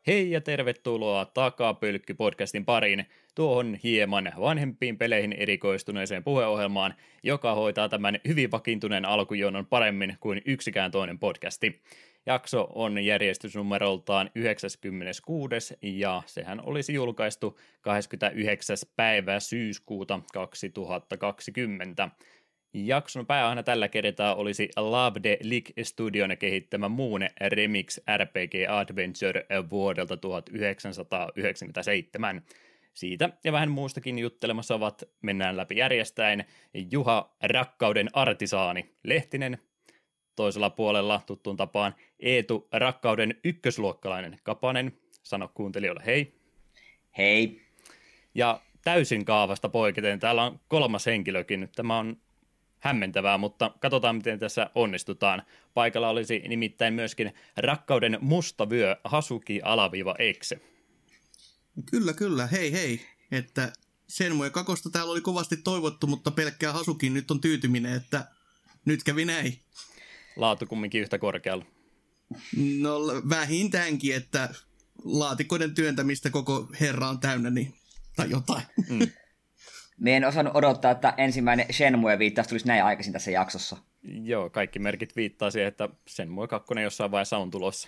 Hei ja tervetuloa Takapölkky-podcastin pariin, tuohon hieman vanhempiin peleihin erikoistuneeseen puheohjelmaan, joka hoitaa tämän hyvin vakiintuneen alkujonon paremmin kuin yksikään toinen podcasti. Jakso on järjestysnumeroltaan 96. ja sehän olisi julkaistu 29. päivä syyskuuta 2020. Jakson pääaiheena tällä kertaa olisi Love the League Studion kehittämä muun Remix RPG Adventure vuodelta 1997. Siitä ja vähän muustakin juttelemassa mennään läpi järjestäen Juha Rakkauden artisaani Lehtinen, toisella puolella tuttuun tapaan Eetu Rakkauden ykkösluokkalainen Kapanen, sano kuuntelijoille hei. Hei. Ja täysin kaavasta poiketen, täällä on kolmas henkilökin, tämä on hämmentävää, mutta katsotaan miten tässä onnistutaan. Paikalla olisi nimittäin myöskin Rakkauden musta vyö Hasuki-Exe. Kyllä, hei. Että Shenmue 2 täällä oli kovasti toivottu, mutta pelkkää Hasukin nyt on tyytyminen, että nyt kävi näin. Laatu kumminkin yhtä korkealla. No vähintäänkin, että laatikoiden työntämistä koko herra on täynnä, niin, tai jotain. Me en osannut odottaa, että ensimmäinen Shenmue-viittaus tulisi näin aikaisin tässä jaksossa. Joo, kaikki merkit viittaa siihen, että Shenmue 2 jossain vaiheessa on tulossa.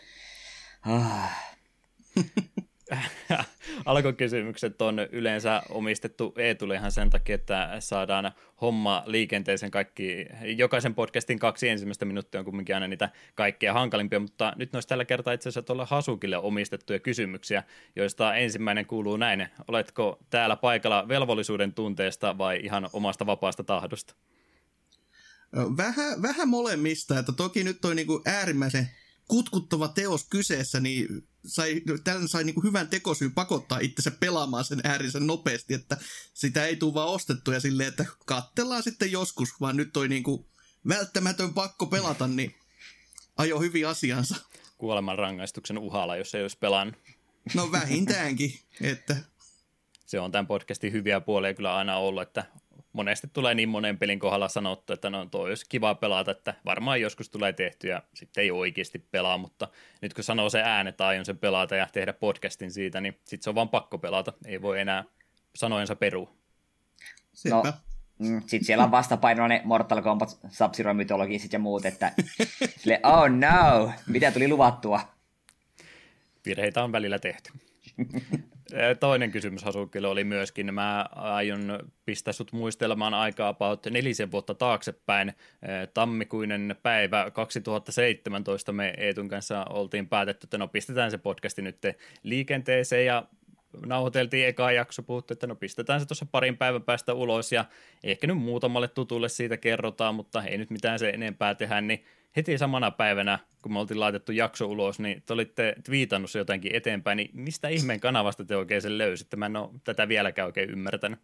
Alkukysymykset on yleensä omistettu Eetulle ihan sen takia, että saadaan homma liikenteeseen kaikki. Jokaisen podcastin 2 ensimmäistä minuuttia on kumminkin aina niitä kaikkein hankalimpia, mutta nyt ne olisi tällä kertaa itse asiassa tuolle Hasukille omistettuja kysymyksiä, joista ensimmäinen kuuluu näin. Oletko täällä paikalla velvollisuuden tunteesta vai ihan omasta vapaasta tahdosta? Vähän molemmista, että toki nyt on niinku äärimmäisen kutkuttava teos kyseessä, niin tällä sai niinku hyvän tekosyyn pakottaa itsensä pelaamaan sen äärisen nopeasti, että sitä ei tule vaan ostettua silleen, että katsellaan sitten joskus, vaan nyt toi niinku välttämätön pakko pelata, niin ajo hyvin asiansa. Kuoleman rangaistuksen uhalla, jos ei olisi pelannut. No vähintäänkin, että se on tämän podcastin hyviä puolia kyllä aina ollut, että monesti tulee niin monen pelin kohdalla sanottu, että no toi olisi kiva pelata, että varmaan joskus tulee tehty ja sitten ei oikeasti pelaa, mutta nyt kun sanoo se ääne, että aion sen pelata ja tehdä podcastin siitä, niin sitten se on vaan pakko pelata, ei voi enää sanojensa perua. No, sitten siellä on vastapainoa ne Mortal Kombat, Sub-Zero mytologiset ja muut, että sille, oh no, mitä tuli luvattua? Virheitä on välillä tehty. Toinen kysymys Hasukille oli myöskin, mä aion pistää sut muistelemaan aikaa about 4 vuotta taaksepäin. Tammikuinen päivä 2017 me Eetun kanssa oltiin päätetty, että no pistetään se podcasti nyt liikenteeseen ja nauhoiteltiin eka jakso, puhuttiin, että no pistetään se tuossa parin päivän päästä ulos ja ehkä nyt muutamalle tutulle siitä kerrotaan, mutta ei nyt mitään se enempää tehdä, niin heti samana päivänä, kun me oltiin laitettu jakso ulos, niin te olitte twiitannut se jotenkin eteenpäin, niin mistä ihmeen kanavasta te oikein sen löysitte? Mä en ole tätä vieläkään oikein ymmärtänyt.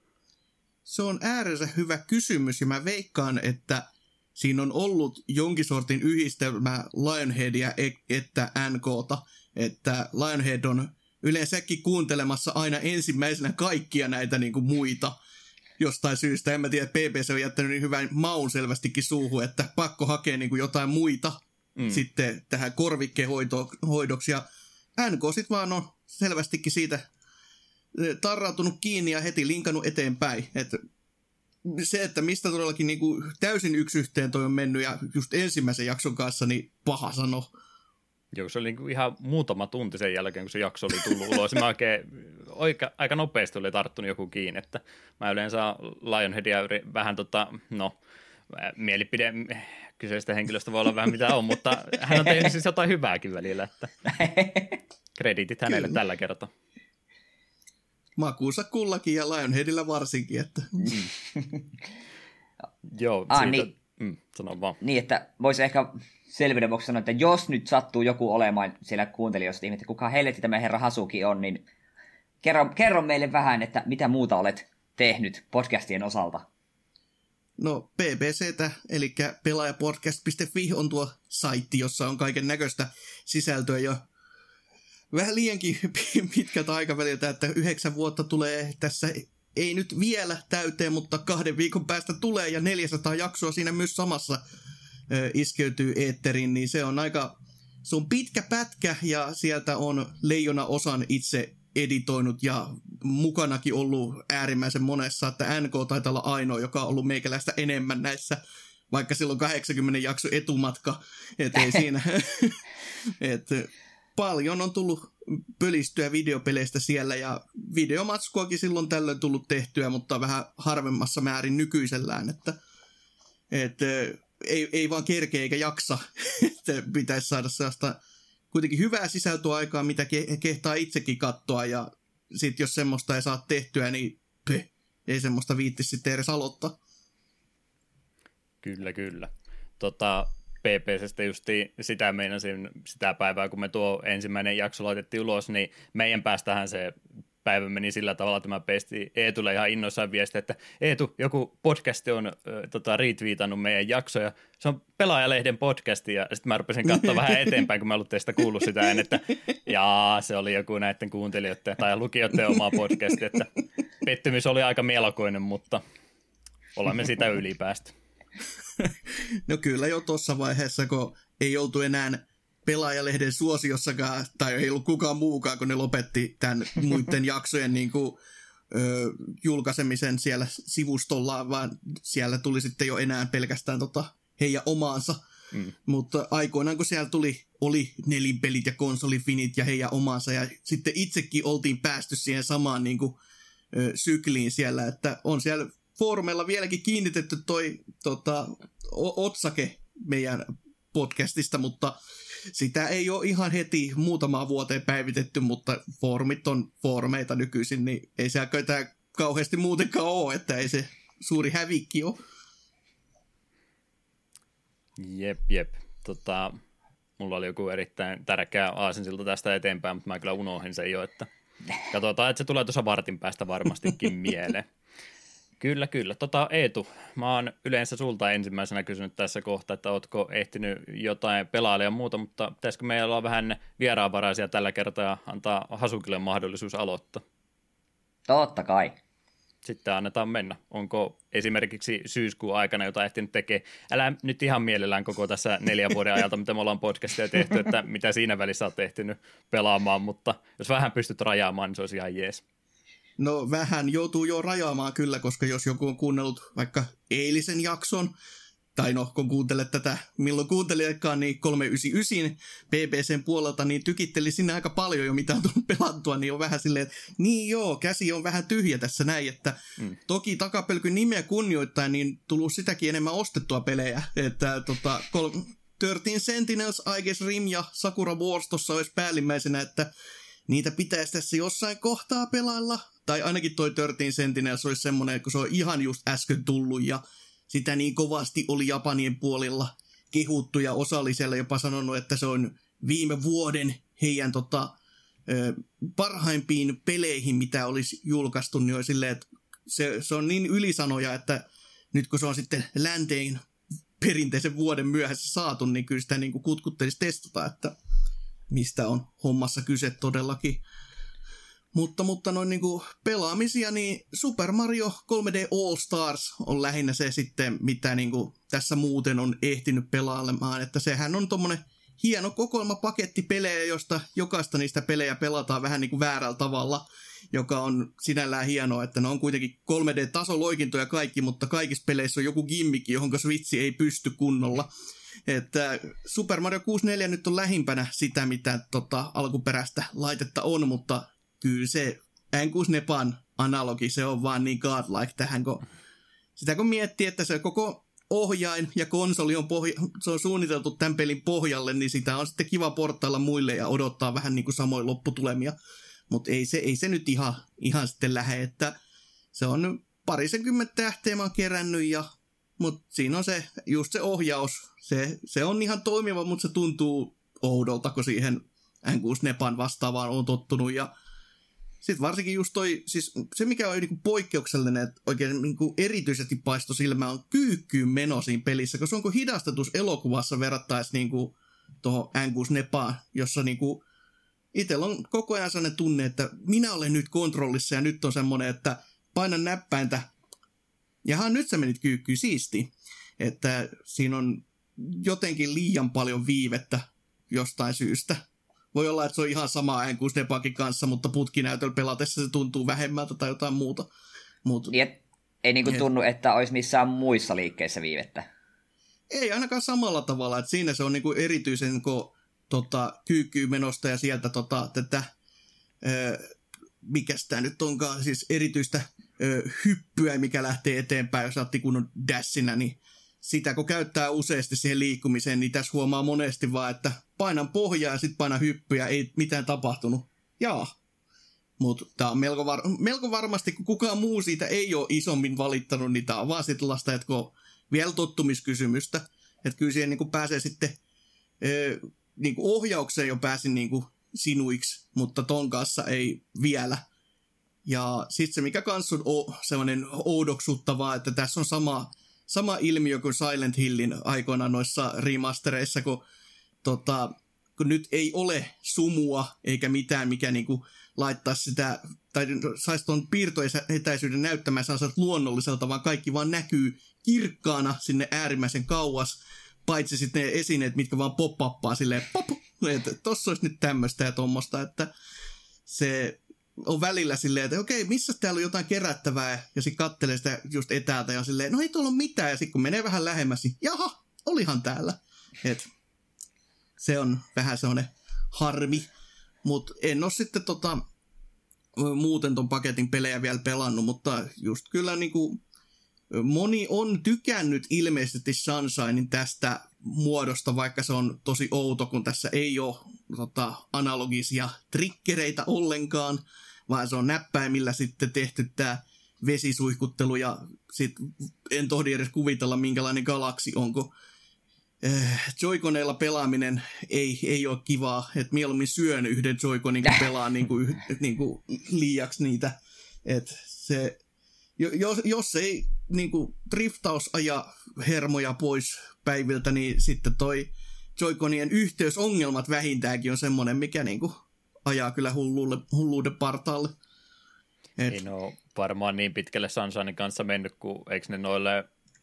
Se on äärimmäisen hyvä kysymys ja mä veikkaan, että siinä on ollut jonkin sortin yhdistelmä Lionheadia että NK:ta, että Lionhead on yleensäkin kuuntelemassa aina ensimmäisenä kaikkia näitä niin kuin muita jostain syystä. En mä tiedä, että BBC on jättänyt niin hyvän maun selvästikin suuhun, että pakko hakea niin kuin jotain muita sitten tähän korvikkehoidoksi. Ja NK sitten vaan on selvästikin siitä tarrautunut kiinni ja heti linkannut eteenpäin. Että se, että mistä todellakin niin kuin täysin yksi yhteen toi on mennyt ja just ensimmäisen jakson kanssa, niin paha sano. Joo, se oli ihan muutama tunti sen jälkeen, kun se jakso oli tullut ulos. Mä aika nopeasti oli tarttunut joku kiinni, että mä yleensä Lionheadia vähän mielipide kyseistä henkilöstä voi olla vähän mitä on, mutta hän on tehnyt siis jotain hyvääkin välillä, että krediitit hänelle tällä kertaa. Makuunsa kullakin ja Lionheadillä varsinkin, että joo, sanon vaan. Niin, että voisi ehkä selvyyden vuoksi sanoa, että jos nyt sattuu joku olemaan siellä kuuntelijoista, että kuka helvetti tämä herra Hasuki on, niin kerro meille vähän, että mitä muuta olet tehnyt podcastien osalta. No BBCtä, eli pelaajapodcast.fi on tuo saitti, jossa on kaiken näköistä sisältöä jo vähän liiankin pitkältä aikaväliltä, että 9 vuotta tulee tässä, ei nyt vielä täyteen, mutta 2 viikon päästä tulee ja 400 jaksoa siinä myös samassa iskeytyy eetteriin, niin se on aika se on pitkä pätkä ja sieltä on leijona osan itse editoinut ja mukanakin ollut äärimmäisen monessa, että NK taitaa olla ainoa, joka on ollut meikäläistä enemmän näissä, vaikka silloin 80 jakso etumatka, että ei siinä, että paljon on tullut pölistyä videopeleistä siellä ja videomatskuakin silloin tällöin tullut tehtyä, mutta vähän harvemmassa määrin nykyisellään, että ei vaan kerkeä eikä jaksa, että pitäisi saada sellaista kuitenkin hyvää sisältöä aikaa, mitä kehtaa itsekin katsoa, ja sitten jos semmoista ei saa tehtyä, niin ei semmoista viittisi sitten edes aloittaa. Kyllä. PPCstä justiin sitä meinasin sitä päivää, kun me tuo ensimmäinen jakso laitettiin ulos, niin meidän päästähän se päivä meni sillä tavalla, että mä pestin Eetulle ihan innoissaan viestiä, että Eetu, joku podcasti on retweetannut meidän jaksoja, se on Pelaajalehden podcasti, ja sitten mä rupesin katsoa vähän eteenpäin, kun mä ollut teistä kuullut sitä ennen, että jaa, se oli joku näiden kuuntelijoiden tai lukijoiden oma podcasti, että pettymys oli aika melkoinen, mutta olemme sitä ylipäästä. No kyllä jo tuossa vaiheessa, kun ei oltu enää Pelaajalehden suosiossakaan, tai ei ollut kukaan muukaan, kun ne lopetti tämän muiden jaksojen niin kuin, julkaisemisen siellä sivustolla, vaan siellä tuli sitten jo enää pelkästään heidän omaansa. Mutta aikoinaan, kun siellä oli nelinpelit ja konsolifinit ja heidän omaansa, ja sitten itsekin oltiin päästy siihen samaan niin kuin, sykliin siellä, että on siellä foorumeilla vieläkin kiinnitetty toi otsake meidän podcastista, mutta sitä ei ole ihan heti muutamaan vuoteen päivitetty, mutta foorumit on foorumeita nykyisin, niin ei se ketään kauheasti muutenkaan ole, että ei se suuri hävikki ole. Jep. Mulla oli joku erittäin tärkeä aasinsilta tästä eteenpäin, mutta mä kyllä unohdin sen jo, että katsotaan, että se tulee tuossa vartin päästä varmastikin mieleen. Kyllä. Eetu, mä oon yleensä sulta ensimmäisenä kysynyt tässä kohtaa, että ootko ehtinyt jotain pelailla ja muuta, mutta pitäisikö meillä olla vähän vieraanvaraisia tällä kertaa ja antaa Hasukille mahdollisuus aloittaa? Totta kai. Sitten annetaan mennä. Onko esimerkiksi syyskuun aikana jotain ehtinyt tekemään? Älä nyt ihan mielellään koko tässä 4 vuoden ajalta, mitä me ollaan podcastia tehty, että mitä siinä välissä olet ehtinyt pelaamaan, mutta jos vähän pystyt rajaamaan, niin se olisi ihan jees. No vähän joutuu jo rajaamaan kyllä, koska jos joku on kuunnellut vaikka eilisen jakson, tai no kun kuuntelet tätä, milloin kuuntelijatkaan, niin 399 PPCn puolelta, niin tykitteli sinne aika paljon jo mitä on tullut pelattua, niin on vähän silleen, että niin joo, käsi on vähän tyhjä tässä näin, että toki takapelkyn nimeä kunnioittain, niin tullut sitäkin enemmän ostettua pelejä, että 13 Sentinels, Aegis Rim ja Sakura Wars tossa olisi päällimmäisenä, että niitä pitäisi tässä jossain kohtaa pelailla, tai ainakin toi 13 Sentinels olisi semmoinen, kun se on ihan just äsken tullut, ja sitä niin kovasti oli Japanien puolilla kehuttu, ja osa oli siellä jopa sanonut, että se on viime vuoden heidän parhaimpiin peleihin, mitä olisi julkaistu, niin on silleen, että se on niin ylisanoja, että nyt kun se on sitten länteen perinteisen vuoden myöhässä saatu, niin kyllä sitä niin kuin kutkuttelisi testata, että mistä on hommassa kyse todellakin. Mutta noin niinku pelaamisia, niin Super Mario 3D All Stars on lähinnä se sitten, mitä niinku tässä muuten on ehtinyt pelailemaan. Että sehän on tommonen hieno kokoelmapaketti pelejä, josta jokaista niistä pelejä pelataan vähän niinku väärällä tavalla, joka on sinällään hienoa, että ne on kuitenkin 3D-tasoloikintoja kaikki, mutta kaikissa peleissä on joku gimmikki, johon Switch ei pysty kunnolla. Että Super Mario 64 nyt on lähimpänä sitä, mitä alkuperäistä laitetta on, mutta kyllä se N64 analogi, se on vaan niin godlike tähän, kun sitä kun miettii, että se koko ohjain ja konsoli on, se on suunniteltu tämän pelin pohjalle, niin sitä on sitten kiva portailla muille ja odottaa vähän niin kuin samoin lopputulemia, mutta ei se nyt ihan sitten lähde, että se on 20 tähteä mä oon kerännyt, mutta siinä on just se ohjaus, se on ihan toimiva, mutta se tuntuu oudolta, kun siihen N64 vastaavaan on tottunut, ja sitten varsinkin just siis se mikä on niinku poikkeuksellinen, että oikein niinku erityisesti paistoi silmään, on kyykkyyn meno siinä pelissä, koska se onko hidastetus elokuvassa verrattaisi niinku tuohon N64, jossa niinku itsellä on koko ajan sellainen tunne, että minä olen nyt kontrollissa ja nyt on semmoinen, että painan näppäintä, jaha nyt sä menit kyykkyyn, siisti, että siinä on jotenkin liian paljon viivettä jostain syystä. Voi olla, että se on ihan sama N64 kanssa, mutta putkinäytöllä pelatessa se tuntuu vähemmältä tai jotain muuta. Niin, ei niinku tunnu, että olisi missään muissa liikkeissä viivettä. Ei ainakaan samalla tavalla, että siinä se on niinku erityisen kyykkyymenosta ja sieltä tätä, mikäs tää nyt onkaan, siis erityistä hyppyä, mikä lähtee eteenpäin, jos otti kunnon dashinä, niin sitä kun käyttää useasti siihen liikkumiseen, niin tässä huomaa monesti vaan, että painan pohjaa ja sitten painan hyppyä, ei mitään tapahtunut. Jaa. Mutta tämä on melko varmasti, kun kukaan muu siitä ei ole isommin valittanut, niin tämä on vaan sitten sellaista, että vielä tottumiskysymystä. Että kyllä siihen niin pääsee sitten niin ohjaukseen jo pääsin niin sinuiksi, mutta ton kanssa ei vielä. Ja sitten se, mikä kanssa on sellainen oudoksuttavaa, että tässä on sama ilmiö kuin Silent Hillin aikoina noissa remastereissa, kun nyt ei ole sumua eikä mitään, mikä niinku laittaisi sitä, tai saisi tuon piirtoetäisyyden näyttämään sellaiselta luonnolliselta, vaan kaikki vaan näkyy kirkkaana sinne äärimmäisen kauas, paitsi sitten ne esineet, mitkä vaan pop-uppaa silleen, pop, että tossa olisi nyt tämmöistä ja tommoista, että se on välillä silleen, että okei, missä täällä on jotain kerättävää, ja sitten kattelee sitä just etäältä ja on silleen, no ei tuolla ole mitään, ja sitten kun menee vähän lähemmäs, niin jaha, olihan täällä. Et se on vähän semmoinen harmi, mutta en ole sitten muuten ton paketin pelejä vielä pelannut, mutta just kyllä niinku moni on tykännyt ilmeisesti Sunshinein tästä muodosta, vaikka se on tosi outo, kun tässä ei ole analogisia trikkereitä ollenkaan, vaan se on näppäimillä sitten tehty tämä vesisuihkuttelu, ja sit en tohdi edes kuvitella, minkälainen galaksi onko. Joy-Coneilla pelaaminen ei ole kivaa, että mieluummin syön yhden Joy-Conin, kun pelaa niinku liiaksi niitä. Et se, jos ei niinku driftaus aja hermoja pois päiviltä, niin sitten toi Joy-Conien yhteysongelmat vähintäänkin on semmoinen, mikä niinku ajaa kyllä hulluuden partaalle. Ei varmaan niin pitkälle Sunshinin kanssa mennyt, kun eikö ne noille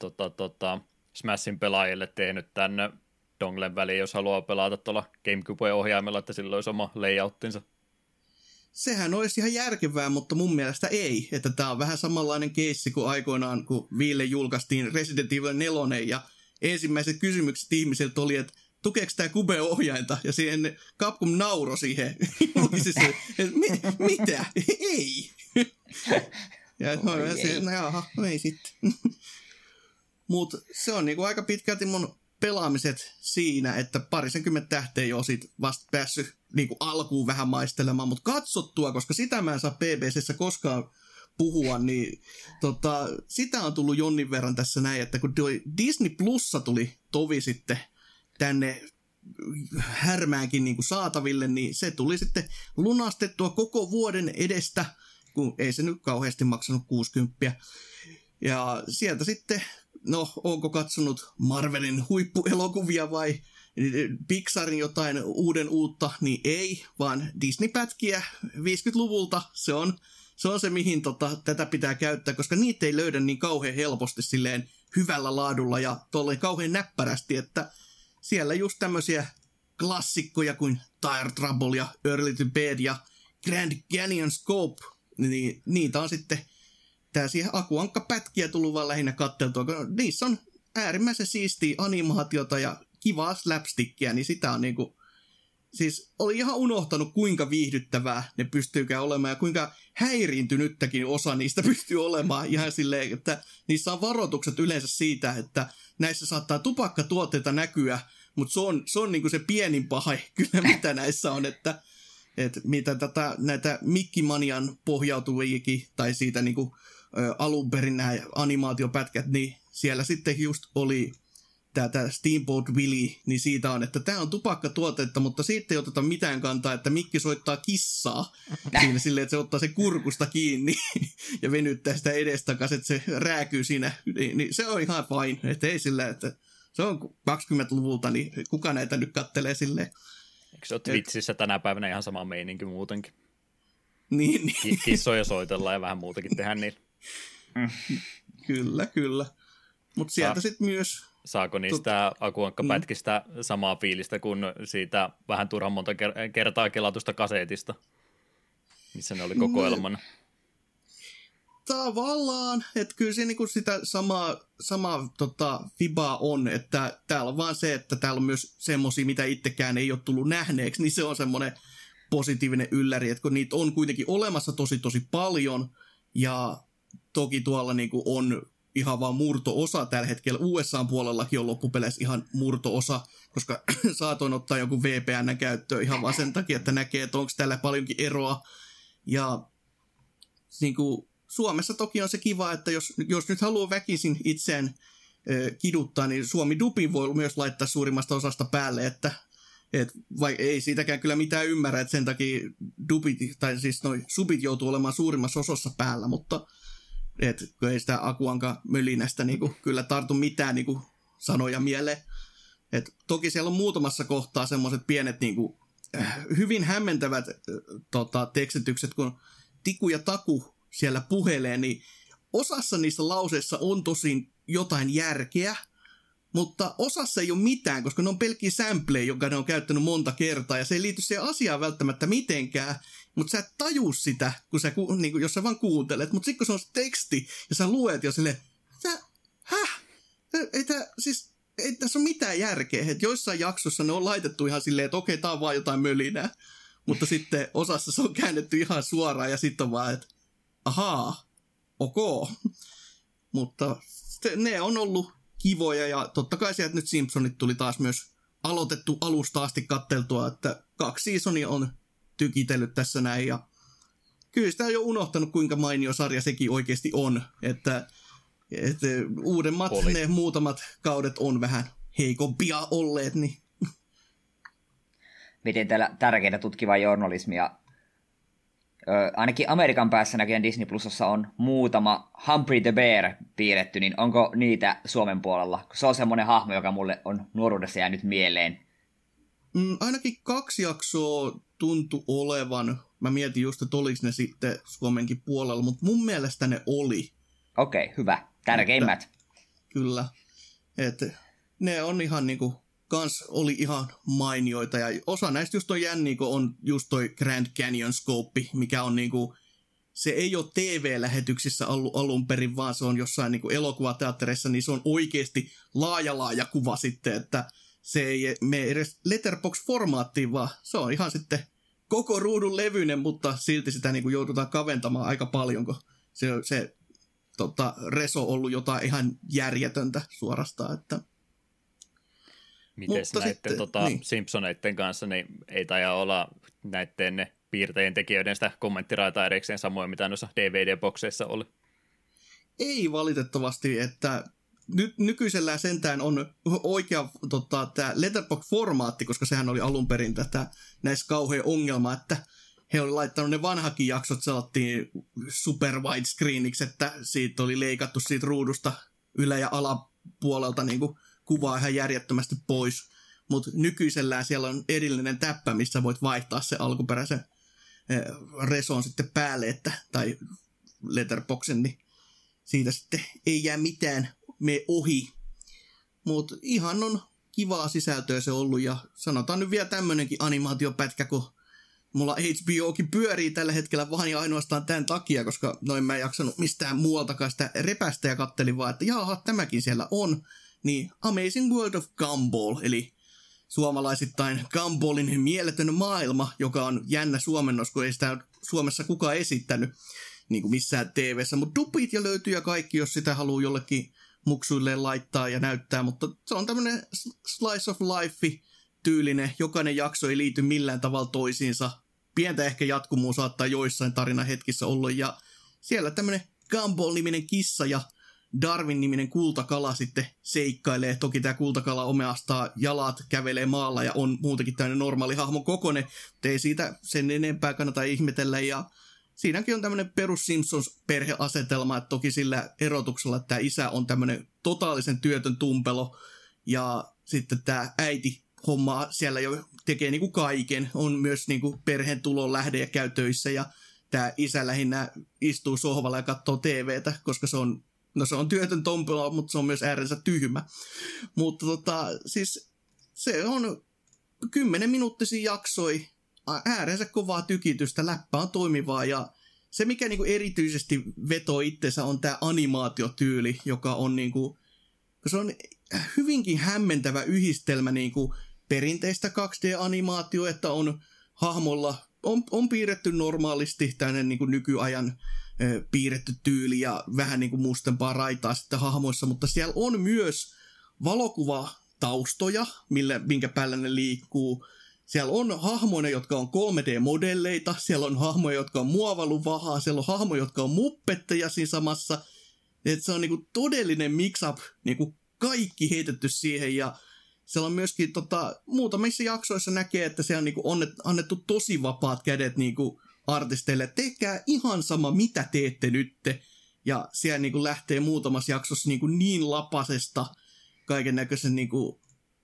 Smashin pelaajille tehnyt tänne donglen väliin, jos haluaa pelata tuolla GameCube-ohjaimella, että sillä olisi oma layouttinsa. Sehän olisi ihan järkevää, mutta mun mielestä ei. Että tää on vähän samanlainen keissi kuin aikoinaan, kun Ville julkaistiin Resident Evil 4, ja ensimmäiset kysymykset ihmisiltä oli, että tukeeko tämä Cube-ohjainta? Ja siihen Capcom nauroi siihen. Mitä? Ei! Ja ei sitten. Mutta se on niinku aika pitkälti mun pelaamiset siinä, että 20 tähteä jo sit vasta päässyt niinku alkuun vähän maistelemaan, mutta katsottua, koska sitä mä en saa BBC:ssä koskaan puhua, niin sitä on tullut jonnin verran tässä näin, että kun Disney Plussa tuli tovi sitten tänne härmäänkin niinku saataville, niin se tuli sitten lunastettua koko vuoden edestä, kun ei se nyt kauheasti maksanut 60. Ja sieltä sitten, no onko katsonut Marvelin huippuelokuvia vai Pixarin jotain uutta, niin ei, vaan Disney-pätkiä 50-luvulta, se on se, mihin tätä pitää käyttää, koska niitä ei löydä niin kauhean helposti silleen hyvällä laadulla ja tolleen kauhean näppärästi, että siellä just tämmöisiä klassikkoja kuin Tire Trouble ja Early to Bed ja Grand Canyon Scope, niin niitä on sitten tällaisia akuankkapätkiä tullut vaan lähinnä katteltua, kun niissä on äärimmäisen siistiä animaatiota ja kivaa slapstickia, niin sitä on niinku, siis oli ihan unohtanut, kuinka viihdyttävää ne pystyykään olemaan ja kuinka häiriintynyttäkin osa niistä pystyy olemaan ihan silleen, että niissä on varoitukset yleensä siitä, että näissä saattaa tupakkatuotteita näkyä, mutta se on niinku se pienin pahe kyllä, mitä näissä on, että mitä näitä Mickey-manian pohjautuviakin, tai siitä niinku alun perin nämä animaatiopätkät, niin siellä sitten just oli tämä Steamboat Willie, niin siitä on, että tämä on tupakkatuotetta, mutta siitä ei oteta mitään kantaa, että Mikki soittaa kissaa siinä silleen, että se ottaa sen kurkusta kiinni ja venyttää sitä edestakaisin, että se rääkyy siinä, niin se on ihan fine, että ei sillä, että se on 20-luvulta, niin kuka näitä nyt kattelee silleen. Eikö se ole Twitchissä tänä päivänä ihan sama meininki muutenkin? Niin. Kissoja soitellaan ja vähän muutakin tehdään niillä. Kyllä. Mutta sieltä sitten myös Saako niistä akuankkapätkistä samaa fiilistä kuin siitä vähän turhan monta kertaa kelatusta kasetista, missä ne oli kokoelmana? Tavallaan, että kyllä se niinku sitä samaa fibaa on, että täällä on vaan se, että täällä on myös semmosia, mitä itsekään ei ole tullut nähneeksi, niin se on semmoinen positiivinen ylläri, että kun niitä on kuitenkin olemassa tosi paljon, ja toki tuolla niinku on ihan vaan murto-osa tällä hetkellä. USA-puolellakin on loppupeleissä ihan murto-osa, koska saatoin ottaa jonkun VPN käyttöön ihan vaan sen takia, että näkee, että onko täällä paljonkin eroa. Ja niin kuin, Suomessa toki on se kiva, että jos nyt haluaa väkisin itseään kiduttaa, niin Suomi-dubin voi myös laittaa suurimmasta osasta päälle, että vai ei siitäkään kyllä mitään ymmärrä, että sen takia dubit, tai siis noi subit joutuu olemaan suurimmassa osassa päällä, mutta kun ei sitä Akuanka mölinästä niinku kyllä tartu mitään niinku sanoja mieleen. Toki siellä on muutamassa kohtaa semmoiset pienet niinku, hyvin hämmentävät tekstitykset, kun Tiku ja Taku siellä puhelee, niin osassa niistä lauseissa on tosin jotain järkeä, mutta osassa ei ole mitään, koska ne on pelkkiä sampleja, jonka ne on käyttänyt monta kertaa, ja se ei liity siihen asiaan välttämättä mitenkään, mutta sä et tajuu sitä, kun sä, niin jos sä vaan kuuntelet, mutta sitten kun se on se teksti, ja sä luet jo silleen, ei tässä ole mitään järkeä, että joissain jaksossa ne on laitettu ihan silleen, että okei, tää on vaan jotain mölinää, mutta sitten osassa se on käännetty ihan suoraan, ja sitten on vaan, että ahaa, ok, mutta ne on ollut kivoja, ja totta kai sieltä nyt Simpsonit tuli taas myös aloitettu alusta asti katteltua, että 2 seasonia on tykitellyt tässä näin, ja kyllä sitä on jo unohtanut, kuinka mainio sarja sekin oikeasti on, että uudemmat ne muutamat kaudet on vähän heikompia olleet, niin. Miten täällä tärkeää tutkivaa journalismia, ainakin Amerikan päässä näköjään Disney Plusassa on muutama Humphrey the Bear piirretty, niin onko niitä Suomen puolella? Se on semmoinen hahmo, joka mulle on nuoruudessa jäänyt mieleen. Ainakin 2 jaksoa tuntui olevan. Mä mietin just, että oliko ne sitten Suomenkin puolella, mutta mun mielestä ne oli. Okei, hyvä. Tärkeimmät. Kyllä. Että ne on ihan niinku, kans oli ihan mainioita, ja osa näistä just on jänniä, kun on just toi Grand Canyon Scope, mikä on niinku, se ei ole TV-lähetyksissä ollut alun perin, vaan se on jossain niinku elokuvateatterissa, niin se on oikeasti laaja kuva sitten, että se ei mene edes letterbox-formaattiin, vaan se on ihan sitten koko ruudun levyinen, mutta silti sitä niinku joudutaan kaventamaan aika paljon, kun se reso on ollut jotain ihan järjetöntä suorastaan, että. Mites näiden niin. Simpsoneiden kanssa, niin ei taida olla näiden piirtäjien tekijöiden sitä kommenttiraitaa erikseen samoin, mitä noissa DVD-bokseissa oli? Ei valitettavasti, että nyt nykyisellään sentään on oikea tämä letterbox-formaatti, koska sehän oli alun perin näissä kauhean ongelma, että he oli laittanut ne vanhakin jaksot, saattiin super widescreeniksi, että siitä oli leikattu siitä ruudusta ylä- ja alapuolelta niin kuin kuvaa ihan järjettömästi pois, mutta nykyisellään siellä on erillinen täppä, missä voit vaihtaa se alkuperäisen reson sitten päälle, tai letterboxen, niin siitä sitten ei jää mitään mene ohi. Mutta ihan on kivaa sisältöä se ollut, ja sanotaan nyt vielä tämmöinenkin animaatiopätkä, kun mulla HBOkin pyörii tällä hetkellä vain ja ainoastaan tämän takia, koska noin mä en jaksanut mistään muualtakaan sitä repästä ja kattelin vaan, että jaha, tämäkin siellä on. Niin Amazing World of Gumball, eli suomalaisittain Gumballin mieletön maailma, joka on jännä suomennos, kun ei sitä Suomessa kukaan esittänyt niin kuin missään TV:ssä. Mutta dupit ja löytyy ja kaikki, jos sitä haluaa jollekin muksuilleen laittaa ja näyttää, mutta se on tämmöinen slice of life tyylinen. Jokainen jakso ei liity millään tavalla toisiinsa. Pientä ehkä jatkumoa saattaa joissain tarinahetkissä olla, ja siellä tämmöinen Gumball-niminen kissa ja Darwin-niminen kultakala sitten seikkailee. Toki tämä kultakala omeastaa jalat, kävelee maalla ja on muutenkin tämmöinen normaali hahmon kokoinen, mutta ei siitä sen enempää kannata ihmetellä. Ja siinäkin on tämmöinen perus Simpsons-perheasetelma, että toki sillä erotuksella, että tämä isä on tämmöinen totaalisen työtön tumpelo, ja sitten tämä äiti hommaa siellä jo tekee niinku kaiken, on myös niinku perheen tulon lähde ja käy töissä, ja tämä isä lähinnä istuu sohvalla ja katsoo TVtä, koska se on No se on työtön tompelo, mutta se on myös äärensä tyhmä. Mutta siis se on 10-minuuttisia jaksoi, äärensä kovaa tykitystä, läppä on toimivaa ja se mikä niinku erityisesti vetoo itsensä on tämä animaatiotyyli, joka on niinku, se on hyvinkin hämmentävä yhdistelmä niinku perinteistä 2D-animaatio, että on hahmolla, on piirretty normaalisti tämmöinen niinku nykyajan piirretty tyyli ja vähän niinku mustempaa raitaa sitten hahmoissa, mutta siellä on myös valokuvataustoja, minkä päällä ne liikkuu. Siellä on hahmoja, jotka on 3D-modelleita, siellä on hahmoja, jotka on muovaluvahaa, siellä on hahmoja, jotka on muppetteja siinä samassa. Et se on niinku todellinen mix-up, niinku kaikki heitetty siihen ja siellä on myöskin muutamissa jaksoissa näkee, että siellä on niinku annettu tosi vapaat kädet niinku artisteille. Tehkää ihan sama, mitä teette nytte. Ja siellä niinku lähtee muutamassa jaksossa niinku niin lapasesta kaiken näköisen niinku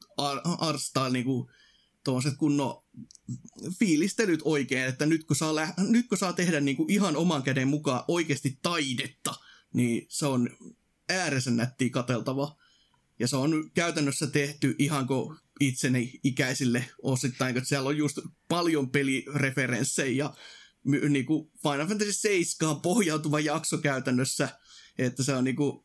arstaa niinku tuollaiset kunnon fiilistelyt oikein, että nyt kun saa tehdä niinku ihan oman käden mukaan oikeasti taidetta, niin se on äärimmäisen nättiä katseltava. Ja se on käytännössä tehty ihan kuin itseni ikäisille osittain, että siellä on just paljon pelireferenssejä ja niinku Final Fantasy 7 pohjautuva jakso käytännössä, että se on niinku,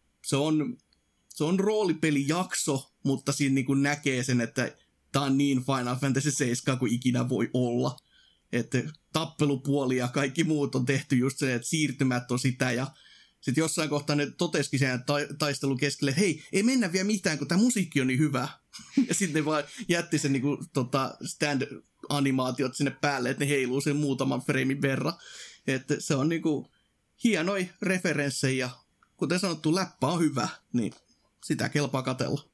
se on roolipelijakso, mutta siinä niinku näkee sen, että tää on niin Final Fantasy 7 kuin ikinä voi olla. Että tappelupuoli ja kaikki muut on tehty just se, että siirtymät on sitä ja sitten jossain kohtaa ne totesikin sen taistelun keskelle, että hei, ei mennä vielä mitään, kun tämä musiikki on niin hyvä. Ja sitten ne vaan jätti sen niinku, stand-animaatiot sinne päälle, että ne heiluu sen muutaman freimin verran. Että se on niinku hienoi referenssejä ja kuten sanottu, läppä on hyvä, niin sitä kelpaa katsella.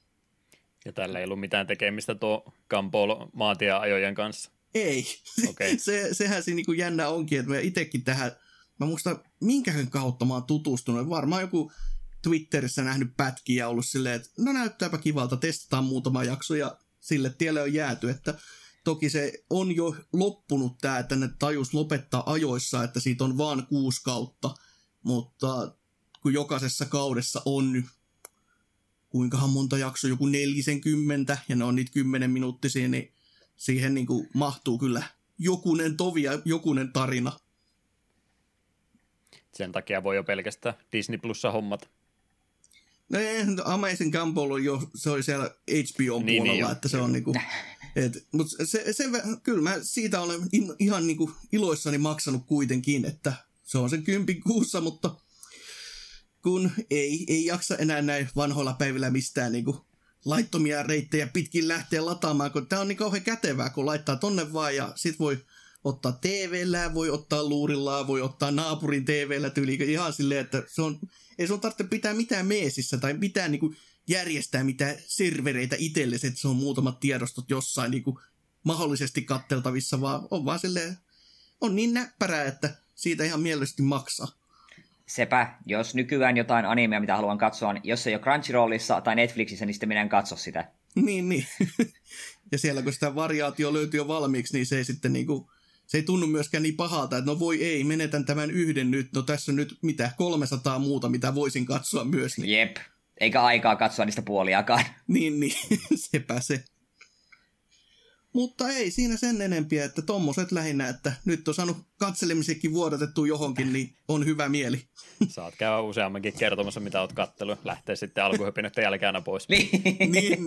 Ja tällä ei ollut mitään tekemistä tuo Gumball maantieajojen kanssa. Ei. Okay. Sehän siinä niinku jännä onkin, että me itsekin tähän, mä muistan, minkähän kautta mä oon tutustunut. Varmaan joku Twitterissä nähnyt pätkiä ja ollut silleen, että no näyttääpä kivalta, testataan muutama jakso ja sille tielle on jääty. Että toki se on jo loppunut tää, että ne tajus lopettaa ajoissa, että siitä on vaan 6 kautta. Mutta kun jokaisessa kaudessa on kuinkahan monta jaksoa, joku 40, ja ne on niitä 10-minuuttisia, niin siihen niin kuin mahtuu kyllä jokunen tovi ja jokunen tarina. Sen takia voi jo pelkästään Disney Plussa hommata. No Amazing Gumball on jo, se oli siellä HBO puolella, että se on niinku, mutta kyllä mä siitä olen ihan niinku iloissani maksanut kuitenkin, että se on sen 10 kuussa, mutta kun ei jaksa enää näin vanhoilla päivillä mistään niinku laittomia reittejä pitkin lähteä lataamaan, kun tää on niin kauhean kätevää, kun laittaa tonne vaan ja sit voi ottaa TV:llä, voi ottaa luurilla, voi ottaa naapurin TV:llä tyyliin ihan silleen, että se on, ei sun tarvitse pitää mitään meesissä tai mitään niinku järjestää mitään servereitä itsellesi, että se on muutamat tiedostot jossain niinku mahdollisesti katteltavissa, vaan on vaan silleen, on niin näppärää, että siitä ihan mielellisesti maksaa. Sepä, jos nykyään jotain animea, mitä haluan katsoa, niin jos ei ole Crunchyrollissa tai Netflixissä, niin sitten minä en katso sitä. Niin. Ja siellä kun sitä variaatio löytyy jo valmiiksi, niin se ei sitten niinku, se ei tunnu myöskään niin pahalta, että no voi ei, menetän tämän yhden nyt, no tässä on nyt mitä, 300 muuta, mitä voisin katsoa myös. Niin. Jep, eikä aikaa katsoa niistä puoliakaan. Niin, sepä se. Mutta ei siinä sen enempiä, että tommoset lähinnä, että nyt on saanut katselemisenkin vuodatettua johonkin, niin on hyvä mieli. Saat käydä useammankin kertomassa, mitä oot kattellut. Lähtee sitten alkuhöpinöiden jälkeen pois. niin.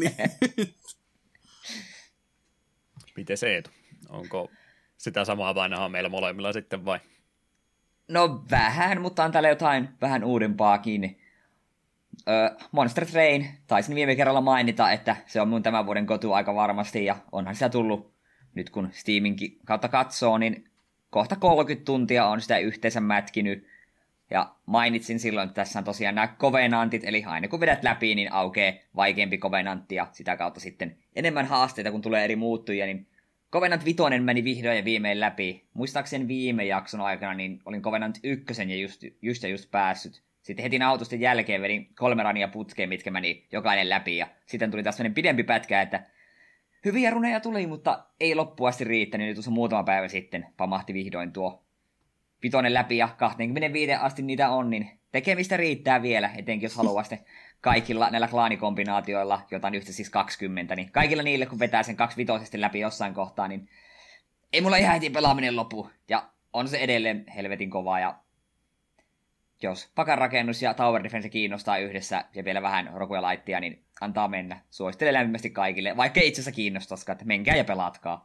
Miten se Eetu? Onko sitä samaa vanhaa meillä molemmilla sitten vai? No vähän, mutta on täällä jotain vähän uudempaakin. Monster Train, taisin viime kerralla mainita, että se on mun tämän vuoden kotu aika varmasti, ja onhan sitä tullut, nyt kun Steaminkin kautta katsoo, niin kohta 30 tuntia on sitä yhteensä mätkinyt, ja mainitsin silloin, että tässä on tosiaan nämä kovenantit, eli aina kun vedät läpi, niin aukeaa vaikeampi kovenantti, ja sitä kautta sitten enemmän haasteita, kun tulee eri muuttujia, niin Covenant 5 meni vihdoin ja viimein läpi. Muistaakseni viime jakson aikana, niin olin Covenant 1 ja just päässyt. Sitten heti nautusten jälkeen vedin 3 rania putkeen, mitkä meni jokainen läpi. Ja sitten tuli taas sellainen pidempi pätkä, että hyviä runeja tuli, mutta ei loppuasti riittänyt. Nyt tuossa muutama päivä sitten pamahti vihdoin tuo 5 läpi ja 25 asti niitä on, niin tekemistä riittää vielä, etenkin jos haluaa sitten kaikilla näillä klaanikombinaatioilla, jota on yhtä siis 20, niin kaikilla niille, kun vetää sen 25 läpi jossain kohtaa, niin ei mulla ihan heti pelaaminen lopu. Ja on se edelleen helvetin kovaa, ja jos pakanrakennus ja tower defense kiinnostaa yhdessä, ja vielä vähän Rogue Lightia, niin antaa mennä. Suosittelen lämpimästi kaikille, vaikka itse asiassa kiinnostaisikaan, että menkää ja pelatkaa.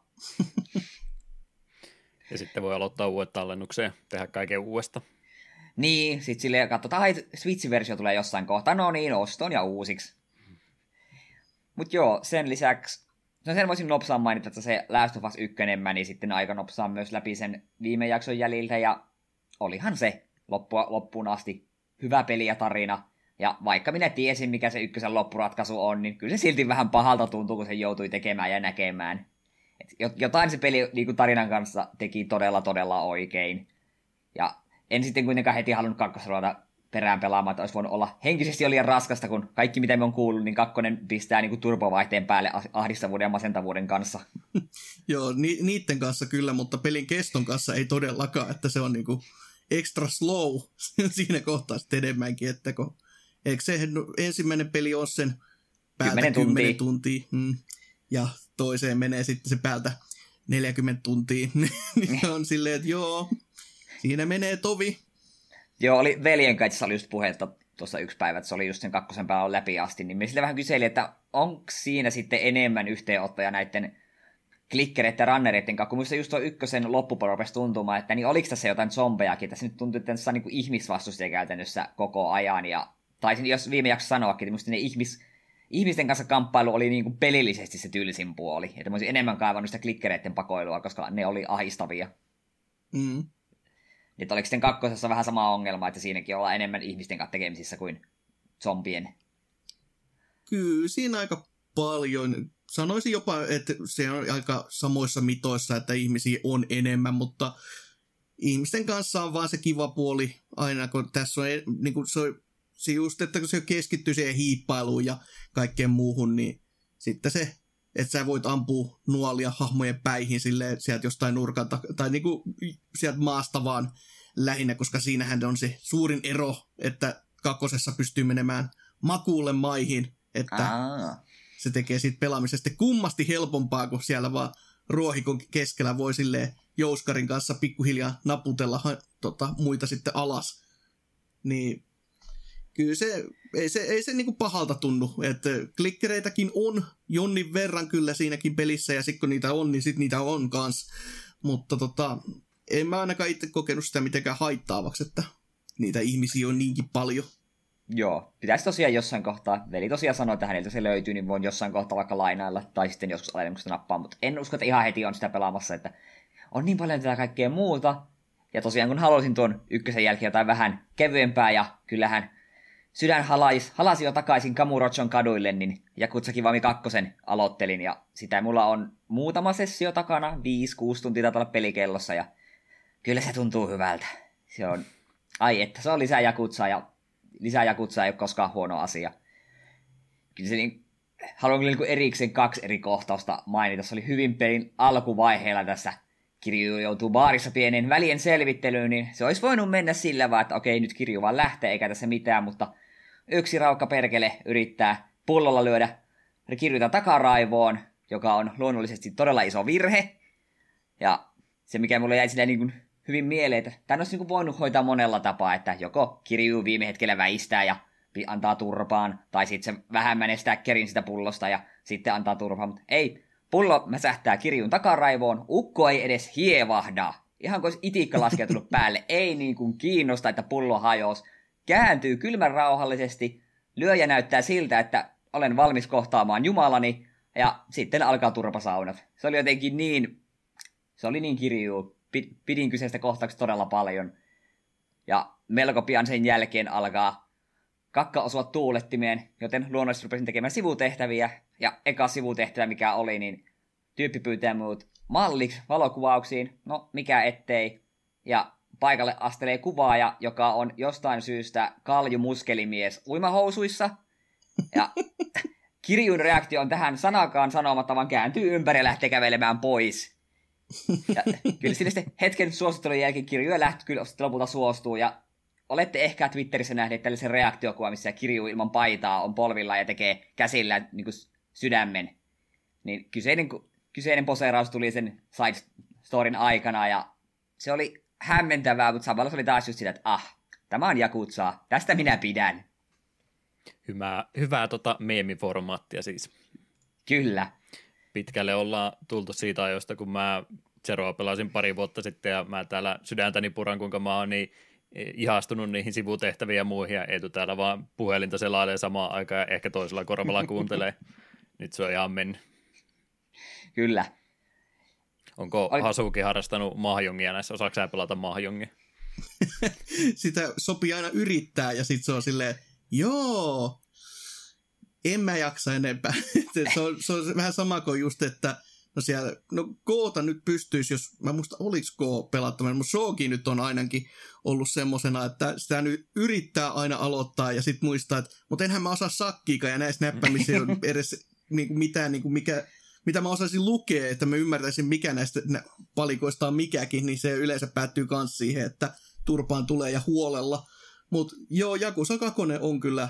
Ja sitten voi aloittaa uudet tallennukseen, tehdä kaiken uudesta. Niin, sit silleen katsotaan, että Switch-versio tulee jossain kohtaa, no niin, oston ja uusiksi. Mut joo, sen lisäksi, no sen voisin nopsaan mainita, että se Last of Us 1 meni sitten aika nopsaan myös läpi sen viime jakson jäljiltä, ja olihan se loppuun asti hyvä peli ja tarina. Ja vaikka minä tiesin, mikä se ykkösen loppuratkaisu on, niin kyllä se silti vähän pahalta tuntuu, kun se joutui tekemään ja näkemään. Et jotain se peli niin kuin tarinan kanssa teki todella, todella oikein. Ja en sitten kuitenkaan heti halunnut kakkosruvata perään pelaamaan, että olisi voinut olla henkisesti jo liian raskasta, kun kaikki mitä me on kuullut, niin kakkonen pistää niin kuin turbovaihteen päälle ahdistavuuden ja masentavuuden kanssa. Joo, niiden kanssa kyllä, mutta pelin keston kanssa ei todellakaan, että se on niin kuin extra slow siinä kohtaa sitten enemmänkin, että kun eikö se ensimmäinen peli ole sen päältä 10 tuntia ja toiseen menee sitten se päältä 40 tuntia, niin on silleen, että joo, siinä menee tovi. Joo, oli veljen kanssa oli just puhetta tuossa yksi päivä, että se oli just sen kakkosen päällä läpi asti, niin me sille vähän kyselin, että onko siinä sitten enemmän yhteenottoja näiden klikkereiden ja runnereiden kanssa, kun muista just tuo ykkösen loppupuolella rupesi tuntumaan, että niin oliko tässä jotain zombejakin, tässä nyt tuntuu, että tässä on niin kuin ihmisvastustajia käytännössä koko ajan, ja taisin jos viime jaksossa sanoakin, että musta ne ihmisten kanssa kamppailu oli niin kuin pelillisesti se tylsin puoli, että mä olisin enemmän kaivannut sitä klikkereiden pakoilua, koska ne oli ahistavia. Että oliko sitten kakkosessa vähän sama ongelma, että siinäkin ollaan enemmän ihmisten kanssa tekemisissä kuin zombien? Kyllä, siinä aika paljon. Sanoisin jopa, että se on aika samoissa mitoissa, että ihmisiä on enemmän, mutta ihmisten kanssa on vaan se kiva puoli aina, kun tässä on, niin kuin se just, että kun se keskittyy siihen hiippailuun ja kaikkeen muuhun, niin sitten se, että sä voit ampua nuolia hahmojen päihin silleen sieltä jostain nurkalta, tai niinku sieltä maasta vaan lähinnä, koska siinähän on se suurin ero, että kakkosessa pystyy menemään makuulle maihin, että se tekee siitä pelaamisesta kummasti helpompaa, kun siellä vaan ruohikon keskellä voi silleen jouskarin kanssa pikkuhiljaa naputella muita sitten alas. Niin kyllä ei se niinku pahalta tunnu, että klikkereitäkin on jonnin verran kyllä siinäkin pelissä, ja sitten kun niitä on, niin sitten niitä on kans. Mutta en mä ainakaan itse kokenut sitä mitenkään haittaavaksi, että niitä ihmisiä on niinkin paljon. Joo, pitäisi tosiaan jossain kohtaa, veli tosiaan sanoi, että häneltä se löytyy, niin voin jossain kohtaa vaikka lainailla, tai sitten joskus alennuksesta nappaa, mutta en usko, että ihan heti on sitä pelaamassa, että on niin paljon tätä kaikkea muuta, ja tosiaan kun halusin tuon ykkösen jälkeen jotain vähän kevyempää, ja kyllähän sydän halasi jo takaisin Kamurochon kaduille, niin Yakuza Kiwami 2 aloittelin, ja sitä mulla on muutama sessio takana, 5-6 tuntia taitaa olla pelikellossa, ja kyllä se tuntuu hyvältä. Se on, että se on lisää Yakuzaa, ja lisää Yakuzaa ei ole koskaan huono asia. Kyllä se haluan kyllä erikseen 2 eri kohtausta mainita. Se oli hyvin pelin alkuvaiheella tässä. Kirju joutuu baarissa pienen välien selvittelyyn, niin se olisi voinut mennä sillä vaan, että okei, nyt Kirju vaan lähtee, eikä tässä mitään, mutta yksi raukka perkele yrittää pullolla lyödä Kirjuta takaraivoon, joka on luonnollisesti todella iso virhe. Ja se, mikä mulle jäi silleen niin kuin hyvin mieleen, että tämän olisi niin kuin voinut hoitaa monella tapaa, että joko Kirju viime hetkellä väistää ja antaa turpaan, tai sitten se vähän menee stäkkerin sitä pullosta ja sitten antaa turpaan, mutta ei. Pullo mäsähtää Kirjun takaraivoon, ukko ei edes hievahda. Ihan kuin olisi itikka laskeutunut päälle, ei niin kuin kiinnosta, että pullo hajosi. Kääntyy kylmän rauhallisesti, lyöjä näyttää siltä, että olen valmis kohtaamaan Jumalani, ja sitten alkaa turpasaunat. Se oli jotenkin niin Kirju. Pidin kyseistä kohtauksesta todella paljon. Ja melko pian sen jälkeen alkaa kakka osua tuulettimeen, joten luonnollisesti rupesin tekemään sivutehtäviä. Ja eka sivutehtävä, mikä oli, niin tyyppi pyytää muut malliksi valokuvauksiin. No, mikä ettei. Ja paikalle astelee kuvaaja, joka on jostain syystä kalju muskelimies uimahousuissa. Ja Kirjun reaktio on tähän sanakaan sanomatta, vaan kääntyy ympäri ja lähtee kävelemään pois. Ja kyllä sitten hetken suosittelun jälkeen Kirju lähti kyllä lopulta suostuu. Ja olette ehkä Twitterissä nähneet tällaisen reaktiokuva, missä Kiryu ilman paitaa on polvilla ja tekee käsillä niin kuin sydämen. Niin kyseinen poseeraus tuli sen side storyn aikana, ja se oli hämmentävää, mutta samalla se oli taas just sitä, että tämä on Jakutsaa, tästä minä pidän. Hyvää meemiformaattia siis. Kyllä. Pitkälle ollaan tultu siitä ajoista, kun mä Zeroa pelasin pari vuotta sitten, ja mä täällä sydäntäni puran, kuinka mä oon niin ihastunut niihin sivutehtäviin ja muihin, ja Eetu täällä vaan puhelinta selailee samaan aikaan, ja ehkä toisella korvalla kuuntelee. Nyt se on ihan mennyt. Kyllä. Onko Hasuki harrastanut mahjongia näissä? Osaatko sä pelata mahjongia? Sitä sopii aina yrittää, ja sitten se on silleen, joo, en mä jaksa enempää. se on vähän sama kuin just, että Koota nyt pystyisi, jos, mä muista oliks Ko pelattomana, mutta Shogi nyt on ainakin ollut semmosena, että sitä nyt yrittää aina aloittaa ja sitten muistaa, että mutta enhän mä osaa sakkiikaan ja näissä näppämissä ei ole edes mitään, mitä mä osaisin lukea, että mä ymmärtäisin mikä näistä palikoista on mikäkin, niin se yleensä päättyy myös siihen, että turpaan tulee ja huolella. Mutta joo, Yakuza 2 on kyllä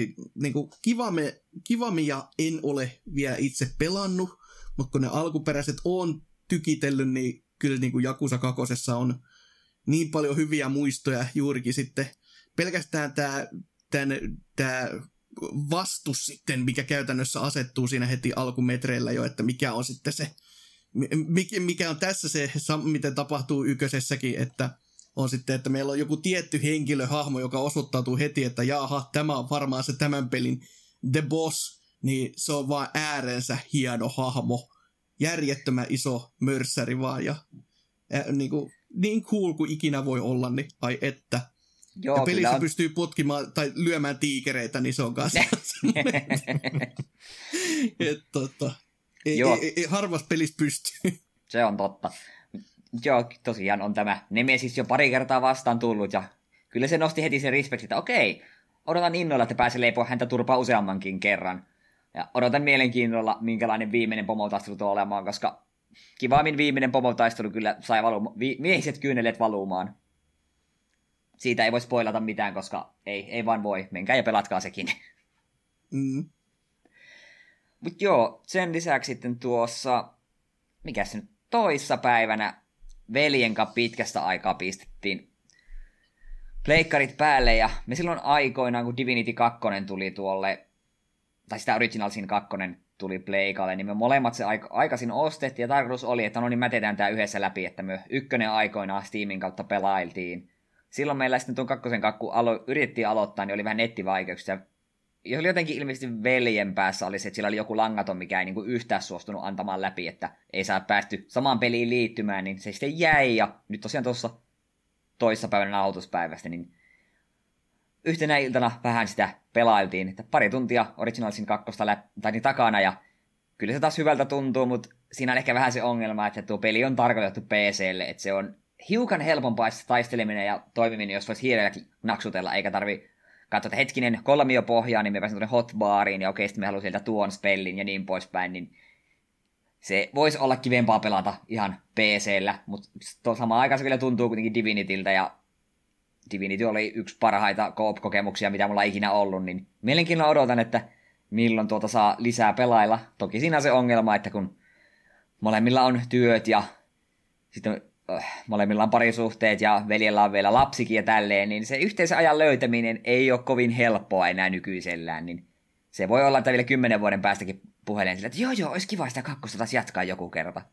kivamia en ole vielä itse pelannut, mutta kun ne alkuperäiset on tykitellyt, niin kyllä niin kuin Yakuza 2 on niin paljon hyviä muistoja juurikin sitten. Pelkästään tämä vastus sitten, mikä käytännössä asettuu siinä heti alkumetreillä jo, että mikä on sitten se, mikä on tässä se, miten tapahtuu ykkösessäkin, että on sitten, että meillä on joku tietty henkilöhahmo, joka osoittautuu heti, että jaha, tämä on varmaan se tämän pelin The Boss, niin se on vaan äärensä hieno hahmo. Järjettömän iso mörssäri vaan ja niin cool kuin ikinä voi olla, niin ai että. Joo, ja pelissä pystyy potkimaan tai lyömään tiikereitä, niin se on kanssa harvassa pelissä pystyy. Se on totta. Joo, tosiaan on tämä Nemesis jo pari kertaa vastaan tullut, ja kyllä se nosti heti sen respektin, että okei, odotan innolla, että pääsee leipoa häntä turpaa useammankin kerran. Ja odotan mielenkiinnolla, minkälainen viimeinen pomotaistelu tulee olemaan, koska kivaammin viimeinen pomotaistelu kyllä sai miehiset kyyneleet valumaan. Siitä ei voi spoilata mitään, koska ei vaan voi. Menkää ja pelatkaa sekin. Mm. Mut joo, sen lisäksi sitten tuossa, mikä se nyt toissa päivänä veljen kanssa pitkästä aikaa pistettiin pleikkarit päälle, ja me silloin aikoinaan, kun Divinity 2 tuli tuolle, tai sitä Original Sin 2 tuli pleikalle, niin me molemmat se aikaisin ostettiin, ja tarkoitus oli, että no niin mä teetään tää yhdessä läpi, että me ykkönen aikoinaan Steamin kautta pelailtiin. Silloin meillä sitten tuon kakkosen kun yritettiin aloittaa, niin oli vähän nettivaikeuksia. Ja oli jotenkin ilmeisesti veljen päässä oli se, että sillä oli joku langaton, mikä ei niinku yhtään suostunut antamaan läpi, että ei saa päästy samaan peliin liittymään, niin se sitten jäi, ja nyt tosiaan tuossa toissapäivänä nauhoituspäivästä, niin yhtenä iltana vähän sitä pelailtiin, että pari tuntia Original Sin 2 takana, ja kyllä se taas hyvältä tuntuu, mutta siinä on ehkä vähän se ongelma, että tuo peli on tarkoitettu PC:lle, että se on hiukan helpompaa se taisteleminen ja toimiminen, jos voisi hiirellä naksutella, eikä tarvi katsoa, että hetkinen, kolmiopohjaa, niin me pääsen tuonne hotbaariin, ja okei, sitten me haluan sieltä tuon spellin ja niin poispäin, niin se voisi olla kivempaa pelata ihan PC:llä, mutta samaan aikaan se kyllä tuntuu kuitenkin Divinityltä, ja Divinity oli yksi parhaita co-op-kokemuksia, mitä mulla on ikinä ollut, niin mielenkiinnolla odotan, että milloin tuota saa lisää pelailla. Toki siinä on se ongelma, että kun molemmilla on työt ja sitten molemmilla on parisuhteet ja veljellä on vielä lapsikin ja tälleen, niin se yhteisen ajan löytäminen ei ole kovin helppoa enää nykyisellään, niin se voi olla, että vielä 10 vuoden päästäkin puheleen sillä, että joo, olisi kiva sitä kakkosta taas jatkaa joku kerta.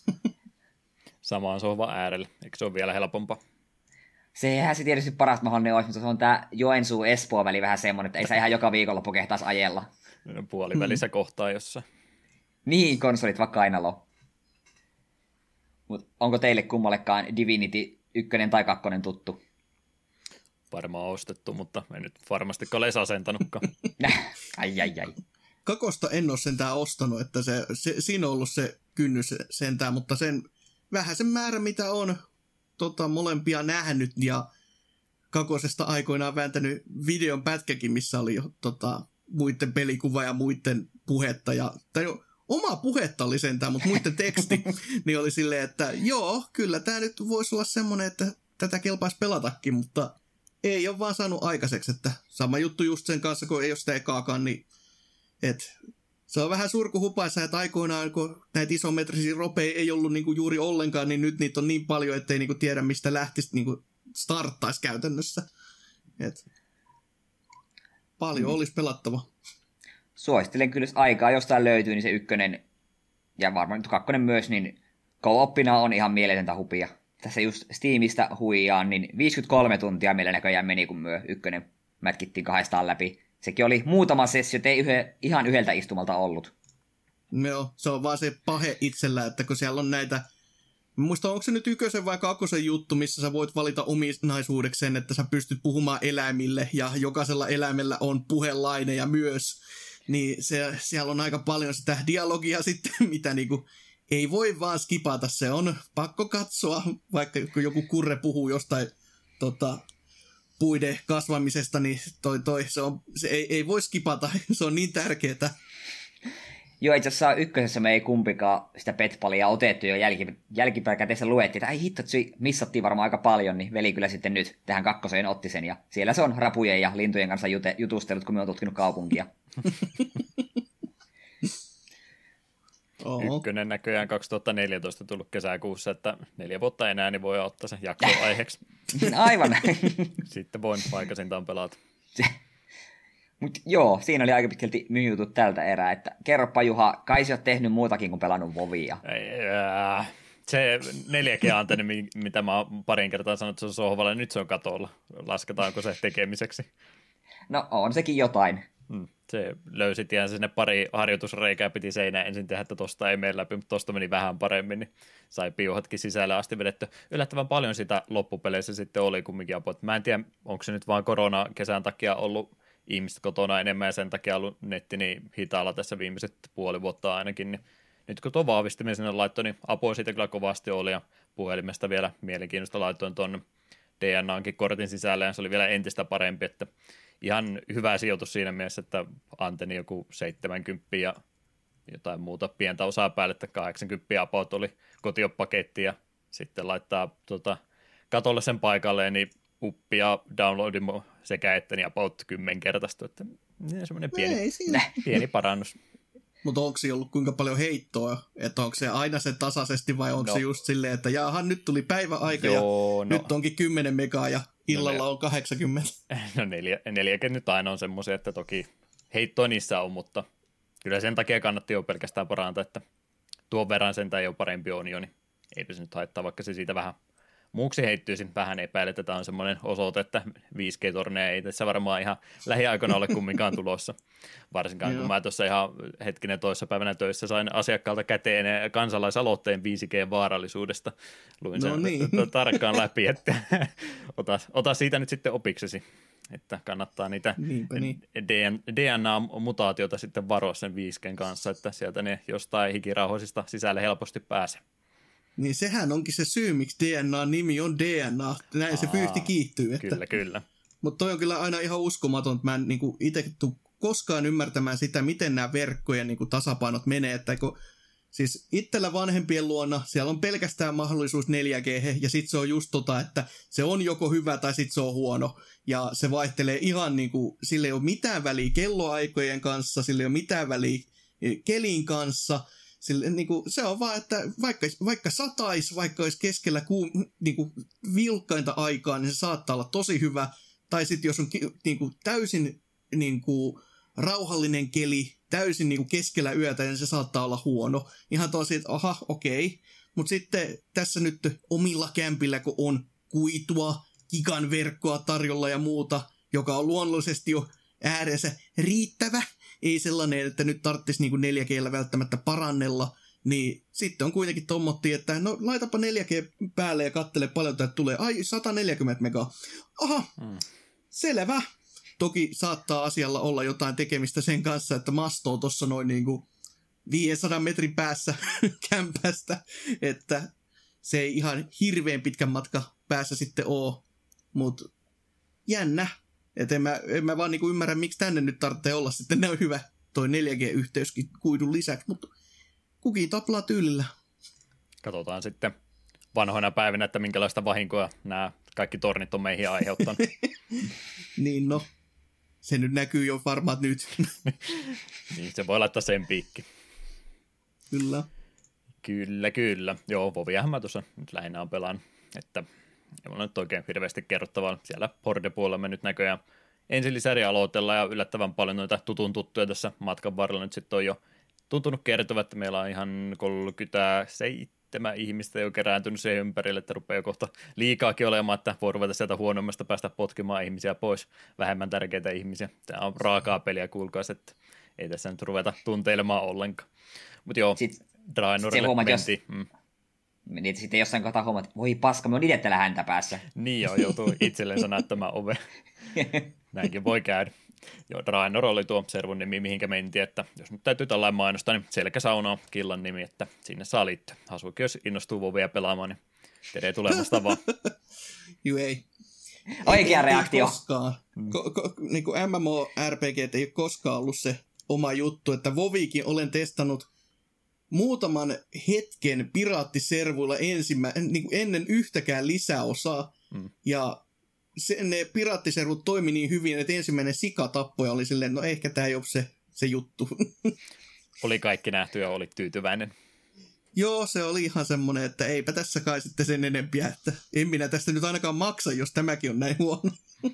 Samaan sohvan äärelle, eikö se ole vielä helpompaa? Sehän se tietysti paras mahdollinen olisi, mutta se on tämä Joensuu-Espoo väli vähän semmoinen, että ei saa ihan joka viikonloppu kehtaisi ajella. Puolivälissä kohtaa jossa. Niin, konsolit vaikka kainalo. Mutta onko teille kummallekaan Divinity 1 tai 2 tuttu? Varmaan ostettu, mutta en nyt varmasti ole asentanutkaan. ai. Kakosta en ole sentään ostanut, että siinä on ollut se kynnys sentään, mutta vähän sen määrä, mitä on molempia nähnyt ja kakosesta aikoinaan vääntänyt videon pätkäkin, missä oli muiden pelikuva ja muiden puhetta oma puhetta oli sentään, mutta muiden teksti, niin oli silleen, että joo, kyllä tämä nyt voisi olla semmoinen, että tätä kelpaisi pelatakin, mutta ei ole vaan saanut aikaiseksi, että sama juttu just sen kanssa, kun ei ole sitä ekaakaan, niin se on vähän surkuhupaissa, että aikoinaan, kun näitä isometrisiä ropeja ei ollut niinku juuri ollenkaan, niin nyt niitä on niin paljon, ettei niinku tiedä, mistä lähtisi niinku starttaisi käytännössä. Paljon olisi pelattava. Suosittelen kyllä, jos aikaa jostain löytyy, niin se 1 ja varmaan nyt 2 myös, niin co-oppina on ihan mieletöntä hupia. Tässä just Steamista huijaan, niin 53 tuntia meillä näköjään meni, kun myö 1 mätkittiin 200 läpi. Sekin oli muutama sessio, ei ihan yhdeltä istumalta ollut. Joo, se on vaan se pahe itsellä, että kun siellä on näitä, muista onko se nyt 1 vai 2 juttu, missä sä voit valita ominaisuudeksi sen, että sä pystyt puhumaan eläimille ja jokaisella eläimellä on puhelaineja myös, niin siellä on aika paljon sitä dialogia sitten, mitä niinku ei voi vaan skipata, se on pakko katsoa, vaikka joku kurre puhuu jostain puiden kasvamisesta, niin se ei voi skipata, se on niin tärkeää. Joo, itse asiassa 1 me ei kumpikaan sitä petpalia otettu jo jälkipäin käteessä luettiin, että ai hitto, missattiin varmaan aika paljon, niin veli kyllä sitten nyt tähän 2 otti sen, ja siellä se on rapujen ja lintujen kanssa jutustellut, kun me on tutkinut kaupunkia. 1 näköjään 2014 tullut kesäkuussa, että 4 vuotta enää, niin voi ottaa sen jakson aiheeksi. Aivan. Sitten voin aikaisintaan pelata. Mutta joo, siinä oli aika pitkälti myyjutut tältä erää, että kerropa Juha, kai sä oot tehnyt muutakin kuin pelannut Vovia. Se 4G-antenni, mitä mä oon parin kertaa sanonut, että se on sohvalla, nyt se on katolla. Lasketaanko se tekemiseksi? No on sekin jotain. Se löysi tiensä sinne pari harjoitusreikää, piti seinään ensin tehdä, että tosta ei mene läpi, mutta tosta meni vähän paremmin, niin sai piuhatkin sisälle asti vedetty. Yllättävän paljon sitä loppupeleissä sitten oli kumminkin apua. Mä en tiedä, onko se nyt vaan korona-kesän takia ollut ihmiset kotona enemmän ja sen takia ollut netti niin hitaalla tässä viimeiset puoli vuotta ainakin, niin nyt kun tuo vahvistiminen sinne laittoi, niin apua siitä kyllä kovasti oli ja puhelimesta vielä mielenkiinnosta laitoin tuon DNAnkin kortin sisälle ja se oli vielä entistä parempi, että ihan hyvä sijoitus siinä mielessä, että antenni joku 70 ja jotain muuta pientä osaa päälle, että 80 about oli kotiopaketti ja sitten laittaa katolle sen paikalleen, niin uppi ja downloadi sekä että niin about 10-kertaistu, että semmoinen pieni parannus. Mutta onko se ollut kuinka paljon heittoa? Että onko se aina se tasaisesti vai onko se just silleen, että jaahan nyt tuli päiväaika ja nyt onkin 10 megaa ja illalla on 80. No 4 nyt aina on semmoisia, että toki heittoa niissä on, mutta kyllä sen takia kannatti jo pelkästään parantaa, että tuon verran sentään jo parempi on jo, niin eipä se nyt haittaa, vaikka se siitä vähän muuksi heittyisi. Vähän epäiletetään on semmoinen osoite, että 5G-torneja ei tässä varmaan ihan lähiaikoina ole kumminkaan tulossa. Varsinkaan kun mä tuossa ihan hetkinen toissapäivänä töissä sain asiakkaalta käteen kansalaisaloitteen 5G-vaarallisuudesta. Luin sen tarkkaan läpi, että ota siitä nyt sitten opiksesi, että kannattaa niitä DNA-mutaatiota sitten varoa sen 5G:n kanssa, että sieltä ne jostain hikirauhoisista sisälle helposti pääsee. Niin sehän onkin se syy, miksi DNA-nimi on DNA. Näin se vyyhti kiihtyy. Että. Kyllä. Mutta toi on kyllä aina ihan uskomaton. Mä en niinku itse koskaan ymmärtämään sitä, miten nämä verkkojen niinku tasapainot menee. Että siis itsellä vanhempien luona siellä on pelkästään mahdollisuus 4G, ja sitten se on just että se on joko hyvä tai sitten se on huono. Ja se vaihtelee ihan niinku, sillä ei ole mitään väliä kelloaikojen kanssa, sillä ei ole mitään väliä kelin kanssa. Sille, niinku, se on vaan, että vaikka sataisi, vaikka olisi keskellä niinku, vilkkainta aikaa, niin se saattaa olla tosi hyvä. Tai sitten jos on niinku, täysin niinku, rauhallinen keli, täysin niinku, keskellä yötä, niin se saattaa olla huono. Ihan tosi, että aha, okei. Mutta sitten tässä nyt omilla kämpillä, kun on kuitua, gigan verkkoa tarjolla ja muuta, joka on luonnollisesti jo äärensä riittävä, ei sellainen, että nyt tarvitsisi niin 4G:llä välttämättä parannella, niin sitten on kuitenkin tommottiin, että no laitapa 4G päälle ja kattele paljon täältä tulee. Ai, 140 megaa. Aha, selvä. Toki saattaa asialla olla jotain tekemistä sen kanssa, että masto on tuossa noin niin kuin 500 metrin päässä kämpästä, että se ei ihan hirveän pitkän matka päässä sitten ole, mutta jännä. Että en mä vaan niinku ymmärrä, miksi tänne nyt tarvitsee olla sitten näin hyvä toi 4G-yhteyskin kuidun lisäksi, mutta kukin taplaa tyylillä. Katsotaan sitten vanhoina päivinä, että minkälaista vahinkoa nämä kaikki tornit on meihin aiheuttanut. Niin no, se nyt näkyy jo varmaan nyt. Niin, se voi laittaa sen piikki. Kyllä. Kyllä. Joo, Voviahan mä tuossa nyt lähinnä on pelannut, että ei mulla nyt oikein hirveästi kerrottavaa. Siellä Horde-puolella me nyt näköjään ensin aloitellaan ja yllättävän paljon noita tutun tuttuja tässä matkan varrella nyt sitten on jo tuntunut kertova, että meillä on ihan 37 ihmistä jo kerääntynyt sen ympärille, että rupeaa kohta liikaakin olemaan, että voi ruveta sieltä huonommasta päästä potkimaan ihmisiä pois, vähemmän tärkeitä ihmisiä. Tämä on raakaa peliä, kuulkaas, että ei tässä nyt ruveta tunteilemaan ollenkaan. Mutta joo, Draenorille mentiin. Niin, sitten jossain kohtaa huomaat, että voi paska, me on itse täällä häntä päässä. Niin joo, joutuu itsellensä näyttämään ove. Näinkin voi käydä. Joo, Draenor oli tuo servun nimi, mihinkä mentiin, että jos nyt täytyy tällainen mainostaa, niin Selkäsauna on killan nimi, että sinne saa liittyä. Hasuki, jos innostuu Vovia pelaamaan, niin tere tulemasta vaan. Juu, ei. Oikea reaktio. Koskaan. Niin kuin MMORPG ei ole koskaan ollut se oma juttu, että Vovikin olen testannut muutaman hetken piraattiservuilla niin kuin ennen yhtäkään lisäosaa, ja ne piraattiservut toimi niin hyvin, että ensimmäinen sikatappoja oli silleen, no ehkä tämä ei ole se juttu. Oli kaikki nähty ja oli tyytyväinen. Joo, se oli ihan semmoinen, että eipä tässä kai sitten sen enempiä, että en minä tästä nyt ainakaan maksa, jos tämäkin on näin huono.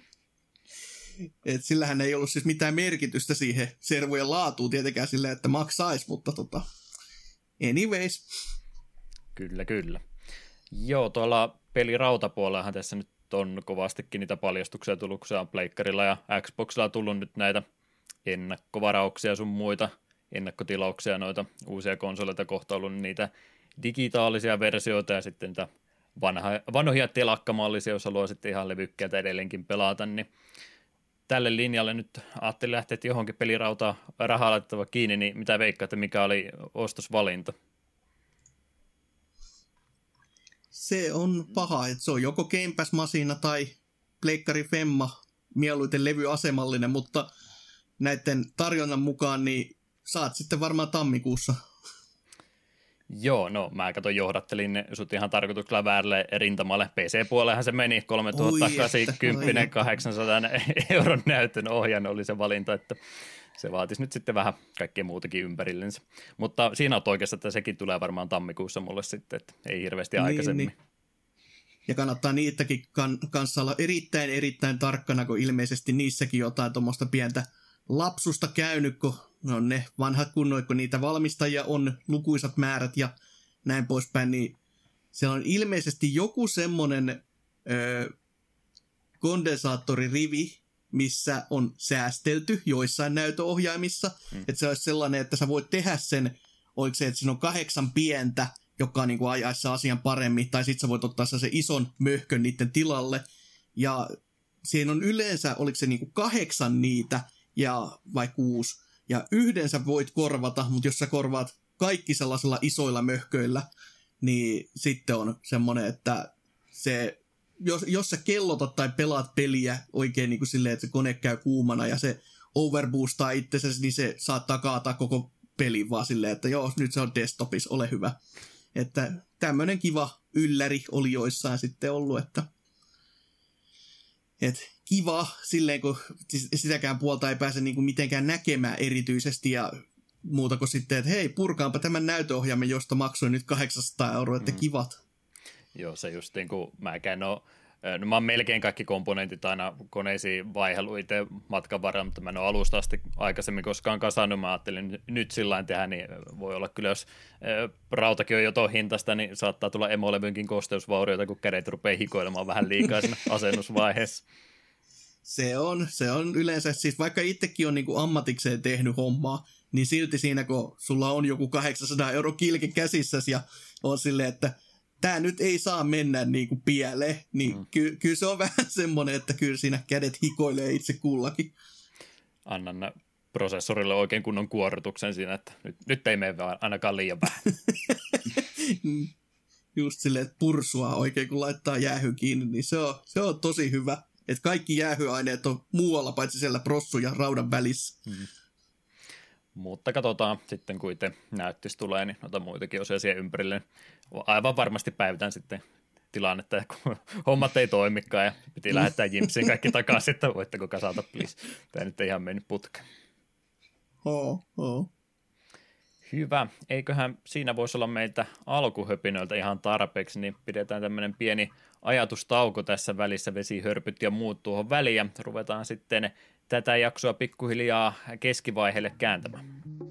Et sillähän ei ollut siis mitään merkitystä siihen servujen laatuun tietenkään sillä, että maksaisi, mutta anyways. Kyllä. Joo, tuolla pelirautapuolellahan tässä nyt on kovastikin niitä paljastuksia tullut, kun se on pleikkarilla ja Xboxilla tullut nyt näitä ennakkovarauksia sun muita ennakkotilauksia, noita uusia konsoleita kohta ollut niitä digitaalisia versioita ja sitten niitä vanhoja telakkamallisia, jos haluaa sitten ihan levykkeitä edelleenkin pelata, niin tälle linjalle nyt ajattelin lähteä, että johonkin pelirautaa rahaa laitettava kiinni, niin mitä veikkaatte, mikä oli ostosvalinta? Se on paha, että se on joko Game Pass-masina tai Pleikkari Femma, mieluiten levyasemallinen, mutta näiden tarjonnan mukaan niin saat sitten varmaan tammikuussa. Joo, no mä johdattelin sut ihan tarkoituksella väärälle rintamalle. PC-puolellehan se meni 3080 800 euron näytön ohjan oli se valinta, että se vaatisi nyt sitten vähän kaikkea muutakin ympärillensä. Mutta siinä on oikeassa, että sekin tulee varmaan tammikuussa mulle sitten, että ei hirveästi aikaisemmin. Niin. Ja kannattaa niitäkin kanssa olla erittäin tarkkana, kun ilmeisesti niissäkin jotain tuommoista pientä lapsusta käynyt, kun no ne vanhat kunnoit, kun niitä valmistajia on lukuisat määrät ja näin poispäin, niin se on ilmeisesti joku semmoinen kondensaattoririvi, missä on säästelty joissain näytöohjaimissa, että se olisi sellainen, että sä voit tehdä sen, oliko se, että siinä on 8 pientä, joka niin kuin ajaisi asian paremmin, tai sitten sä voit ottaa se ison möhkön niiden tilalle, ja siinä on yleensä, oliko se niin kuin 8 niitä, vai 6, ja yhden sä voit korvata, mutta jos sä korvaat kaikki sellaisilla isoilla möhköillä, niin sitten on semmoinen, että se, jos sä kellotat tai pelaat peliä oikein niin kuin silleen, että se kone käy kuumana ja se overboostaa itsensä, niin se saattaa kaataa koko pelin vaan silleen, että joo, nyt se on desktopissa, ole hyvä. Että tämmöinen kiva ylläri oli joissain sitten ollut, että kiva silleen, kun sitäkään puolta ei pääse niin kuin mitenkään näkemään erityisesti ja muuta kuin sitten, että hei, purkaanpa tämän näytöohjaimen, josta maksoin nyt 800 €, että kivat. Joo, se just niin kuin mäkään no mä oon melkein kaikki komponentit aina koneisiin vaihellut itse matkan varrella, mutta mä en ole alusta asti aikaisemmin koskaan kasannut. Mä ajattelin nyt sillain tehdä, niin voi olla kyllä, jos rautakin on jo ton hintasta, niin saattaa tulla emolevynkin kosteusvaurioita, kun kädet rupeaa hikoilemaan vähän liikaa siinä asennusvaiheessa. Se on yleensä, siis vaikka itsekin on niin kuin ammatikseen tehnyt hommaa, niin silti siinä, kun sulla on joku 800 € kilke käsissäsi ja on silleen, että tämä nyt ei saa mennä niin kuin pieleen, niin kyllä se on vähän semmoinen, että kyllä siinä kädet hikoilee itse kullakin. Annan prosessorille oikein kunnon kuorrutuksen siinä, että nyt ei mene ainakaan liian vähän. Just silleen, että pursua oikein kun laittaa jäähy kiinni, niin se on tosi hyvä. Että kaikki jäähyaineet on muualla paitsi siellä prossun ja raudan välissä. Mutta katsotaan sitten, kun itse näyttis tulee, niin noita muitakin osia siihen ympärille. Aivan varmasti päivitän sitten tilannetta, kun hommat ei toimikaan ja piti lähettää Jimsiin kaikki takaisin, että voitteko kasata, please. Tämä nyt ei ihan mennyt putkeen. Hyvä. Eiköhän siinä voisi olla meiltä alkuhöpinöiltä ihan tarpeeksi, niin pidetään tämmöinen pieni ajatustauko tässä välissä, vesihörpyt ja muut tuohon väliin, ja ruvetaan sitten tätä jaksoa pikkuhiljaa keskivaiheelle kääntämään.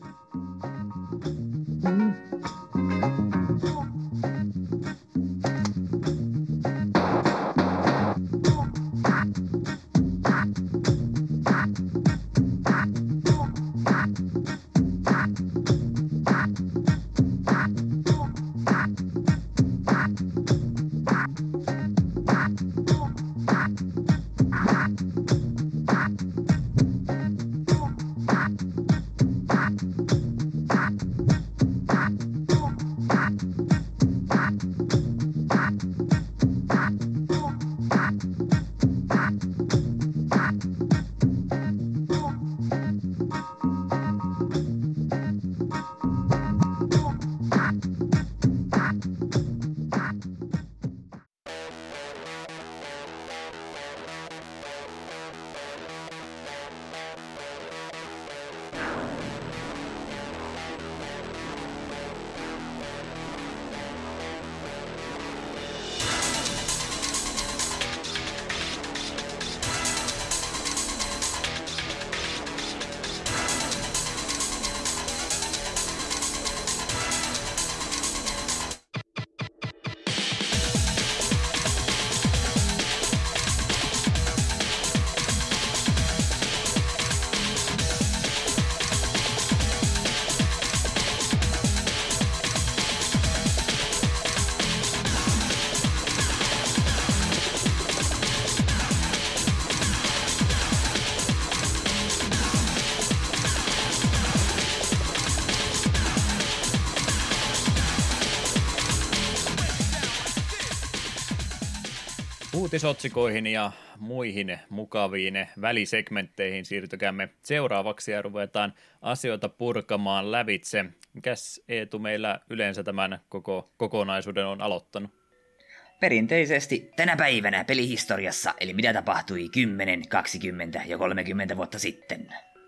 Uutisotsikoihin ja muihin mukaviin välisegmentteihin siirtykäämme seuraavaksi ja ruvetaan asioita purkamaan lävitse. Mikäs Eetu meillä yleensä tämän koko kokonaisuuden on aloittanut? Perinteisesti tänä päivänä pelihistoriassa, eli mitä tapahtui 10, 20 ja 30 vuotta sitten.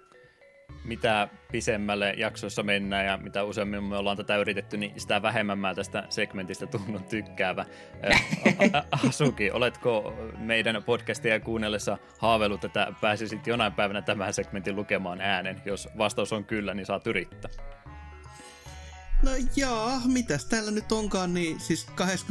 Mitä pisemmälle jaksossa mennään ja mitä useammin me ollaan tätä yritetty, niin sitä vähemmän mä tästä segmentistä tunnun tykkäävä. Asuki, oletko meidän podcastia kuunnellessa haaveillut, että pääsisit jonain päivänä tämän segmentin lukemaan äänen? Jos vastaus on kyllä, niin saat yrittää. No jaa, mitäs täällä nyt onkaan, niin siis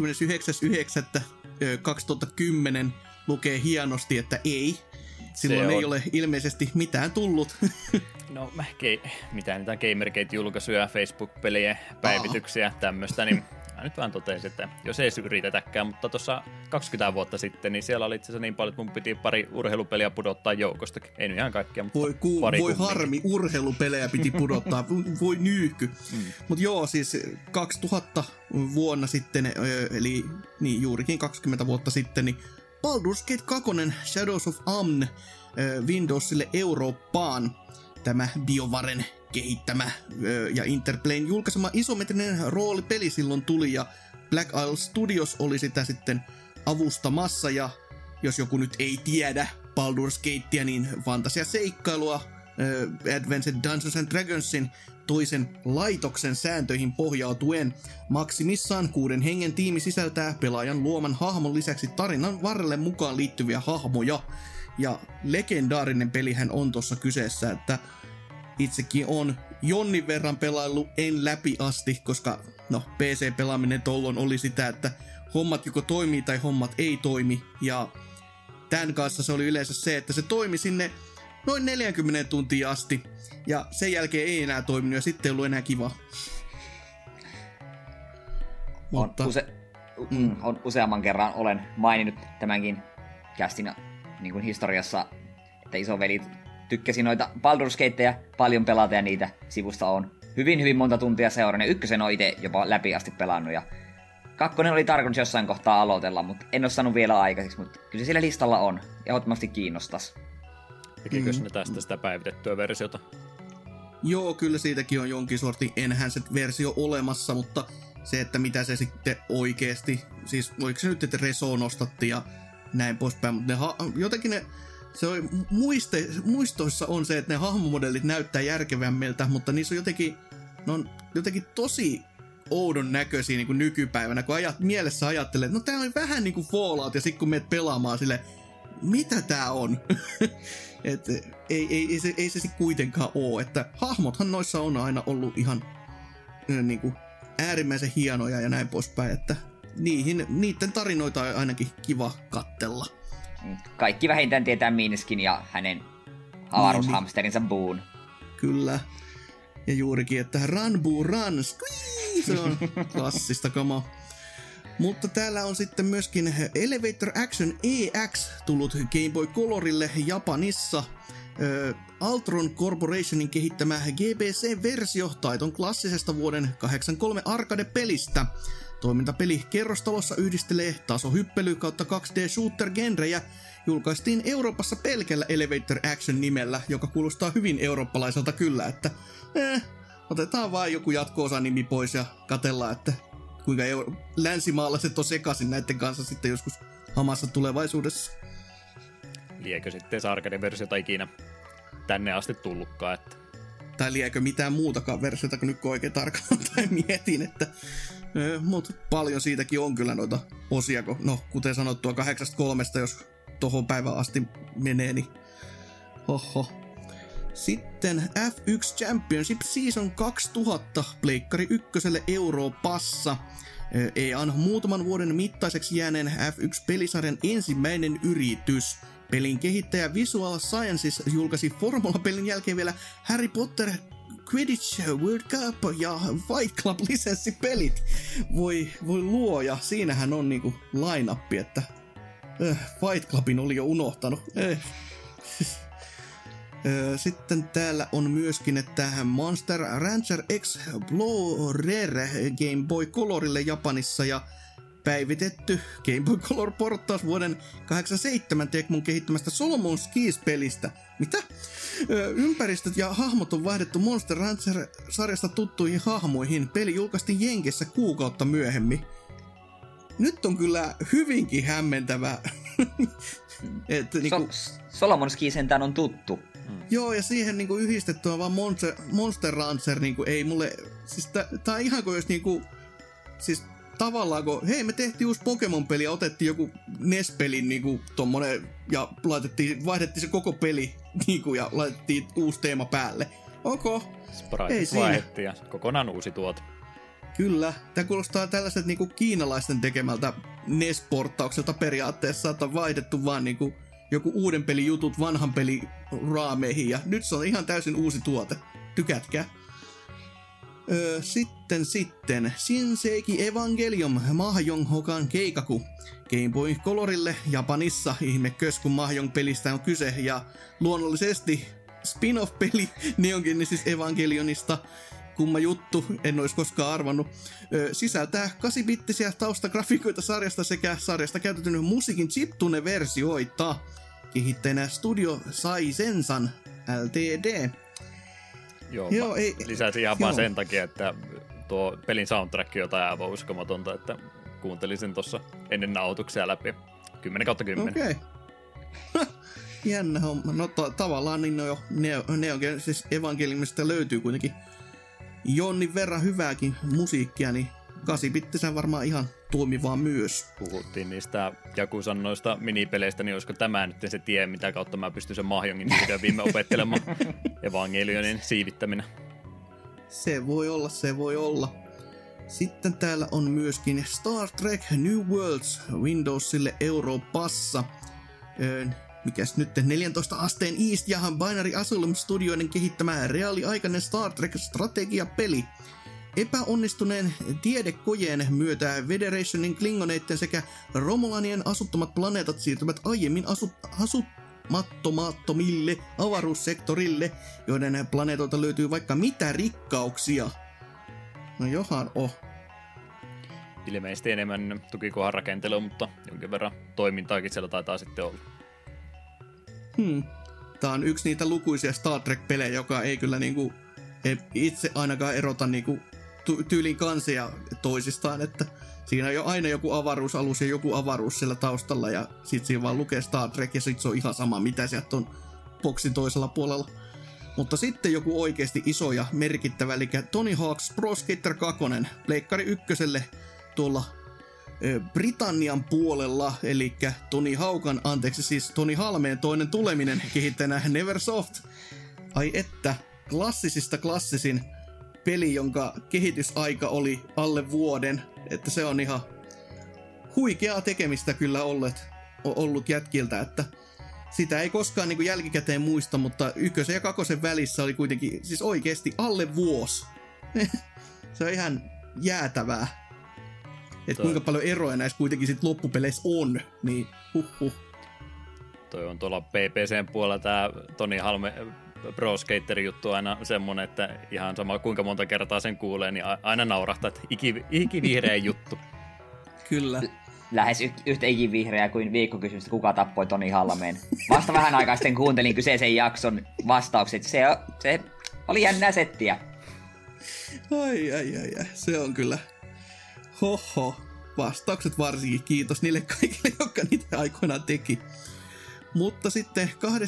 29.9.2010 lukee hienosti, että ei. Silloin ei ole ilmeisesti mitään tullut. No mitään niitä Gamergate-julkaisuja, Facebook-pelien päivityksiä, tämmöistä, niin mä nyt vaan totesin, että jos ei yritetäkään, mutta tuossa 20 vuotta sitten, niin siellä oli itse asiassa niin paljon, että mun piti pari urheilupeliä pudottaa joukostakin. Ei nyt ihan kaikkia, mutta pari voi harmi, urheilupelejä piti pudottaa, voi nyyhky. Mutta joo, siis 2000 vuonna sitten, eli niin juurikin 20 vuota sitten, niin Baldur's Gate 2 Shadows of Amn Windowsille Eurooppaan. Tämä BioVaren kehittämä ja Interplayn julkaisema isometrinen roolipeli silloin tuli, ja Black Isle Studios oli sitä sitten avustamassa, ja jos joku nyt ei tiedä Baldur's Gatea, niin fantasiaseikkailua Advanced Dungeons and Dragonsin toisen laitoksen sääntöihin pohjautuen. Maksimissaan 6 hengen tiimi sisältää pelaajan luoman hahmon lisäksi tarinan varrelle mukaan liittyviä hahmoja. Ja legendaarinen pelihän on tuossa kyseessä, että itsekin on jonnin verran pelaillut, en läpi asti, koska no PC-pelaaminen tollon oli sitä, että hommat joko toimii tai hommat ei toimi. Ja tämän kanssa se oli yleensä se, että se toimi sinne noin 40 tuntia asti. Ja sen jälkeen ei enää toiminut ja sitten ei ollut enää kiva. On useamman kerran olen maininnut tämänkin kästin niin kuin historiassa, että isovelit tykkäsi noita Baldur's Gateja paljon pelata ja niitä sivusta on hyvin monta tuntia seurannut. Ykkösen on itse jopa läpi asti pelannut ja 2 oli tarkoitus jossain kohtaa aloitella, mutta en ole saanut vielä aikaiseksi, mutta kyllä se siellä listalla on. Ehdottomasti kiinnostaisi. Tekikö ne tästä sitä päivitettyä versiota? Joo, kyllä siitäkin on jonkin sortin enhanced-versio olemassa, mutta se, että mitä se sitten oikeasti, siis oliko se nyt, että Reso nostatti ja näin poispäin, mutta jotenkin ne, se on, muistoissa on se, että ne hahmomodellit näyttää järkevämmiltä, mutta niissä on jotenkin tosi oudon näköisiä niin kuin nykypäivänä, kun mielessä ajattelee, että no tää on vähän niin kuin Fallout, ja sitten kun menet pelaamaan sille, mitä tää on? Et, ei se sit kuitenkaan oo, että hahmothan noissa on aina ollut ihan niin kuin äärimmäisen hienoja ja näin poispäin, että niiden tarinoita on ainakin kiva katsella. Kaikki vähintään tietää Minskin ja hänen avaruushamsterinsa Boon. Kyllä. Ja juurikin, että run, Boo, run, squee! Se on klassista kamaa. Mutta täällä on sitten myöskin Elevator Action EX tullut Game Boy Colorille Japanissa. Altron Corporationin kehittämä GBC-versio taiton klassisesta vuoden 1983 arcade-pelistä. Toimintapeli kerrostalossa yhdistelee tasohyppely kautta 2D-shooter-genrejä. Julkaistiin Euroopassa pelkällä Elevator Action nimellä, joka kuulostaa hyvin eurooppalaiselta kyllä, että otetaan vaan joku jatko-osa nimi pois ja katsellaan, että kuinka länsimaalaiset on sekaisin näiden kanssa sitten joskus hamassa tulevaisuudessa. Liekö sitten se arcade-versiota ikinä tänne asti tullutkaan, että... Tai liekö mitään muutakaan versiota, kun nyt oikein tarkalleen tai mietin, että... Mutta paljon siitäkin on kyllä noita osia, kuten sanottua 8.3, jos tohon päivään asti menee, niin hoho. Sitten F1 Championship Season 2000 Pleikkari 1:lle Euroopassa. EA:n muutaman vuoden mittaiseksi jääneen F1-pelisarjan ensimmäinen yritys. Pelin kehittäjä Visual Sciences julkaisi Formula-pelin jälkeen vielä Harry Potter, Quidditch World Cup ja Fight Club -lisenssipelit. Voi luoja, siinähän on niinku line-up, että Fight Clubin oli jo unohtanut. Sitten täällä on myöskin, että Monster Rancher Explorer Game Boy Colorille Japanissa ja päivitetty Game Boy Color porttaus vuoden 1987 Tecmon kehittämästä Solomon Skis-pelistä. Mitä? Ympäristöt ja hahmot on vaihdettu Monster Rancher-sarjasta tuttuihin hahmoihin. Peli julkaistiin Jenkeissä kuukautta myöhemmin. Nyt on kyllä hyvinkin hämmentävä. Niinku... Solomon Ski sentään on tuttu. Joo, ja siihen niinku yhdistettyä vaan Monster Rancher niinku ei mulle... Siis tää on ihan kuin jos niinku... Siis tavallaan kun... Hei, me tehtiin uusi Pokemon-peli ja otettiin joku NES-pelin niinku tommonen... Ja vaihdettiin se koko peli niinku ja laitettiin uusi teema päälle. Sprite vaihdettiin ja kokonaan uusi tuote. Kyllä. Tämä kuulostaa tällaiset niinku kiinalaisten tekemältä NES-porttaukselta periaatteessa, että on vaihdettu vaan niinku joku uuden pelin jutut vanhan pelin raameihin, ja nyt se on ihan täysin uusi tuote. Tykätkää. Sitten Shinseiki Evangelion Mahjong Hokan Keikaku Game Boy Colorille Japanissa. Ihmekös, kun Mahjong-pelistä on kyse, ja luonnollisesti spin-off-peli Neon Genesis Evangelionista. Kumma juttu, en olisi koskaan arvannut. Sisältää 8-bittisiä taustagrafiikoita sarjasta sekä sarjasta käytetyn musiikin chiptune-versioita. Kehittäjänä Studio Saisensan Ltd. Joo, lisäsin ihan vaan sen takia, että tuo pelin soundtrack on jotain aivan uskomatonta, että kuuntelin sen tuossa ennen nauhoituksia läpi. 10/10. Okei. Jännä homma. No tavallaan niin ne onkin, siis Evangeliumista löytyy kuitenkin jonnin verran hyvääkin musiikkia, niin 8-bittisen varmaan ihan toimivaa myös. Puhuttiin niistä Jakusan noista minipeleistä, niin olisiko tämä nyt se tie, mitä kautta mä pystyn sen Mahjongin viime opettelemaan Evangelionin siivittäminä. Se voi olla. Sitten täällä on myöskin Star Trek New Worlds Windowsille Euroopassa. Mikäs nyt 14 asteen East ja Binary Asylum Studioiden kehittämä reaaliaikainen Star Trek-strategiapeli. Epäonnistuneen tiedekojeen myötä Federationin klingoneiden sekä Romulanien asuttomat planeetat siirtyvät aiemmin asumattomille avaruussektorille, joiden planeetoilta löytyy vaikka mitä rikkauksia. No johan Ilmeisesti enemmän tukikohan rakentelua, mutta jonkin verran toimintaakin siellä taitaa sitten olla. Tää on yksi niitä lukuisia Star Trek-pelejä, joka ei kyllä niinku... Ei itse ainakaan erota niinku tyylin kansia toisistaan, että siinä on jo aina joku avaruusalus ja joku avaruus siellä taustalla, ja sit siinä vaan lukee Star Trek, ja sit se on ihan sama, mitä sieltä on boksin toisella puolella. Mutta sitten joku oikeasti iso ja merkittävä, eli Tony Hawk's Pro Skater 2, Pleikkari 1:lle tuolla Britannian puolella, eli Tony Halmeen toinen tuleminen kehittäjänä Neversoft. Ai että, klassisin peli, jonka kehitysaika oli vuoden, että se on ihan huikeaa tekemistä kyllä ollut jätkiltä, että sitä ei koskaan niin kuin jälkikäteen muista, mutta 1 ja 2 välissä oli kuitenkin siis oikeasti alle vuosi. Se on ihan jäätävää. Että kuinka paljon eroja näissä kuitenkin sit loppupeleissä on, niin Toi on tuolla PPCn puolella tää Tony Halme Pro Skater-juttu aina semmonen, että ihan sama kuinka monta kertaa sen kuulee, niin aina naurahtaa, että ikivihreä juttu. Kyllä. Lähes yhtä ikivihreää kuin viikkokysymystä, kuka tappoi Tony Halmeen. Vasta vähän aikaa sitten kuuntelin kyseisen jakson vastaukset. Se oli jännää settiä. Ai. Se on kyllä. Hoho. Vastaukset varsinkin. Kiitos niille kaikille, jotka niitä aikoinaan teki. Mutta sitten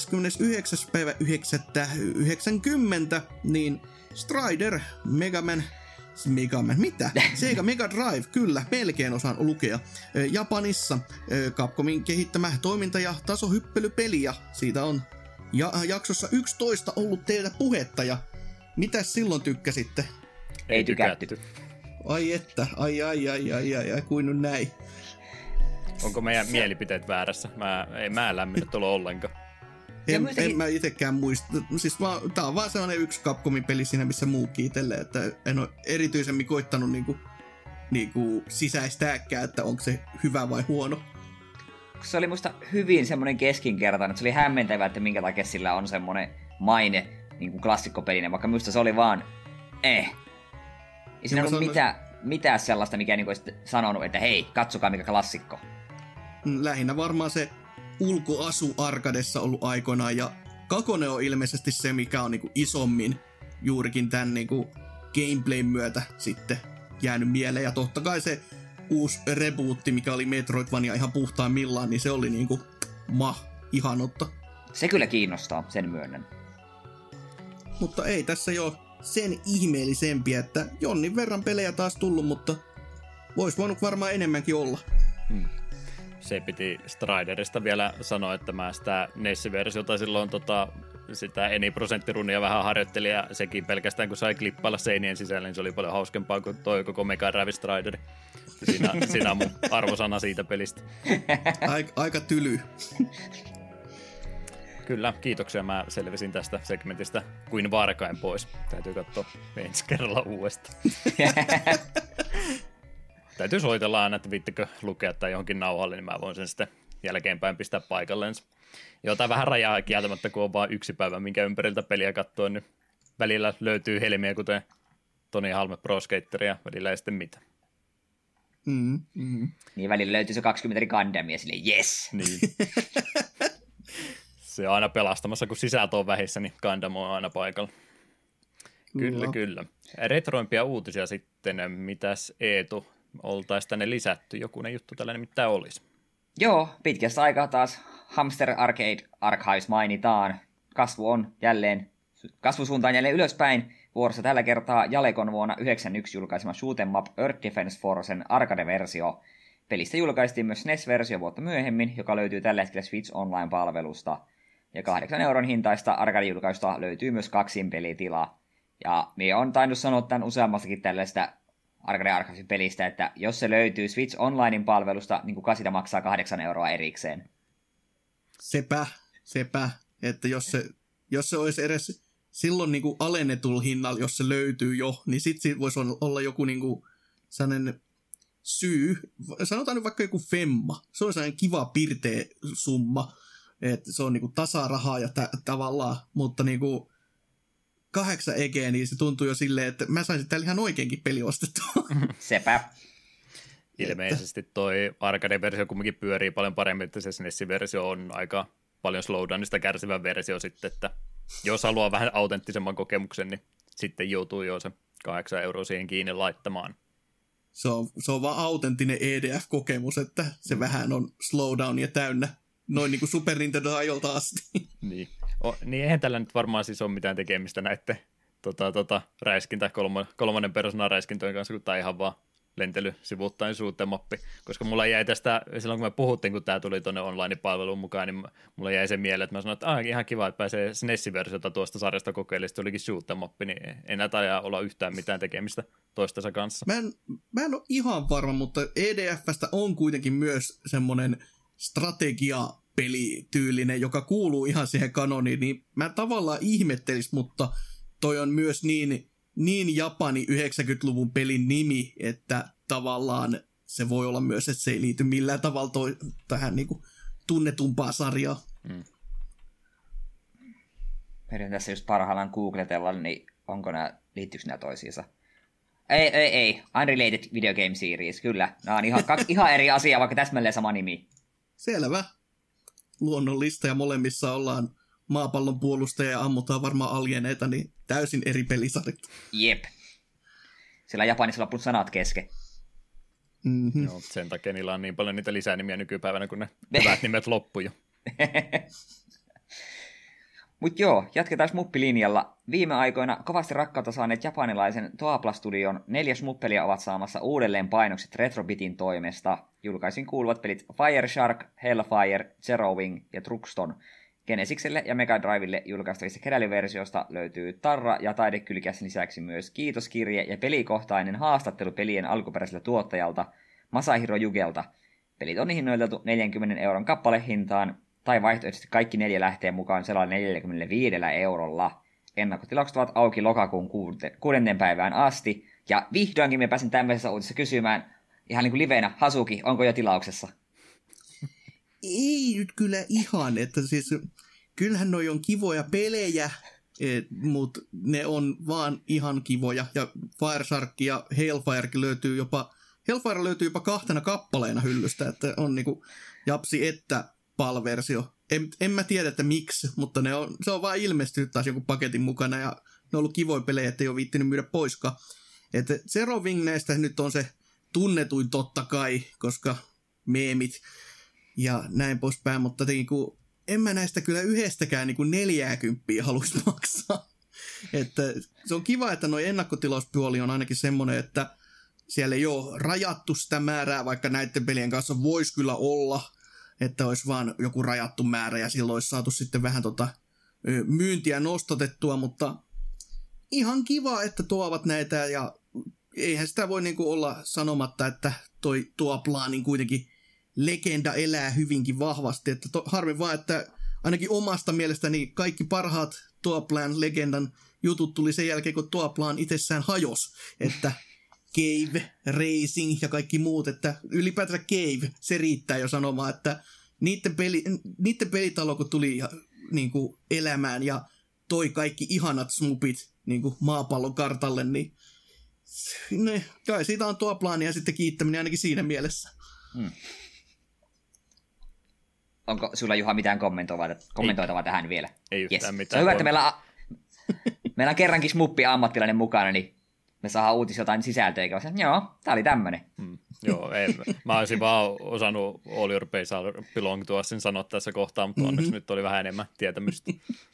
29.9.90, niin Strider, Megaman, mitä? Sega Mega Drive, kyllä, melkein osaan lukea. Japanissa Capcomin kehittämä toiminta- ja tasohyppelypeli, ja siitä on jaksossa 11 ollut teiltä puhetta, ja mitäs silloin tykkäsitte? Ei tykätty. Ai että, ai, kuin nyt näin. Onko meidän mielipiteet väärässä? Mä en lämminnyt tuolla ollenkaan. En mä itekään muista. Siis tää on vaan sellainen yksi Capcomin peli siinä, missä muu kiitelee, että en ole erityisemmin koittanut niinku sisäistääkään, että onko se hyvä vai huono. Se oli musta hyvin semmoinen keskinkertainen, se oli hämmentävää, että minkä takia sillä on semmoinen maine niinku klassikkopelinä, vaikka minusta se oli vaan Ei siinä ollut mitään sellaista, mikä niinku olisi sanonut, että hei, katsokaa mikä klassikko. Lähinnä varmaan se ulkoasu arkadessa ollut aikoinaan, ja Kakone on ilmeisesti se, mikä on niinku isommin juurikin tämän niinku gameplayn myötä sitten jäänyt mieleen. Ja totta kai se uusi rebootti, mikä oli Metroidvania ihan puhtaimmillaan, niin se oli niinku ihanotta. Se kyllä kiinnostaa, sen myönnän. Mutta ei tässä jo sen ihmeellisempiä, että jonnin verran pelejä taas tullut, mutta vois voinut varmaan enemmänkin olla. Se piti Striderista vielä sanoa, että mä sitä NES-versiota silloin sitä eni-prosenttirunia vähän harjoittelin, ja sekin pelkästään kun sai klippailla seinien sisälle, niin se oli paljon hauskempaa kuin toi koko Mega Drive Strider. Siinä on mun arvosana siitä pelistä. Aika tyly. Kyllä, kiitoksia. Mä selvisin tästä segmentistä kuin varkain pois. Täytyy katsoa ensi kerralla uudestaan. Täytyy soitella aina, että viittikö lukea tai johonkin nauhalle, niin mä voin sen sitten jälkeenpäin pistää paikalleen. Jotain vähän rajaa kieltämättä, kun on vaan yksi päivä, minkä ympäriltä peliä katsoa, niin välillä löytyy helmiä, kuten Tony Halme Pro Skateria, välillä ei sitten mitään. Niin välillä löytyy se 20 eri Gundamia, silleen yes! Niin. Se on aina pelastamassa, kun sisältö on vähissä, niin Gundam on aina paikalla. Kyllä. Retroimpia uutisia sitten. Mitäs Eetu, oltaisi tänne lisätty? Jokunen juttu tällainen, mitä olisi? Joo, pitkästä aikaa taas Hamster Arcade Archives mainitaan. Kasvusuuntaan jälleen ylöspäin. Vuorossa tällä kertaa Jalekon vuonna 1991 julkaisema Shoot 'em Up Earth Defense Forcen arcade-versio. Pelistä julkaistiin myös SNES-versio vuotta myöhemmin, joka löytyy tällä hetkellä Switch Online-palvelusta. Ja 8 euron hintaista arcade-julkaisusta löytyy myös kaksin pelitila. Ja minä olen tainnut sanoa tämän useammastakin tällaista Arcade Archivesin pelistä, että jos se löytyy Switch Onlinein palvelusta, niin kuka sitä maksaa 8 euroa erikseen. Sepä. Että jos se olisi edes silloin niin kuin alennetulla hinnalla, jos se löytyy jo, niin sitten voisi olla joku niin kuin sellainen syy. Sanotaan nyt vaikka joku femma. Se on sellainen kiva pirteä summa. Että se on niin kuin tasarahaa ja tavallaan, mutta niin kuin 8 egeä, niin se tuntuu jo silleen, että mä saisin täällä ihan oikeinkin peli ostettua. Sepä. Ilmeisesti toi arcade-versio kumminkin pyörii paljon paremmin, että se SNES-versio on aika paljon slowdownista kärsivä versio sitten, että jos haluaa vähän autenttisemman kokemuksen, niin sitten joutuu jo se 8 € siihen kiinni laittamaan. Se on vaan autenttinen EDF-kokemus, että se vähän on slowdownia täynnä, noin niin kuin Super Nintendo-ajolta asti. Niin eihän tällä nyt varmaan siis ole mitään tekemistä näiden räiskintä, kolmannen persoonan räiskintöjen kanssa, kun tämä ihan vaan lentely sivuuttain shoot-em-appi, koska mulla jäi tästä, silloin kun me puhuttiin, kun tämä tuli tuonne online-palveluun mukaan, niin mulla jäi se mieleen, että mä sanoin, että ihan kiva, että pääsee SNES-versiota tuosta sarjasta kokeilemaan, se olikin shoot-em-appi, niin ei näitä olla yhtään mitään tekemistä toistensa kanssa. Mä en ole ihan varma, mutta EDF:stä on kuitenkin myös semmoinen strategiapelityylinen, joka kuuluu ihan siihen kanoniin, niin mä tavallaan ihmettelisin, mutta toi on myös niin Japani 90-luvun pelin nimi, että tavallaan se voi olla myös, että se ei liity millään tavalla tähän niinku tunnetumpaa sarjaa. Meidän tässä just parhaillaan googletella, niin liittyykö nämä toisiinsa? Ei. Unrelated Video Game Series, kyllä. Nämä on kaksi ihan eri asiaa, vaikka täsmälleen sama nimi. Selvä. Luonnollista ja molemmissa ollaan maapallon puolustaja ja ammutaan varmaan alieneita, niin täysin eri pelisarjat. Jep. Sillä Japanissa loppunut sanat kesken. Mm-hmm. Joo, sen takia niillä on niin paljon niitä lisänimiä nykypäivänä, kun ne hyvät nimet loppu jo. Mut joo, jatketaan smuppilinjalla. Viime aikoina kovasti rakkautta saaneet japanilaisen Toapla-studion 4 smuppelia ovat saamassa uudelleen painokset Retrobitin toimesta. Julkaisin kuuluvat pelit Fire Shark, Hellfire, Zero Wing ja Truxton. Genesikselle ja Mega Drivelle julkaistavista keräilyversiosta löytyy tarra- ja taidekylkäs lisäksi myös kiitoskirje ja pelikohtainen haastattelu pelien alkuperäiseltä tuottajalta Masahiro Jugelta. Pelit on hinnoiteltu 40 € kappalehintaan, tai vaihtoehtoisesti kaikki 4 lähtee mukaan sellainen 45 €. Ennakkotilaukset ovat auki lokakuun 6. päivään asti, ja vihdoinkin me pääsin tämmöisessä uutisessa kysymään, ihan niin kuin livenä, Hasuki, onko jo tilauksessa? Ei nyt kyllä ihan, että siis kyllähän noi on kivoja pelejä, mutta ne on vaan ihan kivoja. Ja Fireshark ja Hellfire löytyy jopa 2 kappaleena hyllystä, että on niinku japsi että PAL-versio. En mä tiedä, että miksi, mutta se on vaan ilmestynyt taas joku paketin mukana ja ne on ollut kivoja pelejä, ettei ole viittinyt myydä poiskaan. Että Zero Wing näistä nyt on se tunnetuin totta kai, koska meemit ja näin poispäin, mutta niinku, en mä näistä kyllä yhdestäkään niinku 40 haluaisi maksaa. Että se on kiva, että nuo ennakkotilauspuoli on ainakin semmoinen, että siellä ei ole rajattu sitä määrää, vaikka näiden pelien kanssa voisi kyllä olla, että olisi vaan joku rajattu määrä ja silloin olisi saatu sitten vähän myyntiä nostatettua, mutta ihan kiva, että tuovat näitä ja eihän sitä voi niinku olla sanomatta, että tuo plaanin kuitenkin legenda elää hyvinkin vahvasti, että harmi vaan, että ainakin omasta mielestäni kaikki parhaat Toaplan legendan jutut tuli sen jälkeen, kun Toaplan itsessään hajos, että Cave, Racing ja kaikki muut, että ylipäätään Cave, se riittää jo sanomaan, että niiden pelitalo, kun tuli niin kuin elämään ja toi kaikki ihanat smupit niin kuin maapallon kartalle, niin kai siitä on Toaplania sitten kiittäminen ainakin siinä mielessä. Onko sulla, Juha, mitään kommentoitavaa tähän vielä? Ei yhtään mitään. Se on hyvä, että meillä on kerrankin smuppi-ammattilainen mukana, niin me saadaan uutisia jotain sisältöä, eikä vaan joo, tää oli tämmönen. Joo, mä olisin vaan osannut All Your Base Belong to Usin sanoa tässä kohtaa, mutta onneksi nyt oli vähän enemmän tietämystä.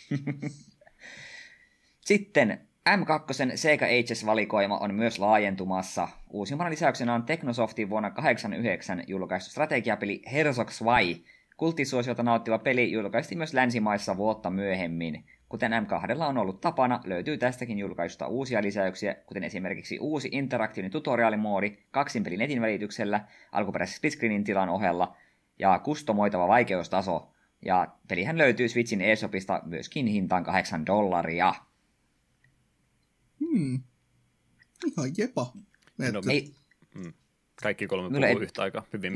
Sitten M2 Sega Ages-valikoima on myös laajentumassa. Uusimpana lisäyksenä on Technosoftin vuonna 1989 julkaistu strategiapeli Herzog Zwei. Kulttisuosiota nauttiva peli julkaistiin myös länsimaissa vuotta myöhemmin. Kuten M2 on ollut tapana, löytyy tästäkin julkaisusta uusia lisäyksiä, kuten esimerkiksi uusi interaktiivinen tutoriaalimoodi, kaksinpeli netin välityksellä, alkuperäisen splitscreenin tilan ohella ja kustomoitava vaikeustaso. Ja pelihän löytyy Switchin eShopista myöskin hintaan $8. Ihan jepa. Kaikki 3 puhuu yhtä aikaa hyvin.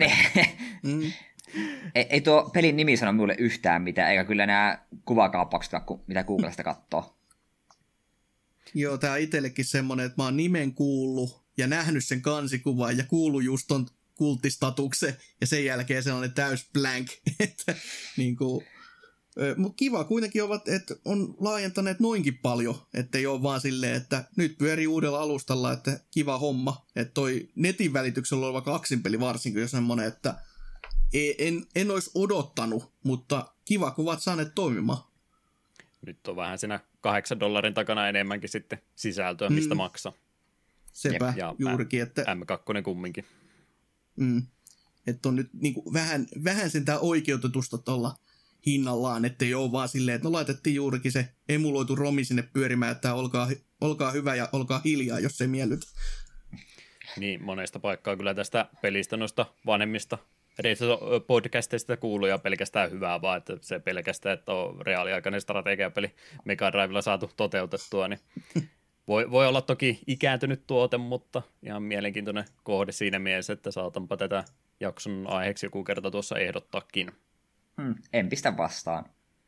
Ei tuo pelin nimi sano minulle yhtään mitään, eikä kyllä nämä kuvakaappaukset, mitä Googlesta katsoo. Joo, tää on itsellekin semmonen, että mä oon nimen kuullut ja nähnyt sen kansikuvan ja kuullut just ton kulttistatuksen ja sen jälkeen se on täys blank. Että niinku, Mutta kiva kuitenkin ovat, että on laajentaneet noinkin paljon, ettei ole vaan silleen, että nyt pyörii uudella alustalla, että kiva homma. Että toi netin välityksellä oleva kaksinpeli varsinkin on semmoinen, että en olisi odottanut, mutta kiva kun ovat saaneet toimimaan. Nyt on vähän siinä $8 takana enemmänkin sitten sisältöä, mistä maksaa. Sepä juurikin, että M2 kumminkin. Että on nyt niinku vähän sentään oikeutetusta tuolla hinnallaan, ettei ole vaan silleen, että no laitettiin juurikin se emuloitu romi sinne pyörimään, että olkaa hyvä ja olkaa hiljaa, jos ei miellytä. Niin, monesta paikkaa kyllä tästä pelistä noista vanhemmista podcasteista kuuluu ja pelkästään hyvää vaan, että se pelkästään, että on reaaliaikainen strategiapeli Mega Drivella saatu toteutettua, niin voi olla toki ikääntynyt tuote, mutta ihan mielenkiintoinen kohde siinä mielessä, että saatanpa tätä jakson aiheeksi joku kerta tuossa ehdottaakin. En pistä vastaan.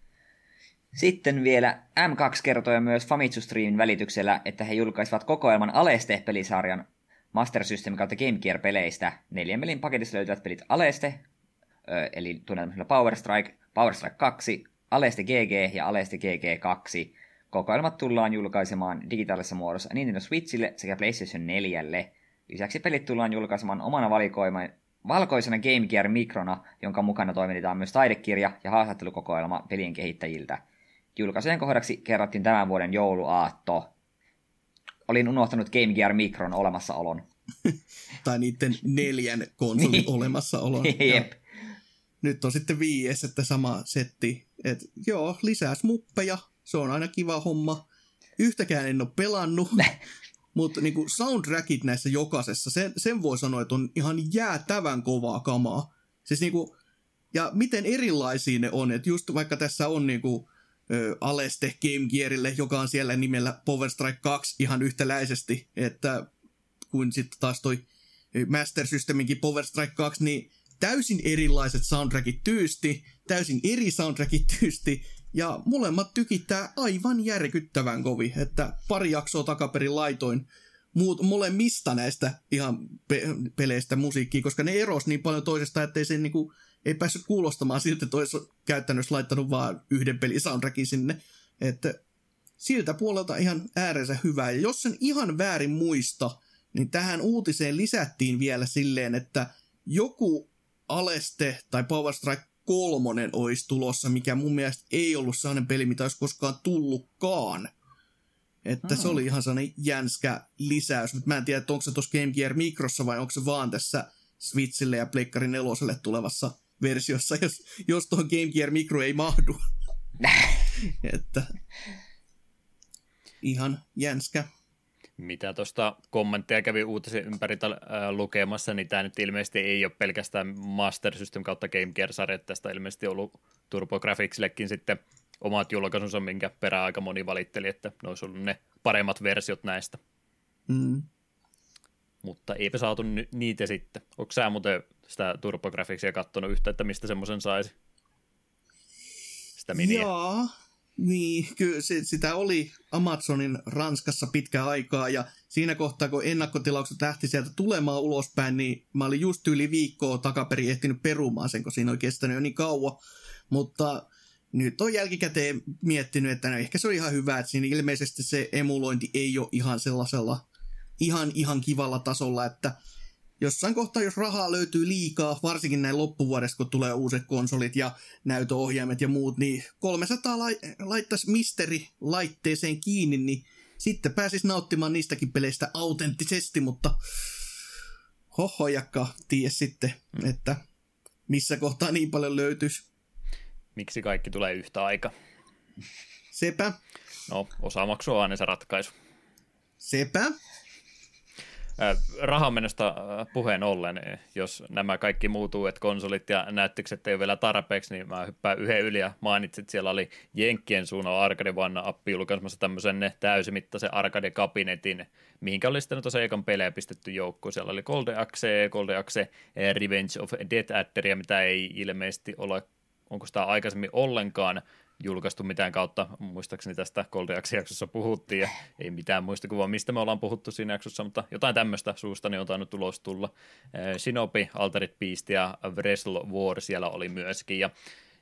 Sitten vielä M2 kertoi myös Famitsu Streamin välityksellä, että he julkaisivat kokoelman Aleste-pelisarjan Master System kautta Game Gear-peleistä. 4 pelin paketissa löytyvät pelit Aleste, eli tunnetaan Power Strike 2, Aleste GG ja Aleste GG 2. Kokoelmat tullaan julkaisemaan digitaalisessa muodossa Nintendo Switchille sekä PlayStation 4:lle. Lisäksi pelit tullaan julkaisemaan omana valkoisena Game Gear Microna, jonka mukana toimitetaan myös taidekirja ja haastattelukokoelma pelien kehittäjiltä. Julkaisujen kohdaksi kerrottiin tämän vuoden jouluaatto. Olin unohtanut Game Gear Micron olemassaolon. Tai niiden 4 konsolin olemassaolon. Jep. Nyt on sitten 5, että sama setti. Et joo, lisää smuppeja. Se on aina kiva homma. Yhtäkään en ole pelannut. Mutta niinku soundtrackit näissä jokaisessa, sen voi sanoa, että on ihan jäätävän kovaa kamaa. Siis niinku, ja miten erilaisia ne on. Että just vaikka tässä on niinku Aleste Game Gearille, joka on siellä nimellä Power Strike 2 ihan yhtäläisesti, että kuin sitten taas toi Master Systeminkin Power Strike 2, niin täysin erilaiset soundtrackit tyysti, täysin eri soundtrackit tyysti, ja molemmat tykittää aivan järkyttävän kovin, että pari jaksoa takaperin laitoin molemmista näistä ihan peleistä musiikkiin, koska ne eros niin paljon toisesta, ettei se niinku, ei päässyt kuulostamaan siltä, että olisi käytännössä laittanut vaan yhden pelin soundtrackin sinne, että siltä puolelta ihan äärensä hyvää, ja jos sen ihan väärin muista, niin tähän uutiseen lisättiin vielä silleen, että joku Aleste tai Power Strike 3 olisi tulossa, mikä mun mielestä ei ollut sellainen peli, mitä olisi koskaan tullutkaan. Että se oli ihan sellainen jänskä lisäys, mutta mä en tiedä, että onko se tuossa Game Gear Microssa vai onko se vaan tässä Switchille ja Pleikkari 4:lle tulevassa versiossa, jos tuohon Game Gear Micro ei mahdu. Että ihan jänskä. Mitä tuosta kommentteja kävi uutisen ympäriltä lukemassa, niin tämä nyt ilmeisesti ei ole pelkästään Master System kautta Game Gear-sarjat. Tästä ilmeisesti ollut TurboGrafxillekin sitten omat julkaisunsa, minkä perään aika moni valitteli, että ne olisi ollut ne paremmat versiot näistä. Mutta eipä saatu niitä sitten. Onko sä muuten sitä TurboGrafxia katsonut yhtä, että mistä semmoisen saisi? Sitä miniä. Joo. Niin, kyllä sitä oli Amazonin Ranskassa pitkä aikaa, ja siinä kohtaa, kun ennakkotilaukset lähti sieltä tulemaan ulospäin, niin mä olin just yli viikkoa takaperin ehtinyt perumaan sen, kun siinä oli kestänyt jo niin kauan. Mutta nyt on jälkikäteen miettinyt, että no ehkä se on ihan hyvä, että siinä ilmeisesti se emulointi ei ole ihan sellaisella ihan kivalla tasolla, että jossain kohtaa, jos rahaa löytyy liikaa, varsinkin näin loppuvuodesta, kun tulee uuset konsolit ja näytöohjaimet ja muut, niin 300 laittaisi misteri-laitteeseen kiinni, niin sitten pääsisi nauttimaan niistäkin peleistä autenttisesti, mutta hohojakka tiedä sitten, että missä kohtaa niin paljon löytyisi. Miksi kaikki tulee yhtä aikaa? Sepä. No, osamaksu on aina se ratkaisu. Sepä. Rahanmenosta puheen ollen, jos nämä kaikki muut uudet konsolit ja näyttökset ei ole vielä tarpeeksi, niin mä hyppään yhden yli ja mainitsin, että siellä oli Jenkkien suunnalla Arcade One-appi julkaisemassa tämmöisen täysimittaisen arcade-kabinetin, mihinkä oli sitten noita Seikan pelejä pistetty joukkoon. Siellä oli Golden Axe, Revenge of Death Adderia, mitä ei ilmeisesti ole, onko sitä aikaisemmin ollenkaan julkaistu mitään kautta, muistaakseni tästä Golden Axe-jaksossa puhuttiin, ja ei mitään muistikuvaa, mistä me ollaan puhuttu siinä jaksossa, mutta jotain tämmöistä suustani on tainnut tulos tulla. Shinobi, Altered Beast ja Wrestle War siellä oli myöskin, ja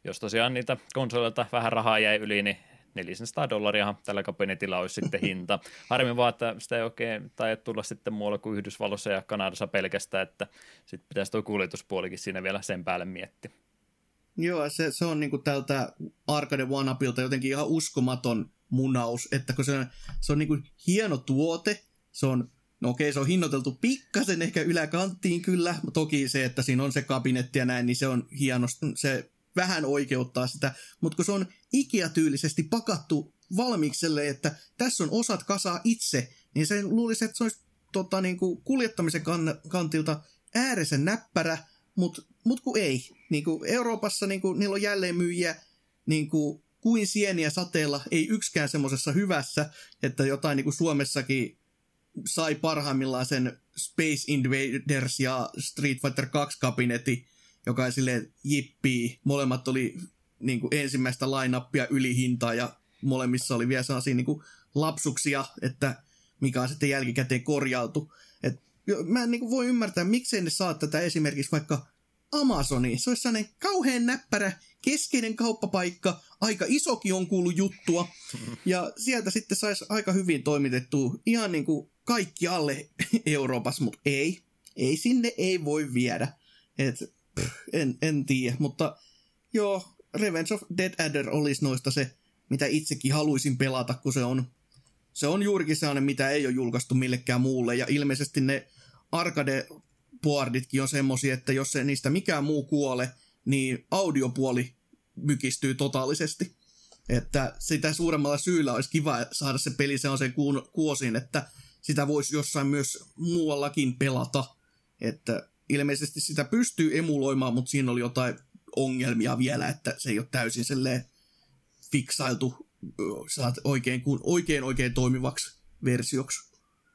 jos tosiaan niitä konsoleilta vähän rahaa jäi yli, niin $400 tällä kabinetilla olisi sitten hinta. Harmi vaan, että sitä ei oikein taida tulla sitten muualla kuin Yhdysvalloissa ja Kanadassa pelkästään, että sitten pitäisi tuo kuljetuspuolikin siinä vielä sen päälle miettiä. Joo, se on niinku tältä Arcade One-upilta jotenkin ihan uskomaton munaus, että kun se on niinku hieno tuote, se on, no okei, se on hinnoiteltu pikkasen ehkä yläkanttiin kyllä, toki se, että siinä on se kabinetti ja näin, niin se on hieno, se vähän oikeuttaa sitä, mutta kun se on Ikea-tyylisesti pakattu valmiikselle, että tässä on osat kasaa itse, niin sen luulisi, että se olisi niinku kuljettamisen kantilta ääreisen näppärä, Mut kun ei. Niinku Euroopassa niinku, niillä on jälleenmyyjiä niinku, kuin sieniä sateella, ei yksikään semmoisessa hyvässä, että jotain niinku Suomessakin sai parhaimmillaan sen Space Invaders ja Street Fighter 2 kabinetti, joka ei silleen jippii. Molemmat oli niinku, ensimmäistä line-upia yli hintaa ja molemmissa oli vielä sellaisia niinku, lapsuksia, että mikä on sitten jälkikäteen korjautu. Mä en niinku voi ymmärtää, miksei ne saa tätä esimerkiksi vaikka Amazoniin. Se olisi sellainen kauhean näppärä, keskeinen kauppapaikka, aika isokin on kuullut juttua, ja sieltä sitten saisi aika hyvin toimitettua ihan niin kuin kaikkialle Euroopassa, mutta ei sinne ei voi viedä. En tiedä, mutta joo, Revenge of Dead Adder olisi noista se, mitä itsekin haluaisin pelata, kun se on juurikin sellainen, mitä ei ole julkaistu millekään muulle, ja ilmeisesti ne arcade-boarditkin on semmosia, että jos ei niistä mikään muu kuole, niin audiopuoli mykistyy totaalisesti. Että sitä suuremmalla syyllä olisi kiva saada se peli sellaiseen kuosiin, että sitä voisi jossain myös muuallakin pelata. Että ilmeisesti sitä pystyy emuloimaan, mutta siinä oli jotain ongelmia vielä, että se ei ole täysin silleen fiksailtu saat oikein toimivaksi versioksi.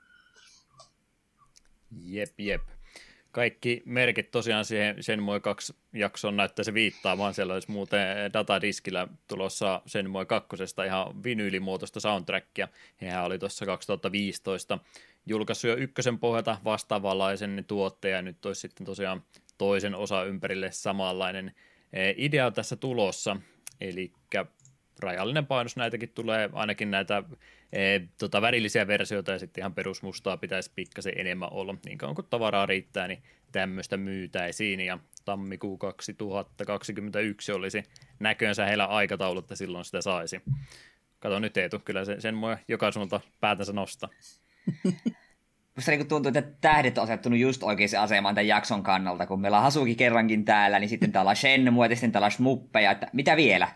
Jep. Kaikki merkit tosiaan siihen Shenmue 2 jaksoon näyttää se viittaamaan. Siellä olisi muuten datadiskillä tulossa Shenmue 2 ihan vinyylimuotoista soundtrackia. Hehän oli tuossa 2015 julkaissut jo ykkösen pohjalta vastaavanlaisen tuotteen, ja nyt olisi sitten tosiaan toisen osa ympärille samanlainen idea on tässä tulossa. Eli rajallinen painos näitäkin tulee, ainakin näitä värillisiä versioita, ja sitten ihan perusmustaa pitäisi pikkasen enemmän olla. Niin kauan kuin tavaraa riittää, niin tämmöistä myytäisiin, ja tammikuu 2021 olisi näkönsä heillä aikataulu, että silloin sitä saisi. Kato nyt Eetu, kyllä sen voi jokaisuulta päätänsä nostaa. Musta niin tuntuu, että tähdet on asettunut just oikeaan asemaan tämän jakson kannalta, kun meillä on Hasuki kerrankin täällä, niin sitten täällä on Shenmue, ja sitten täällä on Shmuppeja, että mitä vielä?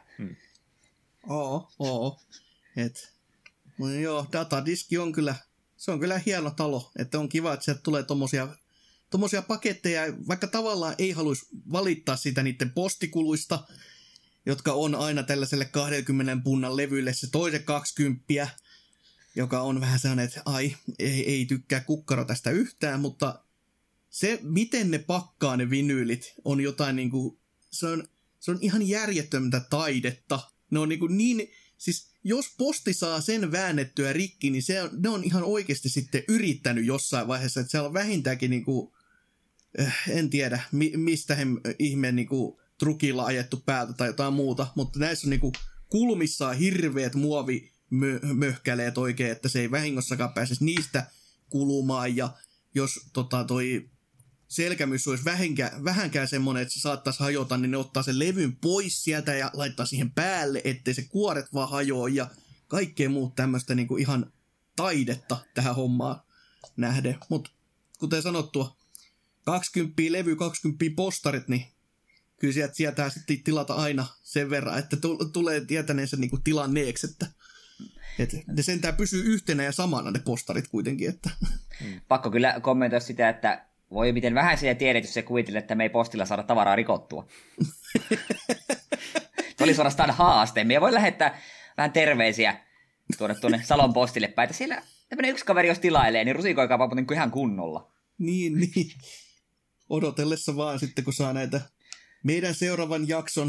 Oo. Joo, datadiski on kyllä, se on kyllä hieno talo, että on kiva, että sieltä tulee tommosia paketteja, vaikka tavallaan ei haluaisi valittaa siitä niiden postikuluista, jotka on aina tällaiselle 20 punnan levylle se toisen 20, joka on vähän sellainen, että ei tykkää kukkaro tästä yhtään, mutta se, miten ne pakkaa ne vinyylit, on jotain niinku, se on ihan järjetöntä taidetta. Ne on niin, siis jos posti saa sen väännettyä rikki, niin ne on ihan oikeasti sitten yrittänyt jossain vaiheessa, että siellä on vähintäänkin niinku, en tiedä, mistä he ihmeen niinku trukilla ajettu päältä tai jotain muuta, mutta näissä on niinku kulmissaan hirveät muovimöhkäleet oikein, että se ei vahingossakaan pääsisi niistä kulumaan, ja jos toi selkämys olisi vähänkään semmoinen, että se saattaisi hajota, niin ne ottaa sen levyn pois sieltä ja laittaa siihen päälle, ettei se kuoret vaan hajoa ja kaikkea muut tämmöistä niinku ihan taidetta tähän hommaan nähden. Mutta kuten sanottua, 20 levy, 20 postarit, niin kyllä sieltä sitten tilata aina sen verran, että tulee tietäneensä niinku tilanneeksi, että ne sentään pysyy yhtenä ja samana ne postarit kuitenkin. Että. Pakko kyllä kommentoida sitä, että voi miten vähän siellä tiedät, jos se kuvittelee, että me ei postilla saada tavaraa rikottua. Se oli suorastaan haaste. Me voi lähettää vähän terveisiä tuonne Salon postille päin, että siellä tämmöinen yksi kaveri, jos tilailee, niin rusikoikaapa muuten ihan kunnolla. Niin. Odotellessa vaan sitten, kun saa näitä meidän seuraavan jakson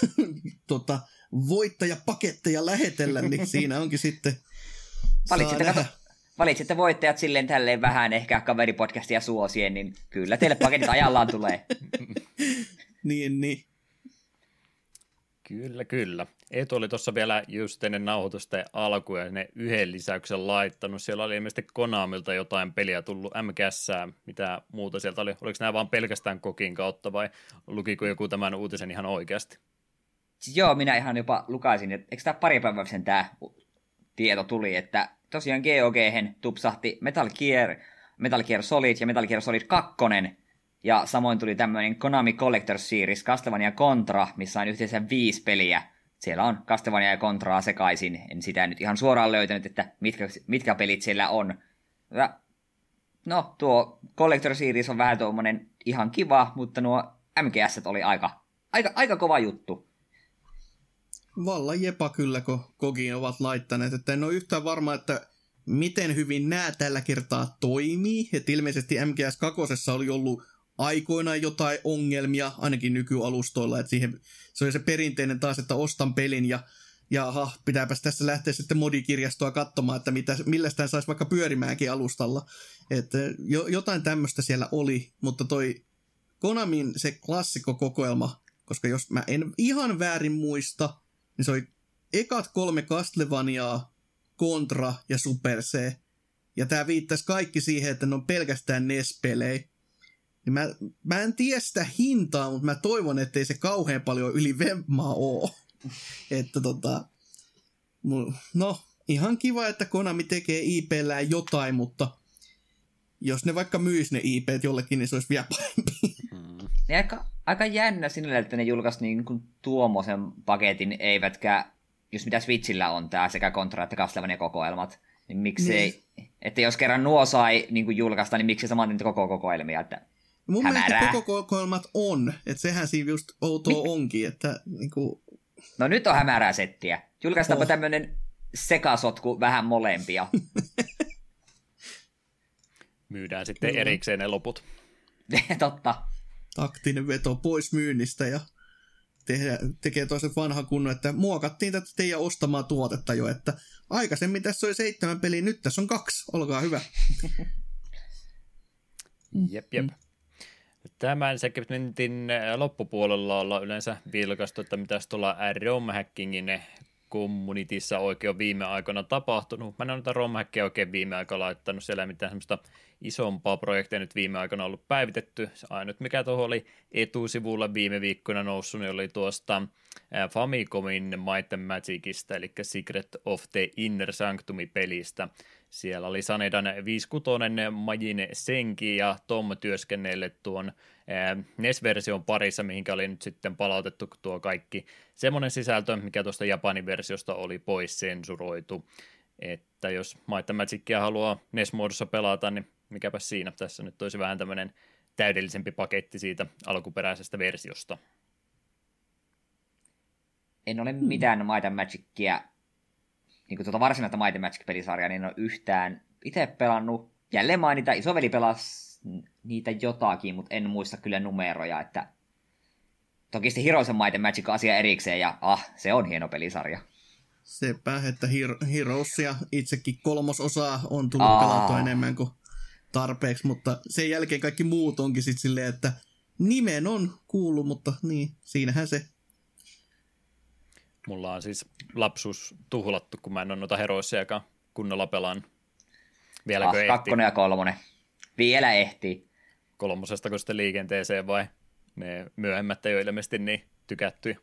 voittajapaketteja lähetellä, niin siinä onkin sitten Valitsette voittajat silleen tälleen vähän ehkä kaveripodcastia suosien, niin kyllä teille paketit ajallaan tulee. Niin. Kyllä, kyllä. Eetu oli tuossa vielä just ennen nauhoitusten alkuja ne yhden lisäyksen laittanut. Siellä oli ilmeisesti Konamilta jotain peliä tullut MGSää. Mitä muuta sieltä oli? Oliko nämä vaan pelkästään kokin kautta vai lukiko joku tämän uutisen ihan oikeasti? Joo, minä ihan jopa lukaisin, että eikö tämä pari päivää sen tämä tieto tuli, että tosiaan GOG:hen tupsahti Metal Gear Solid ja Metal Gear Solid 2, ja samoin tuli tämmöinen Konami Collector's Series, Castlevania Contra, missä on yhteensä 5 peliä. Siellä on Castlevania ja Contraa sekaisin, en sitä nyt ihan suoraan löytänyt, että mitkä pelit siellä on. Ja, no, tuo Collector Series on vähän tuommoinen ihan kiva, mutta nuo MGS oli aika kova juttu. Vallan jepa kyllä, kun Kogiin ovat laittaneet. Että en ole yhtään varma, että miten hyvin nämä tällä kertaa toimii. Että ilmeisesti MGS 2 oli ollut aikoinaan jotain ongelmia, ainakin nykyalustoilla. Että se oli se perinteinen taas, että ostan pelin ja pitääpäs tässä lähteä sitten modikirjastoa katsomaan, että millä sitä saisi vaikka pyörimäänkin alustalla. Että jotain tämmöistä siellä oli, mutta toi Konamin se klassikkokokoelma, koska jos mä en ihan väärin muista, niin se oli ekat 3 Castlevaniaa, Contra ja Super C. Ja tää viittaisi kaikki siihen, että ne on pelkästään NES-pelejä. Niin mä en tiedä sitä hintaa, mutta mä toivon, ettei se kauhean paljon yli vemmaa oo. Että no, ihan kiva, että Konami tekee IP:llään jotain, mutta jos ne vaikka myis ne IP:t jollekin, niin se olisi vielä parempi. Niin aika jännä sinne, että ne julkaisi niin kuin tuommoisen paketin, eivätkä, jos mitä Switchillä on tää sekä Contra että Castlevania kokoelmat, niin miksei, että jos kerran nuo sai niin kuin julkaista, niin miksi samaten koko kokoelmia, että mun mielestä koko kokoelmat on, että sehän siinä just outoa onkin, että niinku. No nyt on hämärää settiä. Julkaistaanpa tämmönen sekasotku vähän molempia. Myydään sitten erikseen ne loput. Totta. Taktinen veto pois myynnistä ja tekee toisen vanhan kunnon, että muokattiin tätä teidän ostamaa tuotetta jo, että aikaisemmin tässä oli 7 peliä, nyt tässä on 2, olkaa hyvä. Jep. Tämän segmentin loppupuolella ollaan yleensä vilkaistu, että mitäs tuolla ROM-hackingin communityssä oikein on viime aikoina tapahtunut. Mä en ole noita ROM-hackia oikein viime aikoina laittanut, siellä ei mitään semmoista isompaa projekteja nyt viime aikoina ollut päivitetty. Ainut mikä tuohon oli etusivulla viime viikkoina noussut, niin oli tuosta Famicomin Might and Magicista, eli Secret of the Inner Sanctum-pelistä. Siellä oli Sanedan 5.6 Majin Senki ja Tom työskennelleet tuon NES-version parissa, mihinkä oli nyt sitten palautettu tuo kaikki semmoinen sisältö, mikä tuosta Japanin versiosta oli pois sensuroitu. Että jos Might and Magicia haluaa NES-muodossa pelata, niin mikäpä siinä. Tässä nyt olisi vähän tämmöinen täydellisempi paketti siitä alkuperäisestä versiosta. En ole mitään Might and Magicia, niin kuin tuota varsinaista Might and Magic-pelisarjaa, niin en ole yhtään itse pelannut. Jälleen mainita, isoveli pelasi niitä jotakin, mutta en muista kyllä numeroja, että toki sitten Heroes of Might and Magic asia erikseen, ja se on hieno pelisarja. Sepä, että Heroesia itsekin 3. on tullut pelattua enemmän kuin tarpeeksi, mutta sen jälkeen kaikki muut onkin sitten silleen, että nimen on kuullut, mutta niin, siinähän se. Mulla on siis lapsuus tuhlattu, kun mä en ole noita Heroesiakaan kunnolla pelaan. Vieläkö ehtii? 2 ja 3. Vielä ehtii. 3. kun liikenteeseen vai ne myöhemmät ei ole ilmeisesti niin tykättyjä?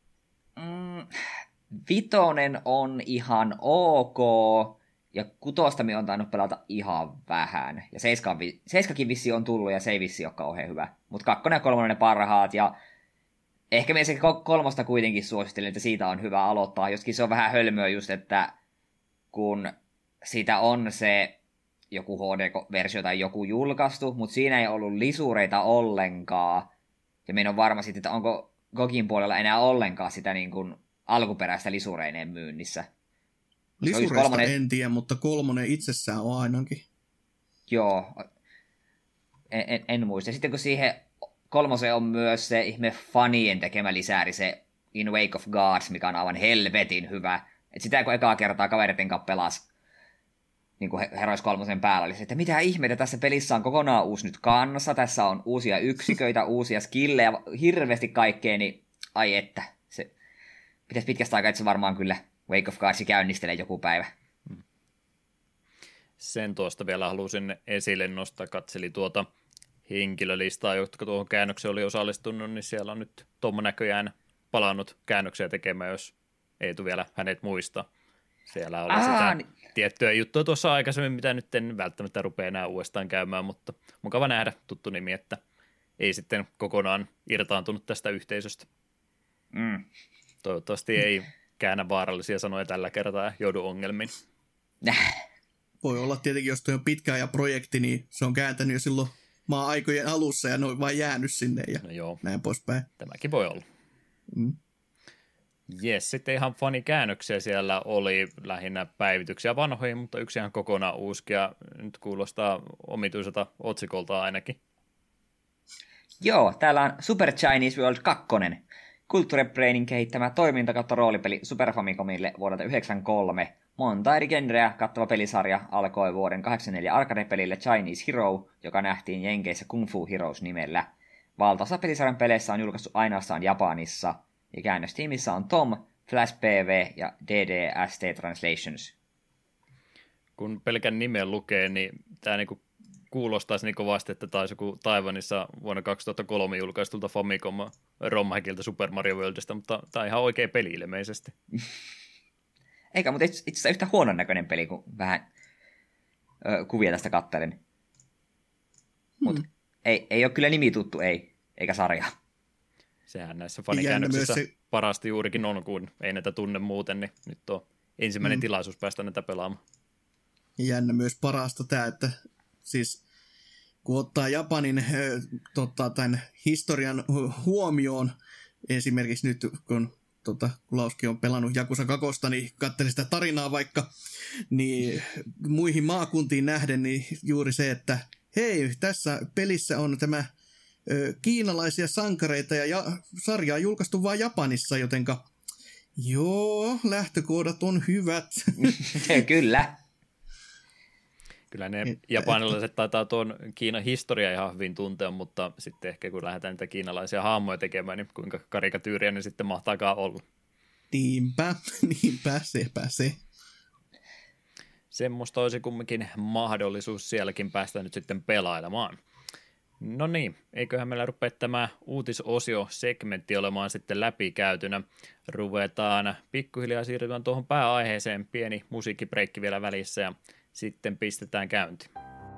5 on ihan ok, ja 6 minä on tainnut pelata ihan vähän. Ja 7kin vissi on tullut, ja se ei vissi ole kauhean hyvä. Mutta 2 ja 3 on ne parhaat, ja ehkä minä se 3 kuitenkin suosittelen, että siitä on hyvä aloittaa, joskin se on vähän hölmöä just, että kun siitä on se joku HD-versio tai joku julkaistu, mutta siinä ei ollut lisureita ollenkaan, ja minä on varma sitten, että onko Gogin puolella enää ollenkaan sitä niin kuin alkuperäistä lisureineen myynnissä. Lisureista en tiedä, mutta 3 itsessään on ainakin. Joo, en muista. Sitten kun siihen 3 on myös se ihme fanien tekemä lisääri, se In Wake of Gods, mikä on aivan helvetin hyvä. Et sitä kun ekaa kertaa kaveritten kanssa pelasi niin kuin Heroes 3 päällä, oli se, että mitä ihmeitä tässä pelissä on kokonaan uusi nyt kanssa, tässä on uusia yksiköitä, uusia skillejä, hirveästi kaikkea, niin ai että, pitäisi pitkästä aikaa, että se varmaan kyllä Wake of Cards käynnistelee joku päivä. Sen tuosta vielä halusin esille nostaa, katseli tuota henkilölistaa, jotka tuohon käännökseen oli osallistunut, niin siellä on nyt Tom näköjään palannut käännöksiä tekemään, jos Eetu vielä hänet muista. Siellä oli sitä tiettyä juttua tuossa aikaisemmin, mitä nyt en välttämättä rupea enää uudestaan käymään, mutta mukava nähdä tuttu nimi, että ei sitten kokonaan irtaantunut tästä yhteisöstä. Toivottavasti ei käännä vaarallisia sanoja tällä kertaa ja joudu ongelmiin. Voi olla tietenkin, jos tuo on pitkä ajan projekti, niin se on kääntänyt jo silloin maa-aikojen alussa ja ne on vain jäänyt sinne ja näin poispäin. Tämäkin voi olla. Jes, sitten ihan fanikäännöksiä siellä oli lähinnä päivityksiä vanhoihin, mutta yksi ihan kokonaan uusi ja nyt kuulostaa omituiselta otsikolta ainakin. Joo, täällä on Super Chinese World 2. Culture Brainin kehittämä toiminta kautta roolipeli Super Famicomille vuodelta 1993. Monta eri genreä kattava pelisarja alkoi vuoden 1984 arcade-pelille Chinese Hero, joka nähtiin Jenkeissä Kung Fu Heroes nimellä. Valtaosa pelisarjan peleissä on julkaistu ainoastaan Japanissa, ja käännöstiimissä on Tom, Flash PV ja DDST Translations. Kun pelkän nimen lukee, niin tämä niinku kuulostaisi niin kovasti, että taisi joku Taiwanissa vuonna 2003 julkaistulta Famicom romhäkiltä Super Mario Worldista, mutta tämä on ihan oikea peli ilmeisesti. Eikä, mutta itse asiassa yhtä huonon näköinen peli, kun vähän kuvia tästä katselen. Mutta ei ole kyllä nimi tuttu, eikä sarja. Sehän näissä fanikäännöksissä parasti juurikin on, kun ei näitä tunne muuten, niin nyt on ensimmäinen tilaisuus päästä näitä pelaamaan. Jännä myös parasta tämä, että siis kun ottaa Japanin tämän historian huomioon, esimerkiksi nyt kun Kulauski on pelannut Yakuza 2, niin katselin sitä tarinaa vaikka, niin muihin maakuntiin nähden, niin juuri se, että hei, tässä pelissä on tämä kiinalaisia sankareita ja sarjaa julkaistu vain Japanissa, jotenka joo, lähtökohdat on hyvät. Kyllä. Kyllä ne japanilaiset taitaa tuon Kiinan historia ihan hyvin tuntea, mutta sitten ehkä kun lähdetään niitä kiinalaisia hahmoja tekemään, niin kuinka karikatyyriä ne sitten mahtaakaan olla. Niinpä, sepä se. Semmoista olisi kumminkin mahdollisuus sielläkin päästä nyt sitten pelailemaan. No niin, eiköhän meillä rupea tämä uutisosio-segmentti olemaan sitten läpikäytynä. Ruvetaan pikkuhiljaa siirtymään tuohon pääaiheeseen, pieni musiikkibreikki vielä välissä ja sitten pistetään käyntiin.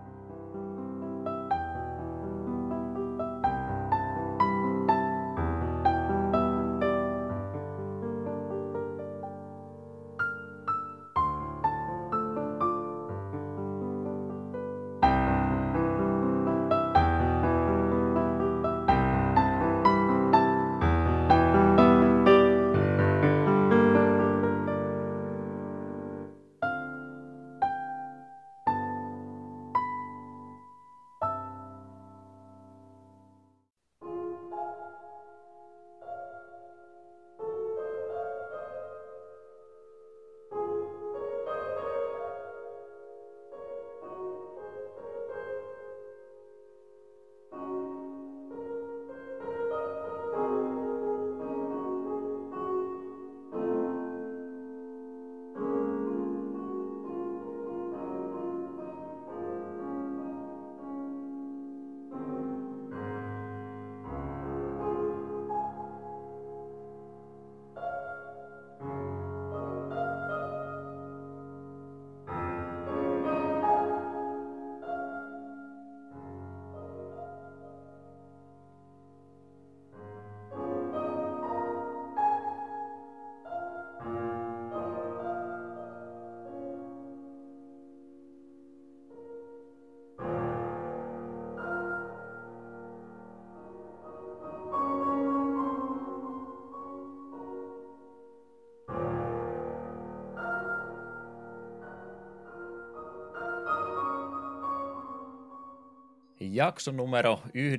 Jakso numero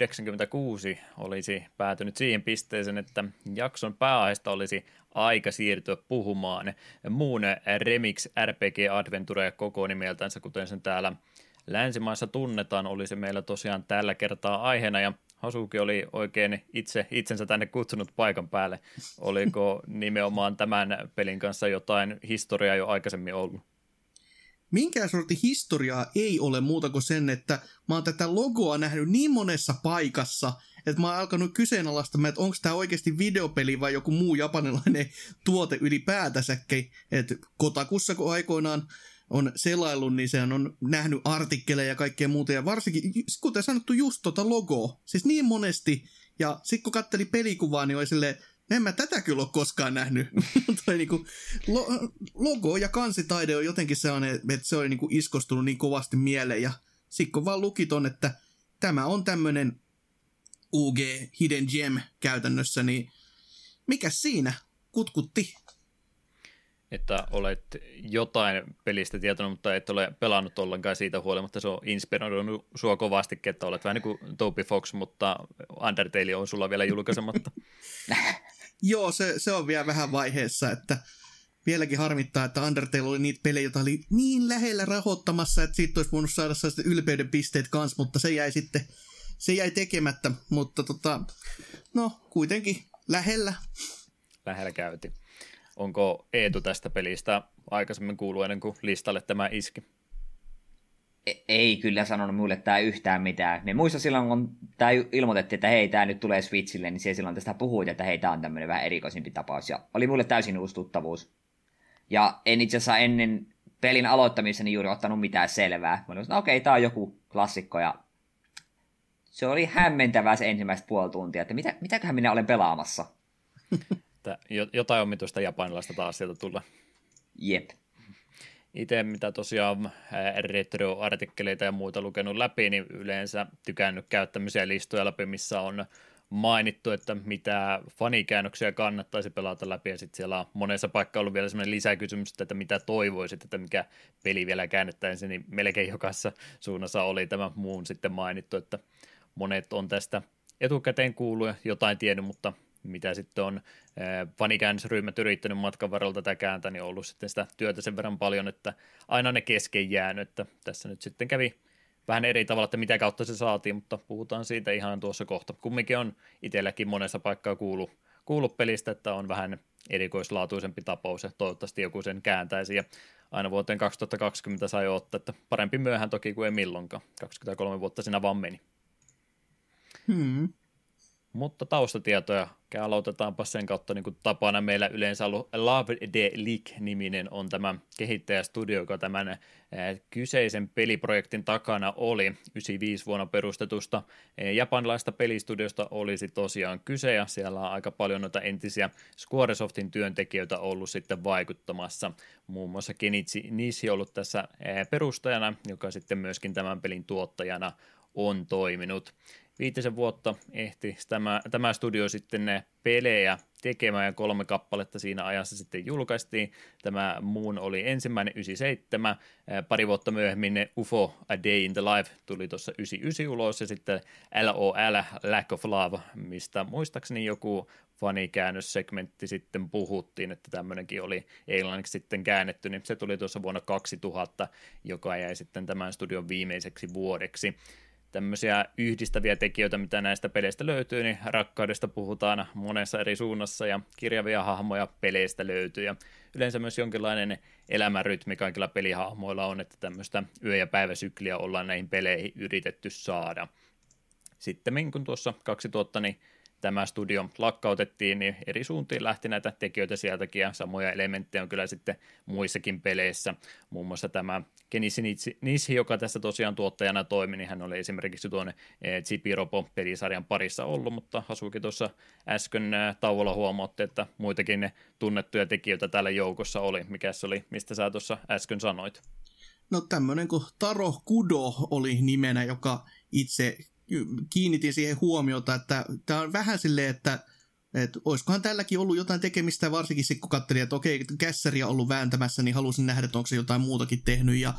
96 olisi päätynyt siihen pisteeseen, että jakson pääaiheesta olisi aika siirtyä puhumaan muun Remix RPG Adventure koko nimeltänsä, kuten sen täällä länsimaissa tunnetaan, oli se meillä tosiaan tällä kertaa aiheena ja Hasuki oli oikein itsensä tänne kutsunut paikan päälle. Oliko nimenomaan tämän pelin kanssa jotain historiaa jo aikaisemmin ollut? Minkään sortin historiaa ei ole muuta kuin sen, että mä oon tätä logoa nähnyt niin monessa paikassa, että mä oon alkanut kyseenalaistamaan, että onko tämä oikeasti videopeli vai joku muu japanilainen tuote ylipäätänsäkin. Että Kotakussa kun aikoinaan on selaillut, niin sehän on nähnyt artikkeleja ja kaikkea muuta. Ja varsinkin, kuten sanottu, just tota logoa. Siis niin monesti. Ja sitten kun katteli pelikuvaa, niin oli silleen, en mä tätä kyllä ole koskaan nähnyt. Toi niinku, logo ja kansitaide on jotenkin sellainen, että se oli niinku iskostunut niin kovasti mieleen. Ja sitten kun vaan luki ton, että tämä on tämmönen UG Hidden Gem käytännössä, niin mikä siinä kutkutti? Että olet jotain pelistä tietänyt, mutta et ole pelannut ollenkaan siitä huolimatta. Se on inspiroinut sua kovasti, että olet vähän niin kuin Toby Fox, mutta Undertale on sulla vielä julkaisematta. Joo, se on vielä vähän vaiheessa, että vieläkin harmittaa, että Undertale oli niitä pelejä, joita oli niin lähellä rahoittamassa, että siitä olisi voinut saada sellaiset ylpeyden pisteet kanssa, mutta se jäi tekemättä, mutta no kuitenkin lähellä. Lähellä käytiin. Onko Eetu tästä pelistä aikaisemmin kuullut ennen kuin listalle tämä iski? Ei kyllä sanonut mulle tämä yhtään mitään. Me muista silloin, kun tämä ilmoitettiin, että hei, tämä nyt tulee Switchille, niin siellä silloin tästä puhuit, että hei, tämä on tämmöinen vähän erikoisempi tapaus. Ja oli mulle täysin uusi tuttavuus. Ja en itse asiassa ennen pelin aloittamista juuri ottanut mitään selvää. Mä olin, että okei, tämä on joku klassikko. Ja se oli hämmentävää se ensimmäistä puoli tuntia, että mitäköhän minä olen pelaamassa. Jotain omituista japanilaista taas sieltä tulla. Jep. Itse mitä tosiaan retro-artikkeleita ja muuta lukenut läpi, niin yleensä tykännyt käydä tämmöisiä listoja läpi, missä on mainittu, että mitä fanikäännöksiä kannattaisi pelata läpi, ja sitten siellä on monessa paikkaa ollut vielä semmoinen lisäkysymys, että mitä toivoisit, että mikä peli vielä käännettäisiin, niin melkein jokaisessa suunnassa oli tämä muun sitten mainittu, että monet on tästä etukäteen kuullut ja jotain tiennyt, mutta mitä sitten on fanikäännösryhmät yrittänyt matkan varrella tätä kääntää, niin on ollut sitten sitä työtä sen verran paljon, että aina ne kesken jäänyt, että tässä nyt sitten kävi vähän eri tavalla, että mitä kautta se saatiin, mutta puhutaan siitä ihan tuossa kohta. Kumminkin on itselläkin monessa paikkaa kuullut pelistä, että on vähän erikoislaatuisempi tapaus ja toivottavasti joku sen kääntäisi ja aina vuoteen 2020 sai ottaa, että parempi myöhään toki kuin ei milloinkaan. 23 vuotta siinä vaan meni. Mutta taustatietoja, aloitetaanpa sen kautta niin kuin tapana. Meillä yleensä ollut Love de Lig-niminen on tämä kehittäjästudio, joka tämän kyseisen peliprojektin takana oli. 95 vuonna perustetusta japanilaista pelistudiosta olisi tosiaan kyse, ja siellä on aika paljon noita entisiä Squaresoftin työntekijöitä ollut sitten vaikuttamassa. Muun muassa Kenichi Nishi ollut tässä perustajana, joka sitten myöskin tämän pelin tuottajana on toiminut. 5 vuotta ehti tämä studio sitten ne pelejä tekemään ja 3 kappaletta siinä ajassa sitten julkaistiin. Tämä muun oli ensimmäinen 97, pari vuotta myöhemmin UFO A Day in the Life tuli tuossa 99 ulos ja sitten LOL Lack of Love, mistä muistaakseni joku fanikäännössegmentti sitten puhuttiin, että tämmöinenkin oli englanniksi sitten käännetty, niin se tuli tuossa vuonna 2000, joka jäi sitten tämän studion viimeiseksi vuodeksi. Tämmöisiä yhdistäviä tekijöitä, mitä näistä peleistä löytyy, niin rakkaudesta puhutaan monessa eri suunnassa ja kirjavia hahmoja peleistä löytyy ja yleensä myös jonkinlainen elämänrytmi kaikilla pelihahmoilla on, että tämmöistä yö- ja päiväsykliä ollaan näihin peleihin yritetty saada. Sitten kun tuossa 2000 niin tämä studio lakkautettiin, niin eri suuntiin lähti näitä tekijöitä sieltäkin, ja samoja elementtejä on kyllä sitten muissakin peleissä. Muun muassa tämä Kenichi Nishi, joka tässä tosiaan tuottajana toimi, niin hän oli esimerkiksi tuon Chibi-Robo-pelisarjan parissa ollut, mutta Hasuki tuossa äsken tauolla huomautti, että muitakin tunnettuja tekijöitä täällä joukossa oli. Mikä se oli, mistä sä tuossa äsken sanoit? No tämmöinen kuin Taro Kudo oli nimenä, joka itse kiinnitin siihen huomiota, että tämä on vähän silleen, että olisikohan tälläkin ollut jotain tekemistä, varsinkin sitten kun katselin, että okei, kässäriä on ollut vääntämässä, niin halusin nähdä, että onko se jotain muutakin tehnyt, ja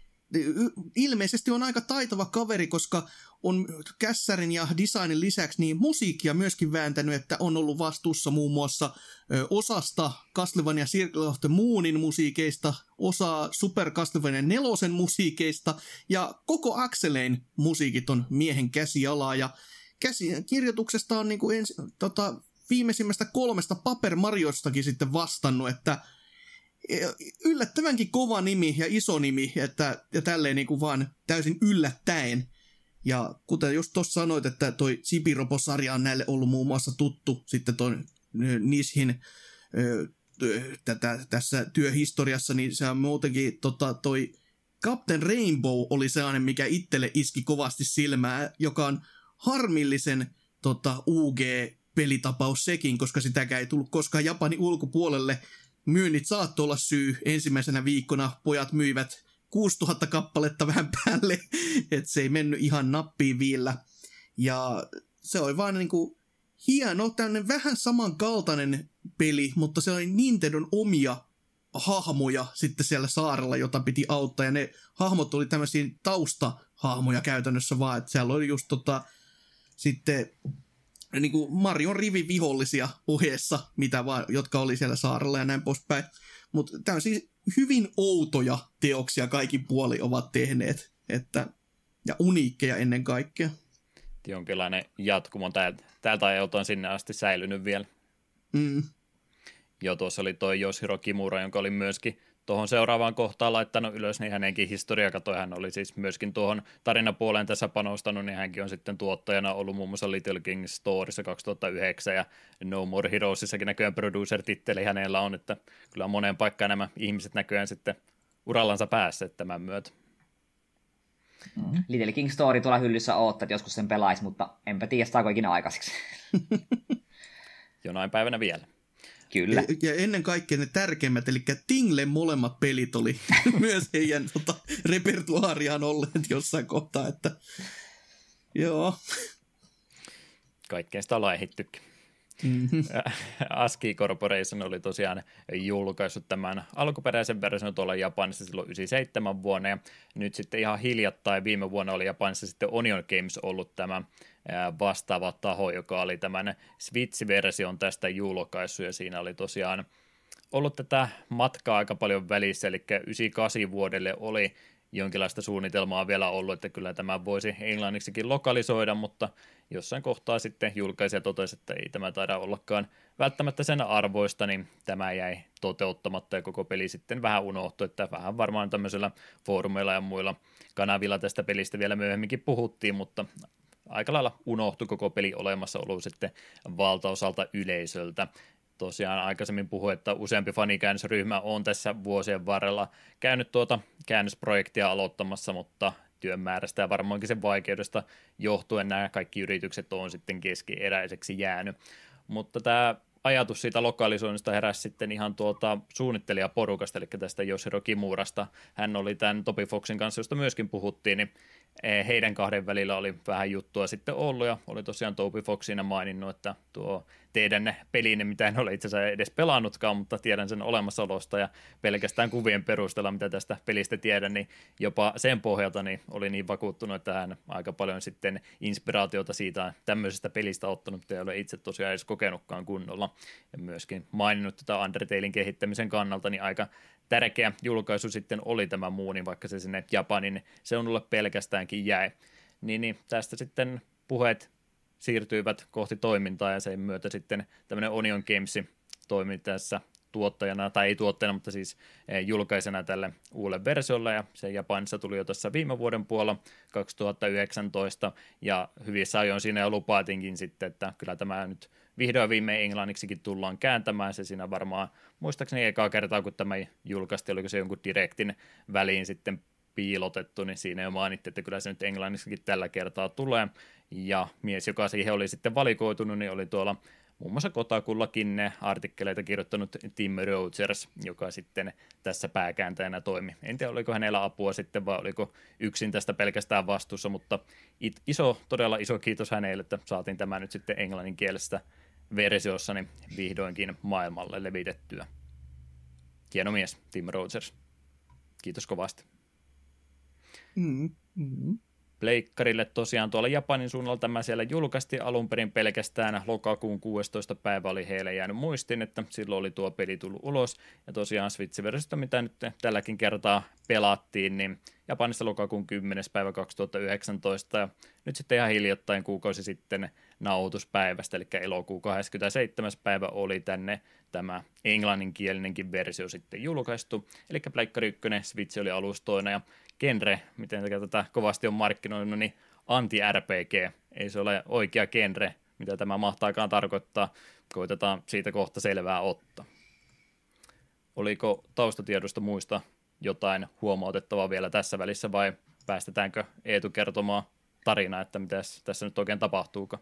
ilmeisesti on aika taitava kaveri, koska on kässärin ja designin lisäksi niin musiikkia myöskin vääntänyt, että on ollut vastuussa muun muassa osasta Castlevania Circle of the Moonin musiikeista, osa Super Castlevania 4 musiikeista, ja koko Axelein musiikit on miehen käsialaa, ja käsikirjoituksesta on niin kuin viimeisimmästä 3 Paper Mariostakin sitten vastannut, että yllättävänkin kova nimi ja iso nimi, ja tälleen niin kuin vaan täysin yllättäen. Ja kuten just tuossa sanoit, että toi Chibi-Robo-sarja on näille ollut muun muassa tuttu sitten ton Nishin tässä työhistoriassa, niin se on muutenkin toi Captain Rainbow oli sellainen, mikä itselle iski kovasti silmää, joka on harmillisen UG-pelitapaus sekin, koska sitäkään ei tullut koskaan Japanin ulkopuolelle. Myynnit saattoi olla syy. Ensimmäisenä viikkona pojat myivät 6000 kappaletta vähän päälle, että se ei mennyt ihan nappiin vielä. Ja se oli vaan niinku hieno, tämmöinen vähän samankaltainen peli, mutta se oli Nintendon omia hahmoja sitten siellä saarella, jota piti auttaa, ja ne hahmot oli tämmöisiä taustahahmoja käytännössä vaan, että siellä oli just sitten niinku Marion rivivihollisia ohjeessa, mitä vaan, jotka oli siellä saarella ja näin poispäin. Mutta tämmöisiä hyvin outoja teoksia kaikin puoli ovat tehneet, ja uniikkeja ennen kaikkea. Jonkinlainen jatkumo täältä ajalta on sinne asti säilynyt vielä. Jo tuossa oli toi Yoshiro Kimura, jonka oli myöskin tuohon seuraavaan kohtaan laittanut ylös, niin hänenkin historia katoi. Hän oli siis myöskin tuohon tarinapuoleen tässä panostanut, niin hänkin on sitten tuottajana ollut muun muassa Little King Storyssa 2009 ja No More Heroesissakin näköjään producer-titteli hänellä on, että kyllä moneen paikkaan nämä ihmiset näköjään sitten urallansa päässeet tämän myötä. Little King Story tuolla hyllyssä oottaa, että joskus sen pelaisi, mutta enpä tiedä, saako ikinä aikaiseksi. Jonain päivänä vielä. Kyllä. Ja ennen kaikkea ne tärkeimmät, eli Tinglen molemmat pelit oli myös heidän repertuaariaan olleet jossain kohtaa, että joo. Kaikkeen sitä ollaan ehittykin. ASCII Corporation oli tosiaan julkaissut tämän alkuperäisen version tuolla Japanissa silloin 97 vuonna, ja nyt sitten ihan hiljattain viime vuonna oli Japanissa sitten Onion Games ollut tämä vastaava taho, joka oli tämän Switch-version tästä julkaissut, ja siinä oli tosiaan ollut tätä matkaa aika paljon välissä, eli 98 vuodelle oli jonkinlaista suunnitelmaa vielä ollut, että kyllä tämä voisi englanniksikin lokalisoida, mutta jossain kohtaa sitten julkaisija totesi, että ei tämä taida ollakaan välttämättä sen arvoista, niin tämä jäi toteuttamatta ja koko peli sitten vähän unohtui, että vähän varmaan tämmöisillä foorumeilla ja muilla kanavilla tästä pelistä vielä myöhemminkin puhuttiin, mutta aika lailla unohtui koko peli olemassaolo sitten valtaosalta yleisöltä. Tosiaan aikaisemmin puhuin, että useampi fanikäännösryhmä on tässä vuosien varrella käynyt tuota käännösprojektia aloittamassa, mutta työn määrästä ja varmaankin sen vaikeudesta johtuen nämä kaikki yritykset on sitten keskeneräiseksi jäänyt. Mutta tämä ajatus siitä lokalisoinnista heräsi sitten ihan tuolta suunnittelijaporukasta, eli tästä Yoshiro Kimurasta. Hän oli tämän Toby Foxin kanssa, josta myöskin puhuttiin, niin heidän kahden välillä oli vähän juttua sitten ollut, ja oli tosiaan Toby Foxina maininnut, että tuo teidän pelinne, mitä en ole itse asiassa edes pelannutkaan, mutta tiedän sen olemassaolosta, ja pelkästään kuvien perusteella, mitä tästä pelistä tiedän, niin jopa sen pohjalta niin oli niin vakuuttunut, että hän aika paljon sitten inspiraatiota siitä tämmöisestä pelistä ottanut, ja ei ole itse tosiaan edes kokenutkaan kunnolla, ja myöskin maininnut tätä Undertalein kehittämisen kannalta, niin aika tärkeä julkaisu sitten oli tämä muu, niin vaikka se sinne Japanin seudulle pelkästäänkin jäi. Niin tästä sitten puheet siirtyivät kohti toimintaa, ja sen myötä sitten tämmöinen Onion Games toimi tässä tuottajana, tai ei tuottajana, mutta siis julkaisena tälle uudelle versiolle, ja se Japanissa tuli jo tässä viime vuoden puolella 2019, ja hyvissä ajoin siinä jo lupaatinkin sitten, että kyllä tämä nyt vihdoin viimein englanniksikin tullaan kääntämään, se siinä varmaan muistaakseni ekaa kertaa, kun tämä julkaistiin, oliko se jonkun direktin väliin sitten piilotettu, niin siinä jo mainittiin, että kyllä se nyt englanniksikin tällä kertaa tulee, ja mies, joka siihen oli sitten valikoitunut, niin oli tuolla muun muassa Kotakullakin ne artikkeleita kirjoittanut Tim Rogers, joka sitten tässä pääkääntäjänä toimi. En tiedä, oliko hänellä apua sitten vai oliko yksin tästä pelkästään vastuussa, mutta todella iso kiitos hänelle, että saatiin tämä nyt sitten englanninkielisestä versiossa niin vihdoinkin maailmalle levitettyä. Hieno mies, Tim Rogers. Kiitos kovasti. pleikkarille tosiaan tuolla Japanin suunnalla tämä siellä julkaistiin alun perin pelkästään lokakuun 16. päivä oli heille jäänyt muistiin, että silloin oli tuo peli tullut ulos, ja tosiaan Switch-versiosta, mitä nyt tälläkin kertaa pelattiin, niin Japanissa lokakuun 10. päivä 2019, ja nyt sitten ihan hiljattain kuukausi sitten nauhoituspäivästä, eli elokuun 27. päivä oli tänne tämä englanninkielinenkin versio sitten julkaistu, eli Pleikkari 1, Switch oli alustoina, ja genre, miten tätä kovasti on markkinoinut, niin anti-RPG, ei se ole oikea genre, mitä tämä mahtaakaan tarkoittaa, koitetaan siitä kohta selvää ottaa. Oliko taustatiedosta muista jotain huomautettavaa vielä tässä välissä, vai päästetäänkö Eetu kertomaan tarinaa, että mitä tässä nyt oikein tapahtuukaan?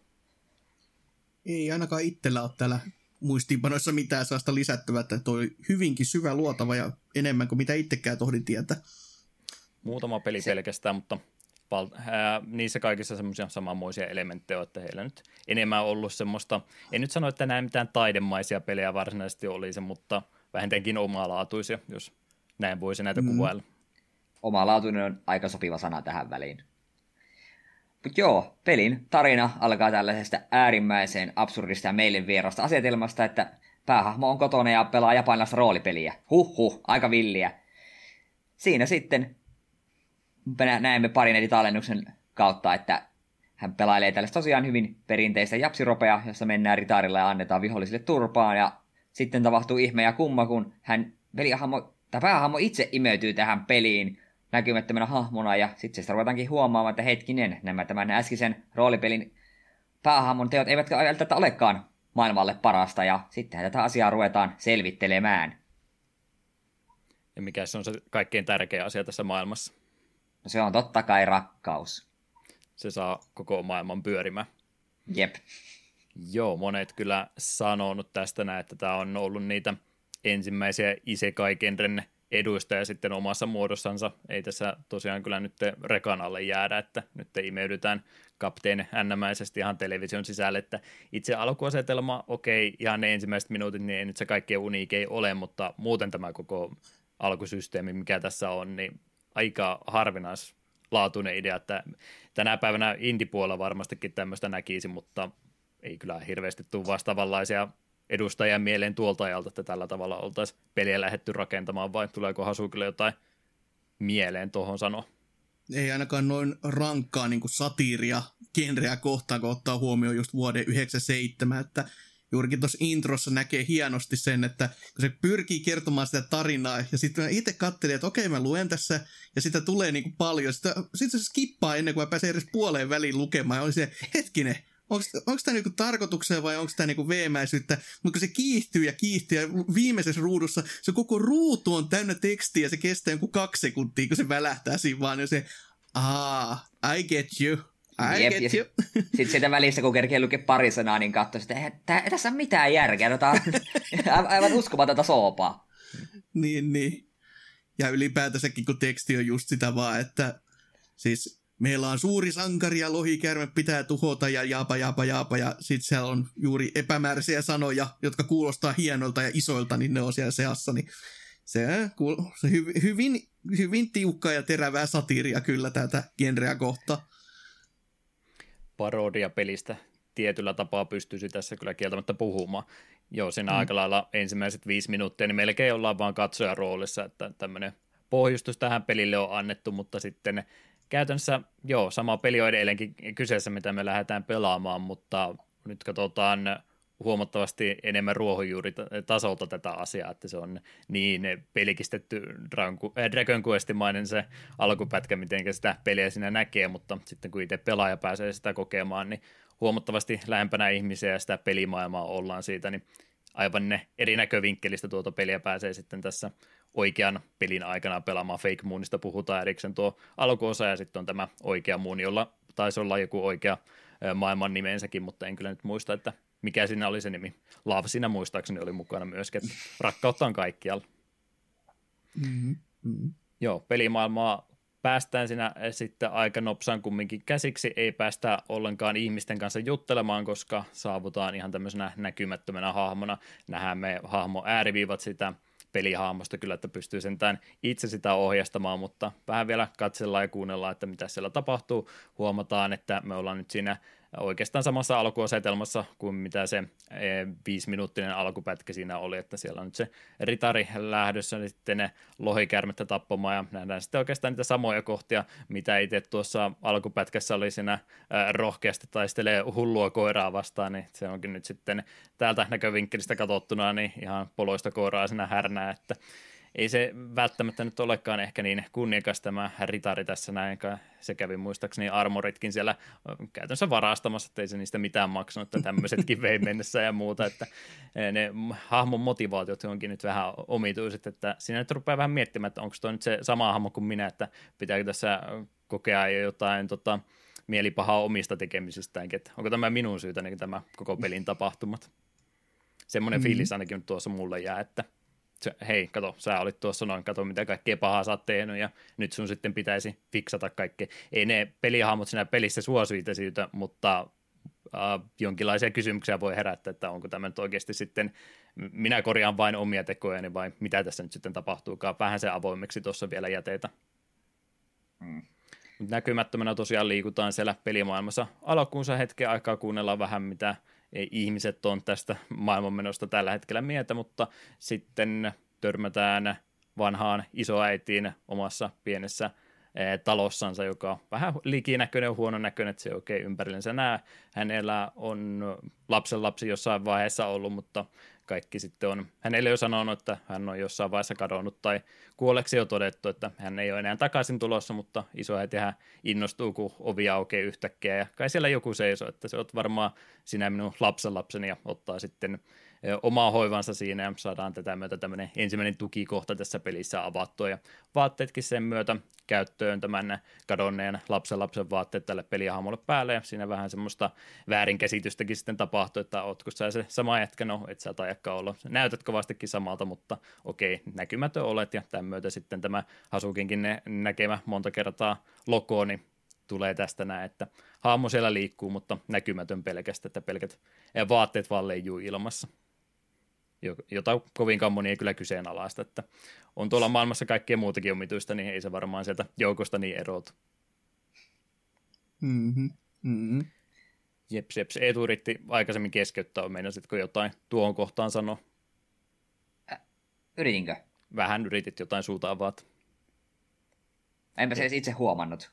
Ei ainakaan itsellä ole täällä muistiinpanoissa mitään sellaista lisättävää, että toi hyvinkin syvä luotava ja enemmän kuin mitä itsekään tohdin tietää. Muutama peli pelkästään, mutta niissä kaikissa semmoisia samanmoisia elementtejä, että heillä nyt enemmän ollut semmoista, en nyt sano, että näin mitään taidemaisia pelejä varsinaisesti olisi, mutta vähintäänkin omalaatuisia, jos näin voisi näitä kuvailla. Omalaatuinen on aika sopiva sana tähän väliin. Mutta joo, pelin tarina alkaa tällaisesta äärimmäiseen absurdista ja meille vierasta asetelmasta, että päähahmo on kotona ja pelaa japanilaista roolipeliä. Aika villiä. Siinä sitten näemme parin eri tallennuksen kautta, että hän pelailee tällaista tosiaan hyvin perinteistä japsiropea, jossa mennään ritaarilla ja annetaan vihollisille turpaan, ja sitten tapahtuu ihme ja kumma, kun päähahmo itse imeytyy tähän peliin näkymättömänä hahmona, ja sitten se ruvetaankin huomaamaan, että hetkinen, tämän äskeisen roolipelin päähahmon teot eivät välttämättä olekaan maailmalle parasta, ja sittenhän tätä asiaa ruvetaan selvittelemään. Ja mikä se on se kaikkein tärkein asia tässä maailmassa? No se on totta kai rakkaus. Se saa koko maailman pyörimään. Jep. Joo, monet kyllä sanonut tästä näin, että tämä on ollut niitä ensimmäisiä isekai-genren eduista ja sitten omassa muodossansa. Ei tässä tosiaan kyllä nyt rekan alle jäädä, että nyt imeydytään kapteeni ännämäisesti ihan television sisälle, että itse alkuasetelma, okei, ihan ne ensimmäiset minuutit, niin ei nyt se kaikkein uniikei ole, mutta muuten tämä koko alkusysteemi, mikä tässä on, niin aika harvinaislaatuinen idea, että tänä päivänä indie-puolella varmastikin tämmöistä näkisi, mutta ei kyllä hirveästi tule vastaavanlaisia edustajia mieleen tuolta ajalta, että tällä tavalla oltaisiin peliä lähdetty rakentamaan, vai tuleeko Hasukille jotain mieleen tuohon sanoa? Ei ainakaan noin rankkaa niin kuin satiiria genreä kohtaan, kun ottaa huomioon just vuoden 1997, että juurikin tuossa introssa näkee hienosti sen, että kun se pyrkii kertomaan sitä tarinaa, ja sitten itse katselin, että okei, mä luen tässä, ja sitä tulee niin kuin paljon. Sitten se skippaa ennen kuin mä pääsen edes puoleen väliin lukemaan, ja oli se, hetkinen, onko tämä niinku tarkoitukseen vai onko tämä niinku veemäisyyttä, mutta kun se kiihtyy ja viimeisessä ruudussa se koko ruutu on täynnä tekstiä ja se kestää joku 2 sekuntia, kun se välähtää siinä vaan, ja se, I get you. Get you. Sitten sitä välissä, kun kerkee lukea pari sanaa, niin katsoo, että ei tässä ole mitään järkeä, aivan uskomatonta soopaa. Niin. Ja ylipäätänsäkin, kun teksti on just sitä vaan, että siis meillä on suuri sankari ja lohikäärme pitää tuhota ja jaapa, ja sitten siellä on juuri epämääräisiä sanoja, jotka kuulostaa hienolta ja isoilta, niin ne on siellä seassa, niin se hyvin tiukkaa ja terävää satiiria kyllä tätä genreä kohtaan. Parodia pelistä tietyllä tapaa pystyisi tässä kyllä kieltämättä puhumaan. Joo, siinä aika lailla ensimmäiset 5 minuuttia, niin melkein ollaan vaan katsojan roolissa, että tämmöinen pohjustus tähän pelille on annettu, mutta sitten käytännössä, joo, sama peli on edelleenkin kyseessä, mitä me lähdetään pelaamaan, mutta nyt katsotaan huomattavasti enemmän ruohonjuuritasolta tätä asiaa, että se on niin pelkistetty Dragon Questimainen se alkupätkä, miten sitä peliä siinä näkee, mutta sitten kun itse pelaaja pääsee sitä kokemaan, niin huomattavasti lähempänä ihmisiä ja sitä pelimaailmaa ollaan siitä, niin aivan ne eri näkövinkkelistä tuota peliä pääsee sitten tässä oikean pelin aikana pelaamaan. Fake Moonista puhutaan erikseen tuo alkuosa, ja sitten on tämä oikea Moon, jolla taisi olla joku oikea maailman nimensäkin, mutta en kyllä nyt muista, että mikä siinä oli se nimi. Love siinä muistaakseni oli mukana myöskin, että rakkautta on kaikkialla. Joo, pelimaailmaa päästään siinä sitten aika nopsaan kumminkin käsiksi, ei päästä ollenkaan ihmisten kanssa juttelemaan, koska saavutaan ihan tämmöisenä näkymättömänä hahmona. Nähdään me hahmo ääriviivat sitä pelihahmosta kyllä, että pystyy sentään itse sitä ohjastamaan, mutta vähän vielä katsellaan ja kuunnellaan, että mitä siellä tapahtuu. Huomataan, että me ollaan nyt siinä oikeastaan samassa alkuasetelmassa kuin mitä se 5-minuuttinen alkupätkä siinä oli, että siellä on nyt se ritari lähdössä, niin sitten ne lohikärmettä tappamaan, ja nähdään sitten oikeastaan niitä samoja kohtia, mitä itse tuossa alkupätkässä oli siinä rohkeasti taistelee hullua koiraa vastaan, niin se onkin nyt sitten täältä näkövinkkelistä katsottuna niin ihan poloista koiraa siinä härnää, että ei se välttämättä nyt olekaan ehkä niin kunniakas tämä ritari tässä näin, se kävi muistaakseni armoritkin siellä käytännössä varastamassa, ettei se niistä mitään maksanut, että tämmöisetkin vei mennessä ja muuta, että ne hahmon motivaatiot onkin nyt vähän omituiset, että siinä nyt rupeaa vähän miettimään, että onko toi nyt se sama hahmo kuin minä, että pitääkö tässä kokea jotain mielipahaa omista tekemisistäänkin, että onko tämä minun syytäni tämä koko pelin tapahtumat. Semmoinen fiilis ainakin nyt tuossa mulle jää, että hei, kato, sä olit tuossa noin, kato mitä kaikkea pahaa sä oot tehnyt ja nyt sun sitten pitäisi fiksata kaikkea. Ei ne pelihahmot siinä pelissä suosita siitä, mutta jonkinlaisia kysymyksiä voi herättää, että onko tämä nyt oikeasti sitten, minä korjaan vain omia tekojani vai mitä tässä nyt sitten tapahtuukaan. Vähän se avoimeksi tuossa vielä jäteitä. Näkymättömänä tosiaan liikutaan siellä pelimaailmassa. Alkuunsa hetken aikaa kuunnellaan vähän mitä ihmiset on tästä maailmanmenosta tällä hetkellä mieltä, mutta sitten törmätään vanhaan isoäitiin omassa pienessä talossansa, joka on vähän likinäköinen ja huonon näköinen, että se ei oikein ympärillensä näe. Hänellä on lapsenlapsi jossain vaiheessa ollut, mutta kaikki sitten on hänelle jo sanonut, että hän on jossain vaiheessa kadonnut tai kuolleeksi jo todettu, että hän ei ole enää takaisin tulossa, mutta isoäitihän innostuu, kun ovi aukeaa yhtäkkiä ja kai siellä joku seisoo, että se on varmaan sinä minun lapsenlapseni ja ottaa sitten omaa hoivansa siinä ja saadaan tätä myötä tämmöinen ensimmäinen tukikohta tässä pelissä avattua ja vaatteetkin sen myötä käyttöön tämän kadonneen lapsen vaatteet tälle pelihahmolle päälle ja siinä vähän semmoista väärinkäsitystäkin sitten tapahtuu, että ootko sä se sama jätkä, no et sä tajakka olla, näytät kovastikin samalta, mutta okei, näkymätön olet ja tämän myötä sitten tämä Hasukinkin näkemä monta kertaa logo, niin tulee tästä näin, että hahmo siellä liikkuu, mutta näkymätön pelkästään, että pelkät vaatteet vaan leijuu ilmassa. Jota kovinkaan moni ei kyllä kyseenalaista, että on tuolla maailmassa kaikkea muutakin omituista, niin ei se varmaan sieltä joukosta niin erotu. Jeps. Eetu yritti aikaisemmin keskeyttää, meinasitko jotain tuohon kohtaan sanoa? Yritinkö? Vähän yritit jotain suuta avaat. Enpä se edes itse huomannut.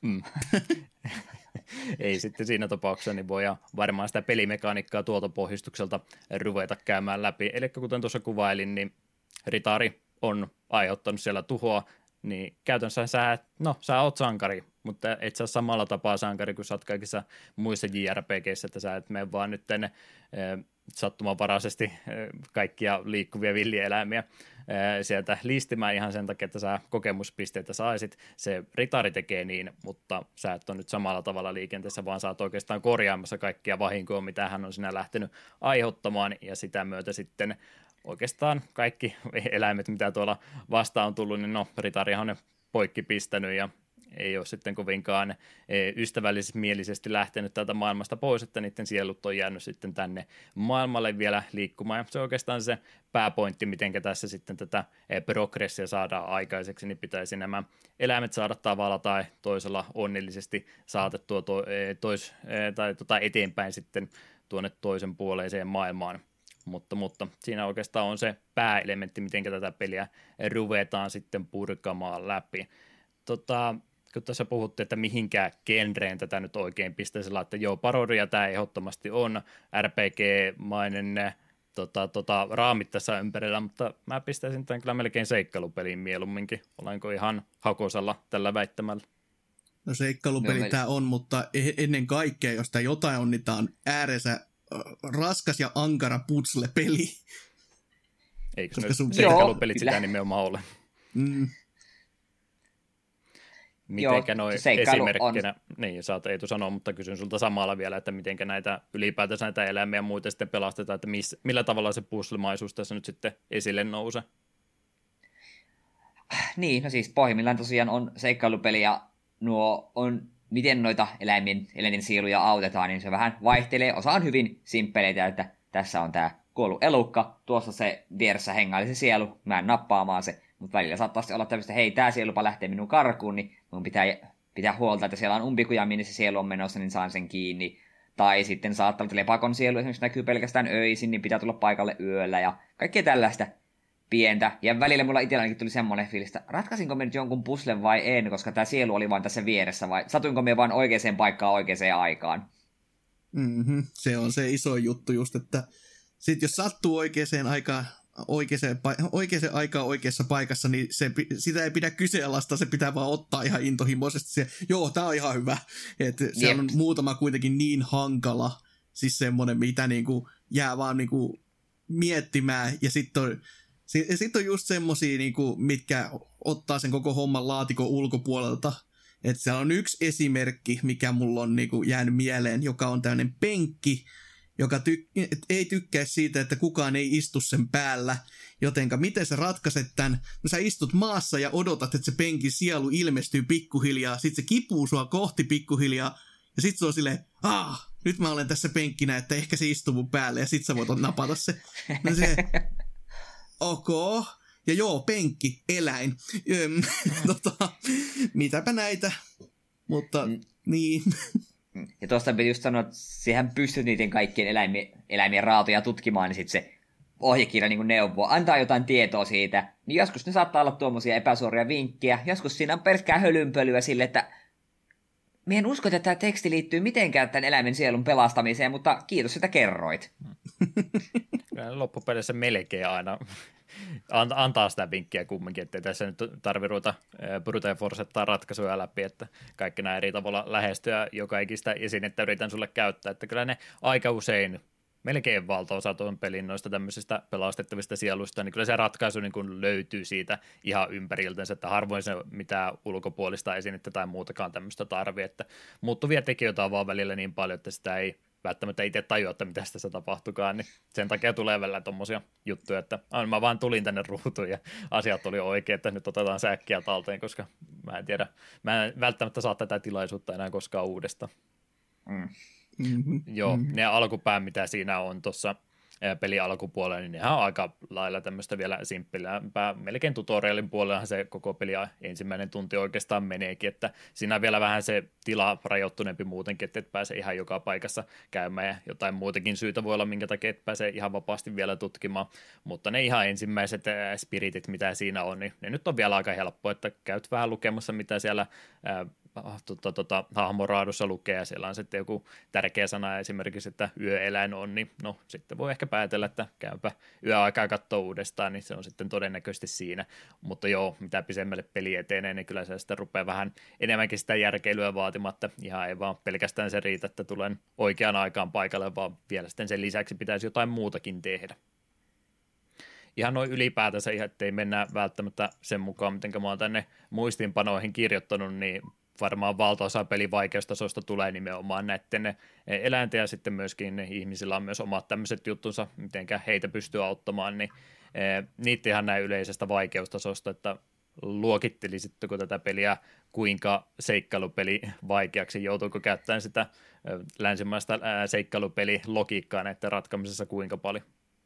Ei sitten siinä tapauksessa, niin voidaan varmaan sitä pelimekaniikkaa tuolta pohjustukselta ruveta käymään läpi. Eli kuten tuossa kuvailin, niin on aiheuttanut siellä tuhoa, niin käytännössä sä oot sankari, mutta et sä ole samalla tapaa sankari kuin sä oot kaikissa muissa JRPGissä, että sä et mene vaan nyt tänne sattumanvaraisesti kaikkia liikkuvia villieläimiä sieltä listimään ihan sen takia, että sä kokemuspisteitä saisit. Se ritari tekee niin, mutta sä et ole nyt samalla tavalla liikenteessä, vaan sä oot oikeastaan korjaamassa kaikkia vahinkoa, mitä hän on sinä lähtenyt aiheuttamaan, ja sitä myötä sitten oikeastaan kaikki eläimet, mitä tuolla vastaan on tullut, niin ritarihan on ne poikki pistänyt ja ei ole sitten kovinkaan ystävällismielisesti lähtenyt tältä maailmasta pois, että niiden sielut on jäänyt sitten tänne maailmalle vielä liikkumaan. Ja se on oikeastaan se pääpointti, miten tässä sitten tätä progressia saadaan aikaiseksi, niin pitäisi nämä eläimet saada tavalla tai toisella onnellisesti saatettua eteenpäin sitten tuonne toisen puoleiseen maailmaan. Mutta siinä oikeastaan on se pääelementti, miten tätä peliä ruvetaan sitten purkamaan läpi. Kun tässä puhuttiin, että mihinkään genreen tätä nyt oikein pistäisi, että joo, parodia tämä ehdottomasti on, RPG-mainen raamit tässä ympärillä, mutta mä pistäisin tämän kyllä melkein seikkailupeliin mieluumminkin. Olenko ihan hakosalla tällä väittämällä? No seikkailupeli tämä on, mutta ennen kaikkea, jos tämä jotain on, niin tämä on äärensä raskas ja ankara puzzle-peli. Eikö nyt seikkailupelit sitä nimenomaan ole? Mitenkä noin esimerkkinä, niin saat Eetu sanoa, mutta kysyn sulta samalla vielä, että mitenkä ylipäätänsä näitä eläimiä ja muita sitten pelastetaan, että millä tavalla se puzzlemaisuus tässä nyt sitten esille nousee? Niin, no siis pohjimmillaan tosiaan on seikkailupeli ja miten noita eläinten sieluja autetaan, niin se vähän vaihtelee. Osa on hyvin simppeleitä, että tässä on tämä kuollut elukka, tuossa se vieressä hengaili se sielu, mä en nappaamaan se, mutta välillä saattaa olla tämmöistä, hei, tää sielupa lähtee minun karkuun, niin mun pitää huolta, että siellä on umpikuja, minne se sielu on menossa, niin saan sen kiinni. Tai sitten saattaa, että lepakon sielu esimerkiksi näkyy pelkästään öisin, niin pitää tulla paikalle yöllä ja kaikkea tällaista pientä. Ja välillä mulla itsellänikin tuli semmoinen fiilis, että ratkaisinko me nyt jonkun puslen vai en, koska tämä sielu oli vain tässä vieressä, vai satuinko me vain oikeaan paikkaan oikeaan aikaan. Se on se iso juttu just, että sit jos sattuu oikeaan aikaan oikeassa paikassa, niin sitä ei pidä kyseenalaistaa, se pitää vaan ottaa ihan intohimoisesti. Joo, tää on ihan hyvä. Se on muutama kuitenkin niin hankala, siis semmoinen, mitä niinku jää vaan niinku miettimään, ja sitten on just semmosia, niinku, mitkä ottaa sen koko homman laatikon ulkopuolelta. Että siellä on yksi esimerkki, mikä mulla on niinku jäänyt mieleen, joka on tämmöinen penkki, joka ei tykkää siitä, että kukaan ei istu sen päällä. Jotenka miten sä ratkaiset tämän? No sä istut maassa ja odotat, että se penkin sielu ilmestyy pikkuhiljaa. Sitten se kipuu sua kohti pikkuhiljaa. Ja sit se on silleen, nyt mä olen tässä penkkinä, että ehkä se istuu mun päälle. Ja sit sä voit napata se. No se, ok. Ja joo, penkki, eläin. Mitäpä näitä. Mutta niin. Ja tuosta piti just sanoa, että siihen pystyt niiden kaikkien eläimien raatoja tutkimaan, niin sitten se ohjekirja niin neuvoo, antaa jotain tietoa siitä. Niin joskus ne saattaa olla tuommoisia epäsuoria vinkkejä, joskus siinä on pelkkää hölynpölyä sille, että minä en usko, että tämä teksti liittyy mitenkään tämän eläimen sielun pelastamiseen, mutta kiitos, että kerroit. Loppupeleissä melkein aina antaa sitä vinkkiä kumminkin, ettei tässä nyt tarvitse ruveta brute forcettaa ratkaisuja läpi, että kaikki nämä eri tavalla lähestyä joka ikistä esinettä yritän sulle käyttää, että kyllä ne aika usein melkein valtaosa tuon pelin noista tämmöisistä pelastettavista sieluista, niin kyllä se ratkaisu niin kuin löytyy siitä ihan ympäriltänsä, että harvoin se mitään ulkopuolista esinettä tai muutakaan tämmöistä tarvii, että muuttuvia tekijöitä on vaan välillä niin paljon, että sitä ei välttämättä itse tajua, että mitä tässä tapahtukaan, niin sen takia tulee välillä tommosia juttuja, että mä vaan tulin tänne ruutuun ja asiat oli oikein, että nyt otetaan säkkiä talteen, koska mä en tiedä, mä en välttämättä saa tätä tilaisuutta enää koskaan uudestaan. Joo, ne alkupään, mitä siinä on tuossa pelin alkupuolella, niin nehän on aika lailla tämmöistä vielä simppeliämpää. Melkein tutorialin puolellahan se koko peli ensimmäinen tunti oikeastaan meneekin, että siinä on vielä vähän se tila rajoittuneempi muutenkin, että et pääse ihan joka paikassa käymään ja jotain muutakin syytä voi olla, minkä takia et pääse ihan vapaasti vielä tutkimaan, mutta ne ihan ensimmäiset spiritit, mitä siinä on, niin ne nyt on vielä aika helppo, että käyt vähän lukemassa, mitä siellä hahmoraadussa lukee, ja siellä on sitten joku tärkeä sana esimerkiksi, että yöeläin on, niin no sitten voi ehkä päätellä, että käypä yöaikaa katsoa uudestaan, niin se on sitten todennäköisesti siinä, mutta joo, mitä pisemmälle peli etenee, niin kyllä se sitten rupeaa vähän enemmänkin sitä järkeilyä vaatimatta, ihan ei vaan pelkästään se riitä, että tulen oikeaan aikaan paikalle, vaan vielä sitten sen lisäksi pitäisi jotain muutakin tehdä. Ihan noin ylipäätänsä, ettei mennä välttämättä sen mukaan, miten mä oon tänne muistiinpanoihin kirjoittanut, niin varmaan valtaosa pelin vaikeustasoista tulee nimenomaan näiden eläinten ja sitten myöskin ihmisillä on myös omat tämmöiset juttunsa, mitenkä heitä pystyy auttamaan, niin niitä ihan näin yleisestä vaikeustasosta, että luokittelisitteko tätä peliä kuinka seikkailupeli vaikeaksi, joutuuko käyttämään sitä länsimaista seikkailupelilogiikkaa näiden ratkaimisessa kuinka paljon?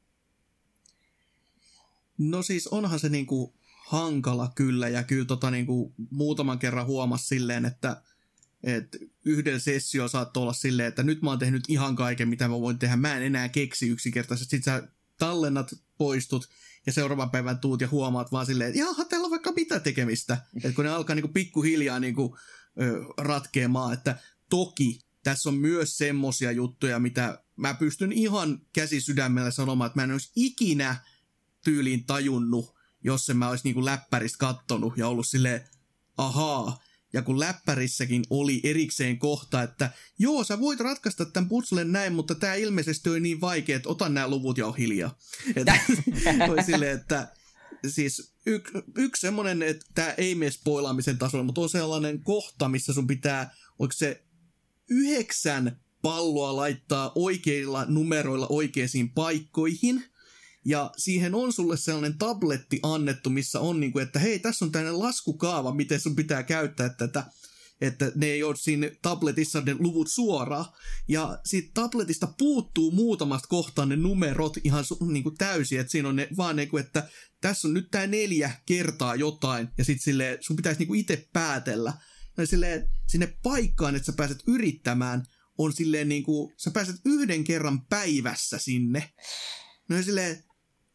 No siis onhan se niinku hankala kyllä, ja kyllä niinku muutaman kerran huomasi silleen, että yhdellä sessio saattoi olla silleen, että nyt mä oon tehnyt ihan kaiken, mitä mä voin tehdä, mä en enää keksi yksinkertaisesti. Sitten sä tallennat, poistut, ja seuraavan päivän tuut ja huomaat vaan silleen, että jaha, täällä on vaikka mitä tekemistä. Että kun ne alkaa niinku pikkuhiljaa niinku, ratkeamaan, että toki tässä on myös semmosia juttuja, mitä mä pystyn ihan käsisydämellä sanomaan, että mä en olisi ikinä tyyliin tajunnut, jos en mä olisi niinku läppäristä kattonut ja ollut silleen, ahaa. Ja kun läppärissäkin oli erikseen kohta, että joo, sä voit ratkaista tämän puzzlen näin, mutta tää ilmeisesti on niin vaikea, että otan nämä luvut ja on hiljaa. Silleen, että siis yksi semmoinen, että tää ei mene spoilaamisen tasolla, mutta on sellainen kohta, missä sun pitää, onko se 9 palloa laittaa oikeilla numeroilla oikeisiin paikkoihin. Ja siihen on sulle sellainen tabletti annettu, missä on niinku, että hei, tässä on tämmöinen laskukaava, miten sun pitää käyttää tätä. että ne ei ole siinä tabletissa ne luvut suoraan. Ja siitä tabletista puuttuu muutamasta kohtaa ne numerot ihan niinku täysin, että siinä on ne vaan niinku, että tässä on nyt tää 4 kertaa jotain, ja sit silleen sun pitäisi niinku itse päätellä. Ja silleen sinne paikkaan, että sä pääset yrittämään, on silleen niinku, sä pääset 1 kerran päivässä sinne. No silleen,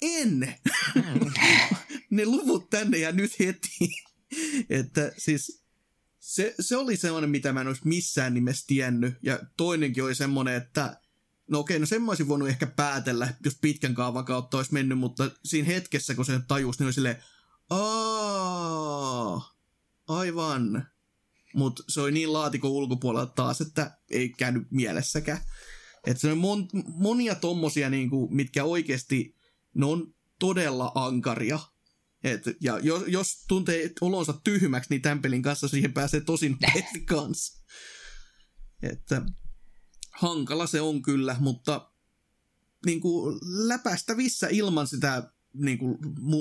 ne luvut tänne ja nyt heti. Että siis se oli sellainen, mitä mä en olisi missään nimessä tiennyt. Ja toinenkin oli semmoinen, että no okei, no sen mä olisin voinut ehkä päätellä, jos pitkän kaavan kautta olisi mennyt, mutta siinä hetkessä, kun se tajusi, niin oli silleen, aivan. Mutta se oli niin laatikon ulkopuolella taas, että ei käynyt mielessäkään. Että se on monia tommosia, niinku, mitkä oikeasti, ne on todella ankaria. Ja jos tuntee olonsa tyhmäksi, niin tämän pelin kanssa siihen pääsee tosin nopeasti kanssa. Että hankala se on kyllä, mutta niinku, läpäistävissä ilman sitä niinku,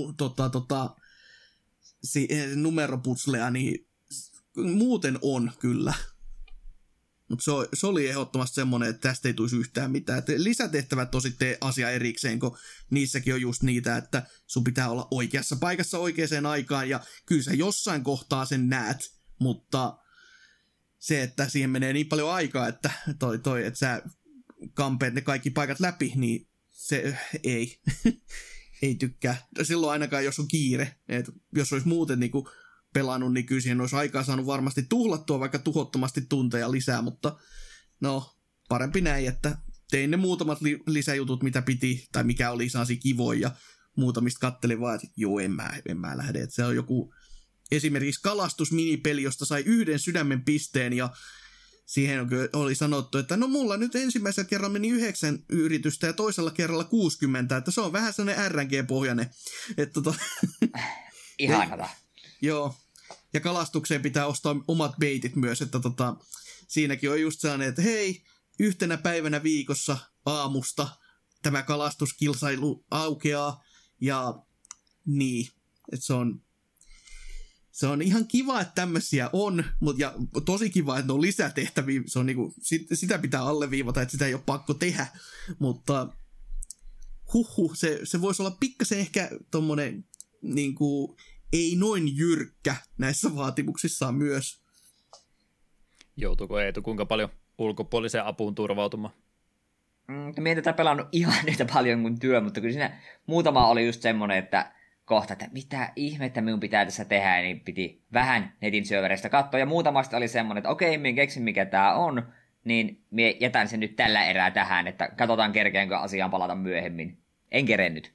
numeroputslea, niin muuten on kyllä. Mutta se oli ehdottomasti semmoinen, että tästä ei tulisi yhtään mitään. Et lisätehtävät on sitten asia erikseen, kun niissäkin on just niitä, että sun pitää olla oikeassa paikassa oikeaan aikaan, ja kyllä sä jossain kohtaa sen näet, mutta se, että siihen menee niin paljon aikaa, että että sä kampeet ne kaikki paikat läpi, niin se ei. Ei tykkää. Silloin ainakaan, jos on kiire. Et jos olisi muuten niinku pelannut, niin kyllä siihen olisi aikaa saanut varmasti tuhlattua vaikka tuhottomasti tunteja lisää, mutta no, parempi näin, että tein ne muutamat lisäjutut, mitä piti, tai mikä oli saasi kivoja, ja muutamista kattelin vaan, että joo, en mä lähde. Että se on joku esimerkiksi kalastusminipeli, josta sai 1 sydämen pisteen, ja siihen oli sanottu, että no mulla nyt ensimmäisellä kerralla meni 9 yritystä ja toisella kerralla 60, että se on vähän sellainen RNG-pohjainen. Ihanata. Joo, ja kalastukseen pitää ostaa omat baitit myös, että siinäkin on just sellainen, että hei, 1 päivänä viikossa aamusta tämä kalastuskilsailu aukeaa, ja niin, että se on ihan kiva, että tämmöisiä on, ja tosi kiva, että ne on lisätehtäviä, se on niinku, sitä pitää alleviivata, että sitä ei ole pakko tehdä, mutta se voisi olla pikkasen ehkä tommonen niinku, ei noin jyrkkä näissä vaatimuksissaan myös. Joutuuko Eetu kuinka paljon ulkopuoliseen apuun turvautumaan? Mie en tätä pelannut ihan yhtä paljon kuin työ, mutta kyllä siinä muutama oli just semmoinen, että kohta, että mitä ihmettä minun pitää tässä tehdä, niin piti vähän netin syövereistä katsoa, ja muutamasta oli semmoinen, että okei, minä keksin mikä tämä on, niin minä jätän sen nyt tällä erää tähän, että katsotaan kerkeänkö asiaan palata myöhemmin. En kerennyt.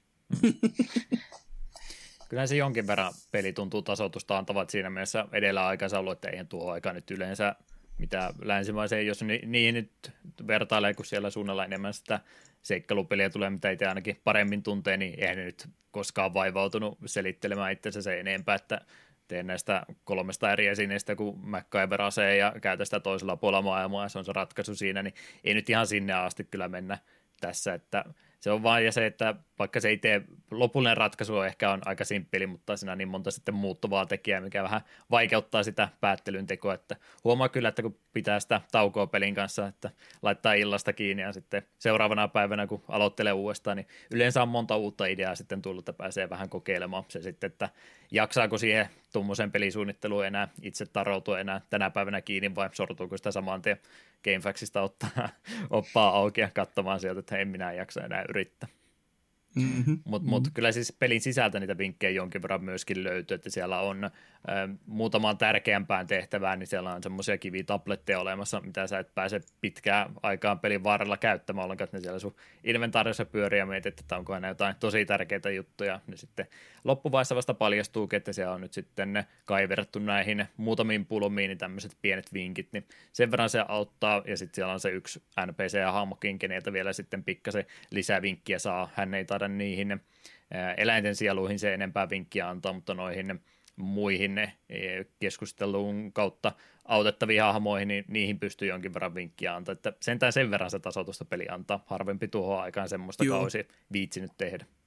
Kyllähän se jonkin verran peli tuntuu tasoitusta antavat siinä mielessä edellä aikansa ollut, että eihän tuo aika nyt yleensä mitä länsimaiseen, jos niihin nyt vertailee, kun siellä suunnalla enemmän sitä seikkailupeliä tulee, mitä itse ainakin paremmin tuntee, niin eihän ne nyt koskaan vaivautunut selittelemään itsensä se enempää, että teen näistä 3 eri esineistä, kun MacGyver asee ja käytä sitä toisella puolella maailmaa, ja se on se ratkaisu siinä, niin ei nyt ihan sinne asti kyllä mennä tässä, että se on vaan ja se, että vaikka se itse lopullinen ratkaisu ehkä on aika simppeli, mutta siinä on niin monta sitten muuttuvaa tekijää, mikä vähän vaikeuttaa sitä päättelyn tekoa, että huomaa kyllä, että kun pitää sitä taukoa pelin kanssa, että laittaa illasta kiinni ja sitten seuraavana päivänä, kun aloittelee uudestaan, niin yleensä on monta uutta ideaa sitten tullut, että pääsee vähän kokeilemaan se sitten, että jaksaako siihen tuommoisen pelisuunnitteluun enää itse taroutua enää tänä päivänä kiinni vai sortuuko sitä saman tien GameFAQsista ottaa oppaa auki ja katsomaan sieltä, että en minä jaksa enää yrittää. Mutta kyllä siis pelin sisältä niitä vinkkejä jonkin verran myöskin löytyy, että siellä on muutamaan tärkeämpään tehtävään, niin siellä on semmoisia kivitabletteja olemassa, mitä sä et pääse pitkään aikaan pelin varrella käyttämään ollenkaan, että ne siellä sun inventaarissa pyörii ja mietit, että onko aina jotain tosi tärkeitä juttuja, niin sitten loppuvaiheessa vasta paljastuukin, että siellä on nyt sitten kaiverrettu näihin muutamiin pulmiin niin tämmöiset pienet vinkit, niin sen verran se auttaa, ja sitten siellä on se yksi NPC-hahmokin, keneltä vielä sitten pikkasen lisää vinkkiä saa, hän ei taida niihin eläinten sieluihin se enempää vinkkiä antaa, mutta noihin muihin keskustelun kautta autettaviin hahmoihin, niin niihin pystyy jonkin verran vinkkiä antaa, että sentään sen verran se tasoitusta peli antaa, harvempi tuohon aikaan semmoista kausi viitsinyt tehdä.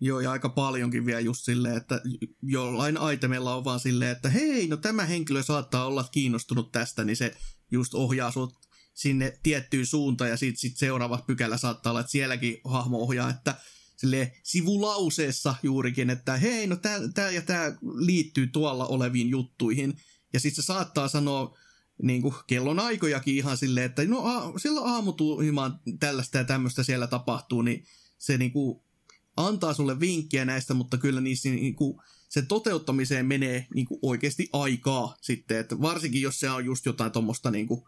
Joo, ja aika paljonkin vielä just silleen, että jollain itemilla on vaan silleen, että hei, no tämä henkilö saattaa olla kiinnostunut tästä, niin se just ohjaa sut sinne tiettyyn suuntaan, ja sit seuraava pykälä saattaa olla, että sielläkin hahmo ohjaa, että silleen sivulauseessa juurikin, että hei, no tää ja tää liittyy tuolla oleviin juttuihin, ja sitten se saattaa sanoa niin kuin kellon aikojakin ihan silleen, että no silloin aamutuhimaan tällaista ja tämmöistä siellä tapahtuu, niin se niin kuin antaa sulle vinkkiä näistä, mutta kyllä niissä niin kuin sen toteuttamiseen menee niin kuin oikeasti aikaa sitten, että varsinkin jos se on just jotain tuommoista niin kuin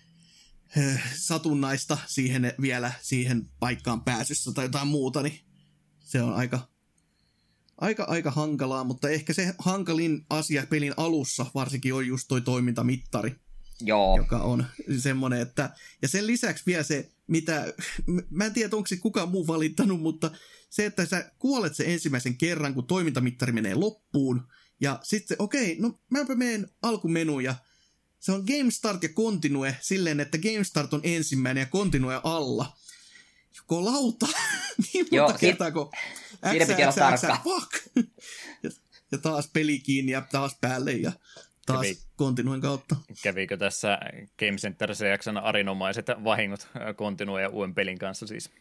satunnaista siihen paikkaan pääsyssä tai jotain muuta, niin se on aika hankalaa, mutta ehkä se hankalin asia pelin alussa varsinkin on just toi toimintamittari. Joo. Joka on semmoinen, että ja sen lisäksi vielä se, mitä, mä en tiedä onko se kukaan muu valittanut, mutta se, että sä kuolet sen ensimmäisen kerran, kun toimintamittari menee loppuun, ja sitten okei, no mäpä menen alkumenuun, ja se on Game Start ja Continue silleen, että Game Start on ensimmäinen ja Continue alla. Joko lauta, niin monta kertaa, kun siinä piti olla tarkka. Fuck! Ja taas peli kiinni ja taas päälle ja taas Continuen kautta. Kävikö tässä Game Center CX:n arinomaiset vahingot Continue ja uuden pelin kanssa siis?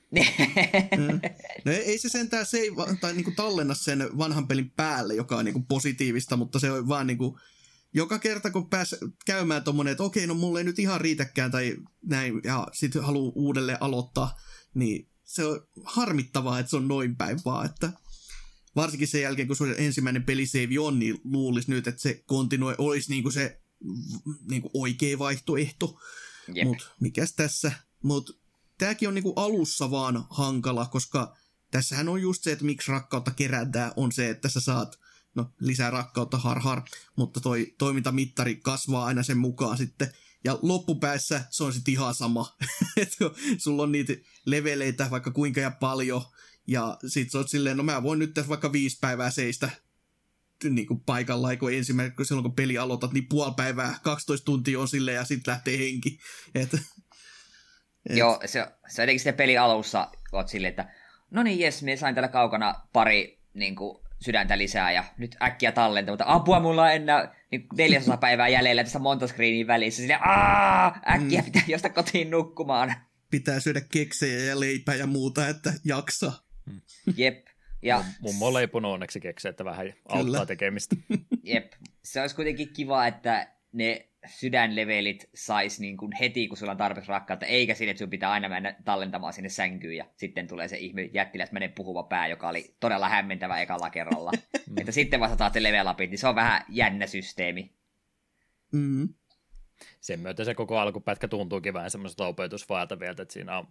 No ei se sentään, se ei tai niinku tallenna sen vanhan pelin päälle, joka on niinku positiivista, mutta se on vaan niinku joka kerta, kun pääs käymään tommonen, että okei, no mulle ei nyt ihan riitäkään tai näin, ja sit haluu uudelleen aloittaa, niin se on harmittavaa, että se on noin päin vaan, että varsinkin sen jälkeen, kun sun ensimmäinen peliseivi on, niin luulisi nyt, että se Continue olisi niinku se niinku oikea vaihtoehto. Mut mikäs tässä? Mut tääkin on niinku alussa vaan hankala, koska tässähän on just se, että miksi rakkautta kerätään, on se, että sä saat lisää rakkautta har, mutta toi toimintamittari kasvaa aina sen mukaan sitten. Ja loppupäässä se on sitten ihan sama. Että sulla on niitä leveleitä vaikka kuinka ja paljon, ja sit sä oot silleen, no mä voin nyt tässä vaikka 5 päivää seistä niin kuin paikallaan, kun ensimmäinen, silloin kun peli aloitat, niin puoli päivää, 12 tuntia on silleen, ja sitten lähtee henki. Joo, se on jotenkin sitten pelin alussa, oot silleen, että no niin, jes, me sain täällä kaukana pari niin kuin sydäntä lisää ja nyt äkkiä tallenta, mutta apua, mulla on enää niin 400 päivää jäljellä tässä monta screeniin välissä. Silleen, äkkiä pitää josta kotiin nukkumaan. Pitää syödä keksejä ja leipää ja muuta, että jaksaa. Jep. Ja mummo on leiponut onneksi keksejä, että vähän auttaa tekemistä. Jep. Se olisi kuitenkin kiva, että ne sydänlevelit sais niin kuin heti, kun sulla on tarpeeksi rakkautta, eikä siinä, että sun pitää aina mennä tallentamaan sinne sänkyyn, ja sitten tulee se ihme jättiläismäinen puhuva pää, joka oli todella hämmentävä ekalla kerralla. Että sitten vasta taas se level upit, niin se on vähän jännä systeemi. Mm. Sen myötä se koko alkupätkä tuntuukin vähän semmoiselta opetusvaatavilta, että siinä on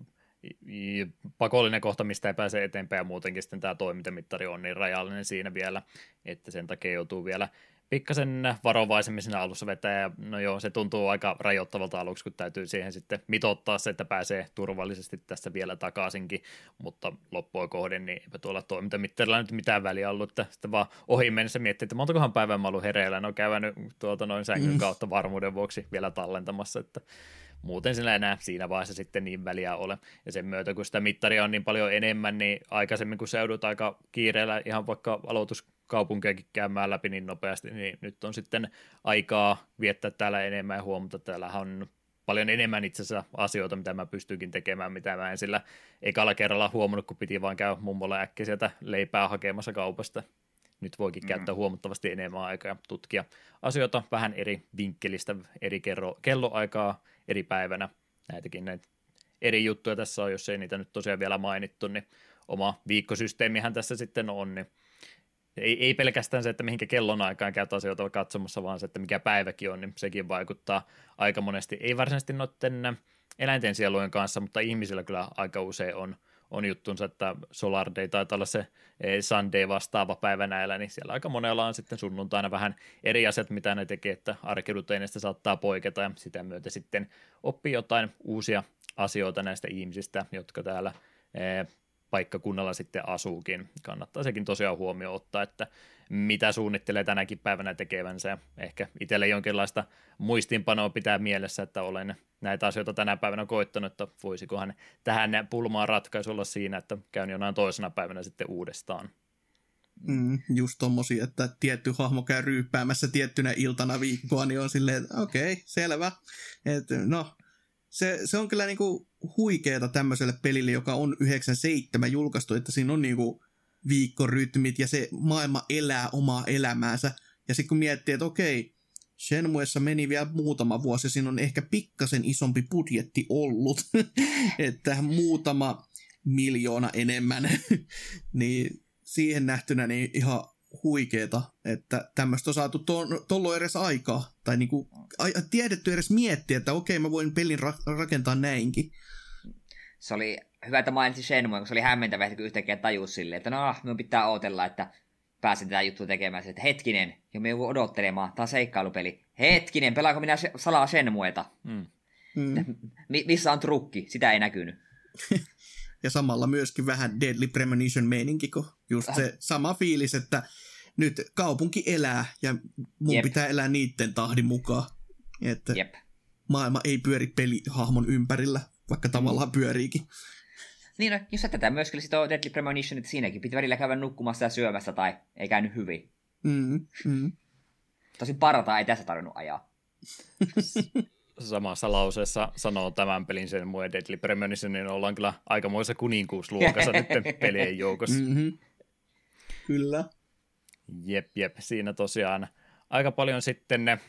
pakollinen kohta, mistä ei pääse eteenpäin, ja muutenkin sitten tämä toimintamittari on niin rajallinen siinä vielä, että sen takia joutuu vielä pikkasen varovaisemmin siinä alussa vetää, ja no joo, se tuntuu aika rajoittavalta aluksi, kun täytyy siihen sitten mitottaa se, että pääsee turvallisesti tässä vielä takaisinkin, mutta loppua kohden, niin eipä tuolla toimintamittarilla nyt mitään väliä ollut, että sitten vaan ohi mennessä miettii, että montakohan päivää mä ollut hereillä, no käynyt tuolta noin sängyn kautta varmuuden vuoksi vielä tallentamassa, että muuten sillä enää siinä vaiheessa sitten niin väliä ole. Ja sen myötä, kun sitä mittaria on niin paljon enemmän, niin aikaisemmin kun seudut aika kiireellä ihan vaikka aloituskaupunkiakin käymään läpi niin nopeasti, niin nyt on sitten aikaa viettää täällä enemmän ja huomata, että täällähän on paljon enemmän itse asiassa asioita, mitä mä pystynkin tekemään, mitä mä en sillä ekalla kerralla huomannut, kun piti vaan käydä mummolla äkkiä sieltä leipää hakemassa kaupasta. Nyt voikin käyttää huomattavasti enemmän aikaa ja tutkia asioita vähän eri vinkkelistä, eri kelloaikaa eri päivänä. Näitä eri juttuja tässä on, jos ei niitä nyt tosiaan vielä mainittu, niin oma viikkosysteemihän tässä sitten on, niin ei pelkästään se, että mihinkä kellonaikaan käyt asioita katsomassa, vaan se, että mikä päiväkin on, niin sekin vaikuttaa aika monesti. Ei varsinaisesti noiden eläinten sielujen kanssa, mutta ihmisillä kyllä aika usein on juttunsa, että Solar Day taitaa olla se Sunday vastaava päivä näillä, niin siellä aika monella on sitten sunnuntaina vähän eri asiat, mitä ne tekee, että arkiruteineista saattaa poiketa ja sitä myötä sitten oppii jotain uusia asioita näistä ihmisistä, jotka täällä paikkakunnalla sitten asuukin. Kannattaa sekin tosiaan huomioon ottaa, että mitä suunnittelee tänäkin päivänä tekevänsä. Ehkä itselle jonkinlaista muistiinpanoa pitää mielessä, että olen näitä asioita tänä päivänä koittanut, että voisikohan tähän pulmaan ratkaisu olla siinä, että käyn jonain toisena päivänä sitten uudestaan. Just tommosia, että tietty hahmo käy ryyppäämässä tiettynä iltana viikkoa, niin on silleen, että okei, selvä. No, se on kyllä niinku huikeeta tämmöiselle pelille, joka on 97 julkaistu, että siinä on niinku viikkorytmit ja se maailma elää omaa elämäänsä. Ja sitten kun miettii, että okei, Shenmuessa meni vielä muutama vuosi, siinä on ehkä pikkasen isompi budjetti ollut, että muutama miljoona enemmän, niin siihen nähtynä niin ihan huikeeta, että tämmöistä on saatu tolloin edes aikaa, tai niinku tiedetty edes miettiä, että okei, mä voin pelin rakentaa näinkin. Se oli hyvä, että mainitsi Shenmue, kun se oli hämmentävä, että yhtäkkiä tajus silleen, että no, minun pitää odotella, että pääsen tätä juttua tekemään. Että hetkinen, jo me joudun odottelemaan, tämä on seikkailupeli. Hetkinen, pelaanko minä salaa Shenmueta? Missä on trukki? Sitä ei näkynyt. Ja samalla myöskin vähän Deadly Premonition-meininki, kun just se sama fiilis, että nyt kaupunki elää ja mun pitää elää niitten tahdin mukaan. Että maailma ei pyöri pelihahmon ympärillä, vaikka tavallaan pyöriikin. Niin, no, jos tätä myöskin sitten on Deadly Premonition, että siinäkin piti välillä käydä nukkumassa ja syömässä tai ei käynyt hyvin. Tosin partaa ei tässä tarvinnut ajaa. Samassa lauseessa sanoo tämän pelin sen muu Deadly Premonition, niin ollaan kyllä aikamoisessa kuninkuusluokassa nyt pelien joukossa. Kyllä. Jep. Siinä tosiaan aika paljon sitten ne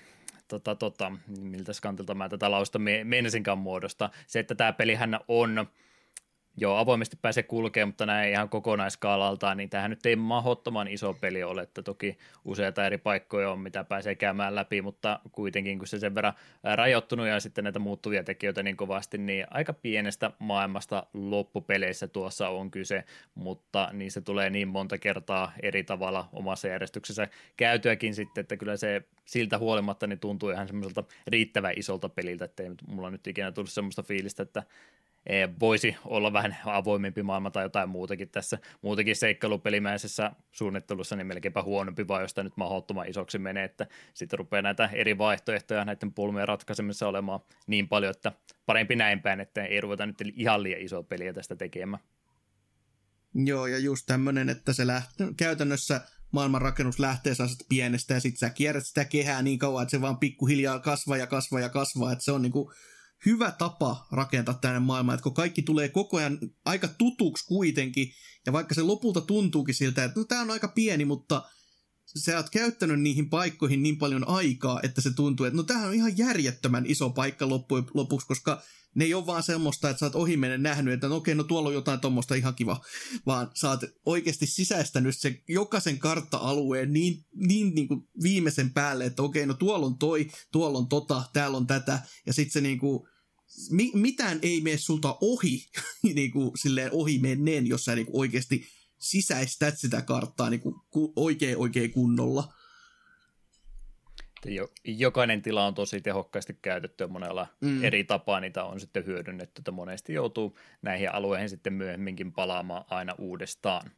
miltä kantilta mä tätä lausta meinasinkaan muodosta. Se, että tämä pelihän on avoimesti pääsee kulkemaan, mutta näin ihan kokonaiskaalaltaan, niin tämähän nyt ei mahdottoman iso peli ole, että toki useita eri paikkoja on, mitä pääsee käymään läpi, mutta kuitenkin kun se sen verran rajoittunut ja sitten näitä muuttuvia tekijöitä niin kovasti, niin aika pienestä maailmasta loppupeleissä tuossa on kyse, mutta niissä tulee niin monta kertaa eri tavalla omassa järjestyksessä käytyäkin sitten, että kyllä se siltä huolimatta niin tuntuu ihan semmoiselta riittävän isolta peliltä, että ei mulla nyt ikinä tullut semmoista fiilistä, että voisi olla vähän avoimempi maailma tai jotain muutakin tässä. Muutenkin seikkailupelimäisessä suunnittelussa niin melkeinpä huonompi, vaan jos tämä nyt mahdottoman isoksi menee, että sitten rupeaa näitä eri vaihtoehtoja näiden pulmien ratkaisemissa olemaan niin paljon, että parempi näin päin, että ei ruveta nyt ihan liian isoa peliä tästä tekemään. Joo, ja just tämmöinen, että se käytännössä maailmanrakennus lähtee sellaisesta pienestä ja sitten sä kierrät sitä kehää niin kauan, että se vaan pikkuhiljaa kasvaa, että se on niinku hyvä tapa rakentaa tänne maailmaa, että kun kaikki tulee koko ajan aika tutuksi kuitenkin, ja vaikka se lopulta tuntuukin siltä, että no tää on aika pieni, mutta sä oot käyttänyt niihin paikkoihin niin paljon aikaa, että se tuntuu, että no tämähän on ihan järjettömän iso paikka lopuksi, koska ne ei ole vaan semmoista, että sä oot ohimennen nähnyt, että no okei, no tuolla on jotain tommoista ihan kiva, vaan sä oot oikeasti sisäistänyt sen jokaisen kartta-alueen niin kuin viimeisen päälle, että okei, no tuolla on toi, tuolla on täällä on tätä, ja sit se niinku, mitään ei mene sulta ohi, niinku silleen ohi menneen, jos sä niinku oikeasti sisäistät sitä karttaa niinku oikein kunnolla. Jokainen tila on tosi tehokkaasti käytetty ja monella eri tapaa niitä on sitten hyödynnetty, että monesti joutuu näihin alueihin sitten myöhemminkin palaamaan aina uudestaan.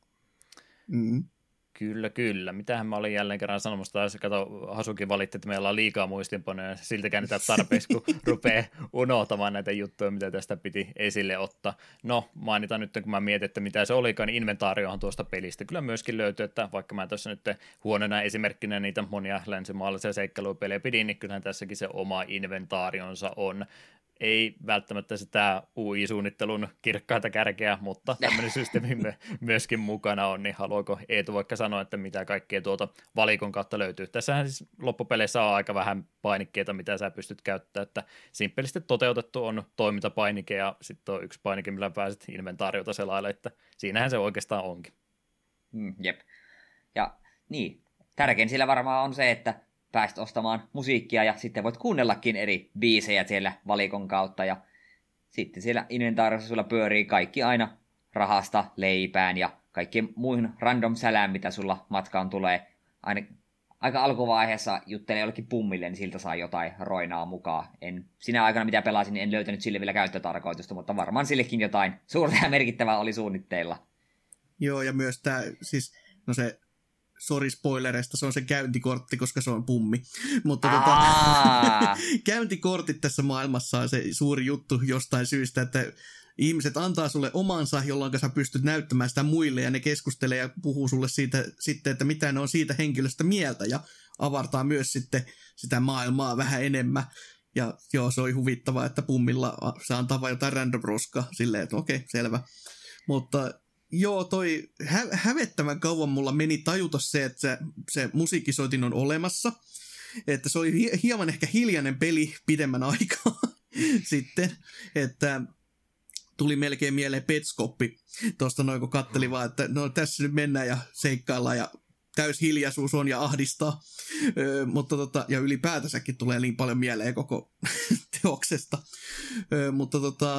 Kyllä. Mitähän mä olin jälleen kerran sanomassa, taas kato, Hasuki valitti, että meillä on liikaa muistinpanoja, ja siltäkään niitä tarpeeksi, kun rupeaa unohtamaan näitä juttuja, mitä tästä piti esille ottaa. No, mainitaan nyt, kun mä mietin, että mitä se olikaan, niin inventaariohan tuosta pelistä kyllä myöskin löytyy, että vaikka mä tässä nyt huonona esimerkkinä niitä monia länsimaalaisia seikkailupelejä pidin, niin kyllähän tässäkin se oma inventaarionsa on. Ei välttämättä sitä UI-suunnittelun kirkkaita kärkeä, mutta tämmöinen systeemi myöskin mukana on, niin haluaako Eetu vaikka sanoa, että mitä kaikkea tuolta valikon kautta löytyy. Tässähän siis loppupeleissä on aika vähän painikkeita, mitä sä pystyt käyttämään, että simppelisti toteutettu on toimintapainike ja sitten on yksi painike, millä pääset inventaariota selaille, että siinähän se oikeastaan onkin. Jep. Ja niin, tärkein siellä varmaan on se, että pääset ostamaan musiikkia ja sitten voit kuunnellakin eri biisejä siellä valikon kautta ja sitten siellä inventaarissa sulla pyörii kaikki aina rahasta leipään ja kaikkien muihin random sälään, mitä sulla matkaan tulee. Aika alkuvaiheessa juttelee jollekin pummille, niin siltä saa jotain roinaa mukaan. Sinä aikana, mitä pelasin, en löytänyt sille vielä käyttötarkoitusta, mutta varmaan sillekin jotain suurta ja merkittävää oli suunnitteilla. Joo, ja myös tämä, siis, no se sori spoilereista, se on se käyntikortti, koska se on pummi. Mutta käyntikortit tässä maailmassa on se suuri juttu jostain syystä, että ihmiset antaa sulle omansa, jolloin sä pystyt näyttämään sitä muille, ja ne keskustelee ja puhuu sulle siitä sitten, että mitä ne on siitä henkilöstä mieltä, ja avartaa myös sitten sitä maailmaa vähän enemmän. Ja joo, se oli huvittavaa, että pummilla saa antaa vain jotain random roskaa, silleen, että okei, selvä. Mutta joo, toi hävettävän kauan mulla meni tajuta se, että se musiikkisoitin on olemassa. Että se oli hieman ehkä hiljainen peli pidemmän aikaa sitten, että tuli melkein mieleen Petskoppi tuosta noin, kun katteli vaan, että no tässä nyt mennään ja seikkaillaan ja täyshiljaisuus on ja ahdistaa, mutta ja ylipäätänsäkin tulee niin paljon mieleen koko teoksesta, mutta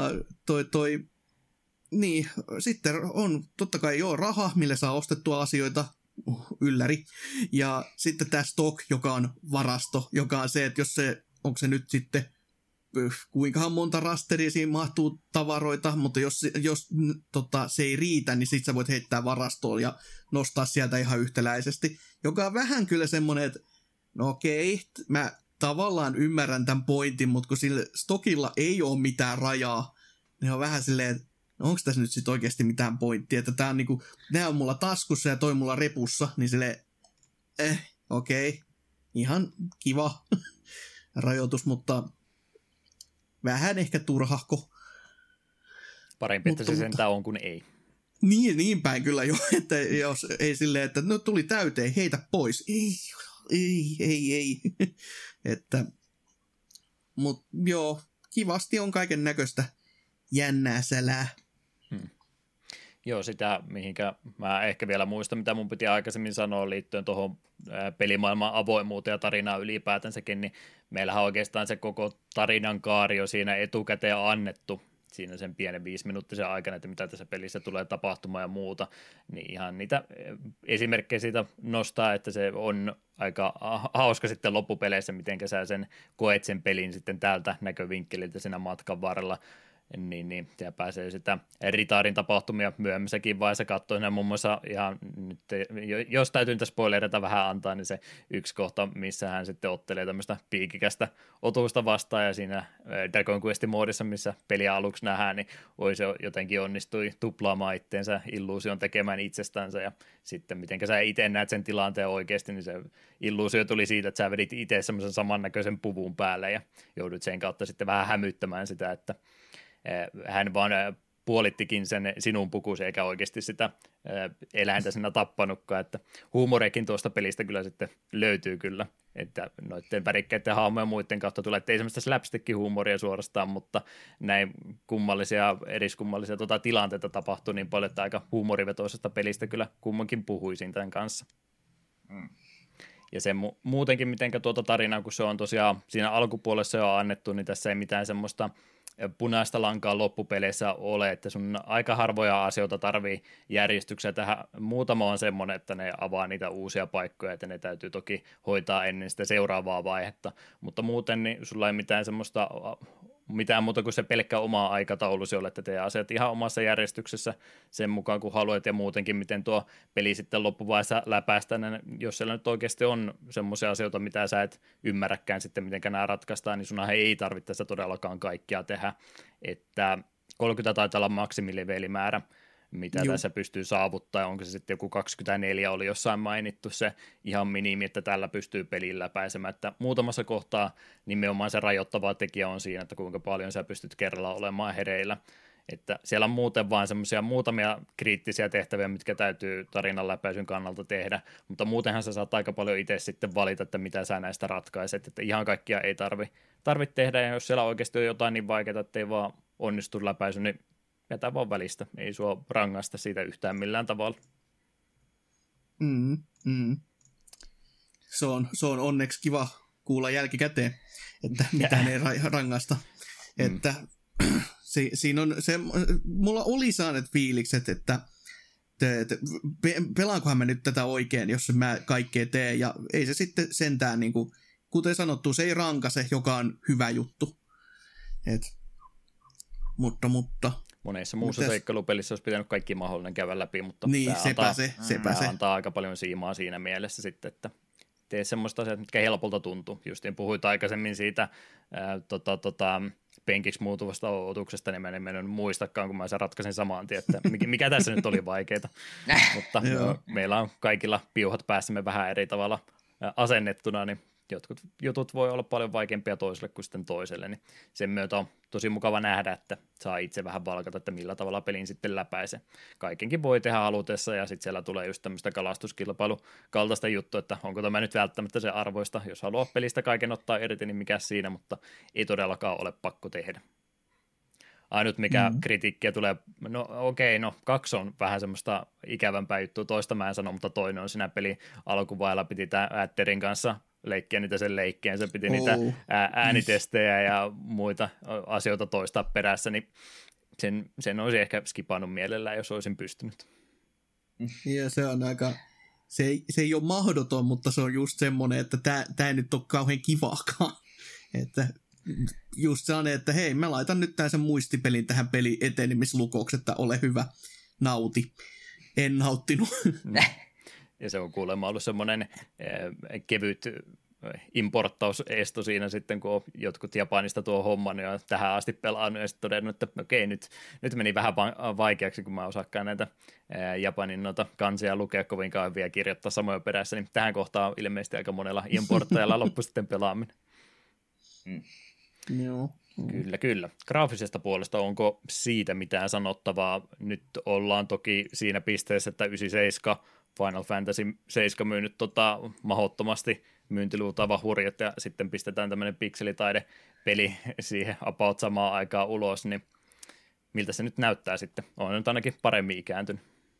niin, sitten on totta kai raha, millä saa ostettua asioita, ylläri, ja sitten tämä stock, joka on varasto, joka on se, että jos onko se nyt sitten kuinkahan monta rasteria siinä mahtuu tavaroita, mutta jos se ei riitä, niin sit sä voit heittää varastoon ja nostaa sieltä ihan yhtäläisesti, joka on vähän kyllä semmoinen, että no okei, mä tavallaan ymmärrän tämän pointin, mutta kun sillä stokilla ei ole mitään rajaa, niin on vähän silleen, että no onko tässä nyt sit oikeasti mitään pointtia, että tää on niinku, nää on mulla taskussa ja toi mulla repussa, niin silleen, okei, ihan kiva rajoitus, mutta vähän ehkä turhahko. Parempi, että se sentään on kuin ei. Niin päin kyllä jo, että jos ei silleen, että no tuli täyteen, heitä pois. Ei. Että, mut joo, kivasti on kaiken näköistä jännää sälää. Joo, sitä mihinkä mä ehkä vielä muistan, mitä mun piti aikaisemmin sanoa liittyen tuohon pelimaailman avoimuuteen ja tarinaan ylipäätänsäkin, niin meillähän oikeastaan se koko tarinan kaari on siinä etukäteen annettu, siinä sen pienen 5-minuuttisen aikana, että mitä tässä pelissä tulee tapahtumaan ja muuta, niin ihan niitä esimerkkejä siitä nostaa, että se on aika hauska sitten loppupeleissä, miten sä sen koet sen pelin sitten täältä näkövinkkeliltä siinä matkan varrella, niin siellä pääsee sitä Ritaarin tapahtumia myöhemmässäkin vaiheessa katsoa. Muun muassa ihan nyt, jos täytyy niitä spoilereita vähän antaa, niin se yksi kohta, missä hän sitten ottelee tämmöistä piikikästä otusta vastaan, ja siinä Dragon Quest-moodissa, missä peliä aluksi nähdään, niin se jotenkin onnistui tuplaamaan itteensä illuusion tekemään itsestänsä, ja sitten miten sä itse näet sen tilanteen oikeasti, niin se illuusio tuli siitä, että sä vedit itse semmoisen samannäköisen puvun päälle, ja joudut sen kautta sitten vähän hämyttämään sitä, että hän vaan puolittikin sen sinun pukusi eikä oikeasti sitä eläintä sinä tappanutkaan, että huumorekin tuosta pelistä kyllä sitten löytyy kyllä, että noiden värikkäiden hahmojen ja muiden kautta tulee, että ei semmoista slapstick-huumoria suorastaan, mutta näin eriskummallisia tilanteita tapahtuu niin paljon, että aika huumorivetoisesta pelistä kyllä kummankin puhuisin tämän kanssa. Ja se muutenkin, mitenkä tuota tarinaa, kun se on tosiaan siinä alkupuolessa jo annettu, niin tässä ei mitään semmoista punaista lankaa loppupeleissä ole, että sun aika harvoja asioita tarvii järjestyksiä tähän. Muutama on semmoinen, että ne avaa niitä uusia paikkoja, että ne täytyy toki hoitaa ennen sitä seuraavaa vaihetta, mutta muuten niin sulla ei mitään muuta kuin se pelkkä oma aikataulusi ole, että tee asiat ihan omassa järjestyksessä sen mukaan, kun haluat, ja muutenkin, miten tuo peli sitten loppuvaiheessa läpäistään, niin jos siellä nyt oikeasti on semmoisia asioita, mitä sä et ymmärräkään sitten, miten nämä ratkaistaan, niin sunhan ei tarvitse tässä todellakaan kaikkia tehdä, että 30 taitaa olla maksimilevelimäärä, mitä tässä pystyy saavuttaa, onko se sitten joku 24 oli jossain mainittu se ihan minimi, että tällä pystyy pelin läpäisemään, että muutamassa kohtaa nimenomaan se rajoittava tekijä on siinä, että kuinka paljon sä pystyt kerralla olemaan hereillä, että siellä on muuten vaan semmoisia muutamia kriittisiä tehtäviä, mitkä täytyy tarinan läpäisyn kannalta tehdä, mutta muutenhan sä saat aika paljon itse sitten valita, että mitä sä näistä ratkaiset, että ihan kaikkia ei tarvitse tehdä, ja jos siellä oikeasti on jotain niin vaikeaa, että ei vaan onnistu läpäisy, niin jätä vaan välistä. Ei sua rangaista siitä yhtään millään tavalla. Se on onneksi kiva kuulla jälkikäteen, että mitään ei rangaista. Että siinä on se, mulla oli saaneet fiilikset, että pelaankohan mä nyt tätä oikein, jos mä kaikkea teen, ja ei se sitten sentään, niin kuin, kuten sanottu, se ei rankase, joka on hyvä juttu. Mutta. Monessa muussa seikkailupelissä olisi pitänyt kaikki mahdollinen käydä läpi, mutta niin, tämä antaa aika paljon siimaa siinä mielessä sitten, että tee semmoista asiat, mitkä helpolta tuntuu. Justiin puhuit aikaisemmin siitä penkiksi muutuvasta otuksesta, niin mä en mennyt muistakaan, kun mä sen ratkaisin samaan tien, että mikä tässä nyt oli vaikeaa. Mutta meillä on kaikilla piuhat päässämme vähän eri tavalla asennettuna, niin jotkut jutut voi olla paljon vaikeampia toiselle kuin sitten toiselle, niin sen myötä on tosi mukava nähdä, että saa itse vähän valkata, että millä tavalla pelin sitten läpäisee. Kaikenkin voi tehdä halutessa, ja sitten siellä tulee just tämmöistä kalastuskilpailukaltaista juttua, että onko tämä nyt välttämättä se arvoista, jos haluaa pelistä kaiken ottaa irti, niin mikä siinä, mutta ei todellakaan ole pakko tehdä. Ainut mikä kritiikkiä tulee, no okei, 2 on vähän semmoista ikävämpää juttua, toista mä en sano, mutta toinen on siinä pelin alkuvailla piti tämä Ätterin kanssa leikkiä niitä sen leikkeen, se piti niitä äänitestejä ja muita asioita toistaa perässä, niin sen olisi ehkä skipannut mielellään, jos olisin pystynyt. Ja se on aika, se ei ole mahdoton, mutta se on just semmoinen, että tämä ei nyt ole kauhean kivaakaan, että just sellainen, että hei, mä laitan nyt tämän sen muistipelin tähän pelin etenemislukoksi, että ole hyvä, nauti. En nauttinut. Ja se on kuulemma ollut semmoinen kevyt importtausesto siinä sitten, kun on jotkut Japanista tuo homman ja tähän asti pelannut ja sitten todennut, että okei, nyt meni vähän vaikeaksi, kun mä osakkaan näitä Japanin kansia lukea kovinkaan hyviä kirjoittaa samoja perässä, niin tähän kohtaan on ilmeisesti aika monella importtajalla loppu sitten pelaaminen. Joo. Kyllä. Graafisesta puolesta onko siitä mitään sanottavaa? Nyt ollaan toki siinä pisteessä, että 97 Final Fantasy 7 myynyt mahdottomasti myyntiluulta hurjat ja sitten pistetään tämmöinen pikselitaide-peli siihen about samaan aikaan ulos, niin miltä se nyt näyttää sitten? On nyt ainakin paremmin ikääntynyt.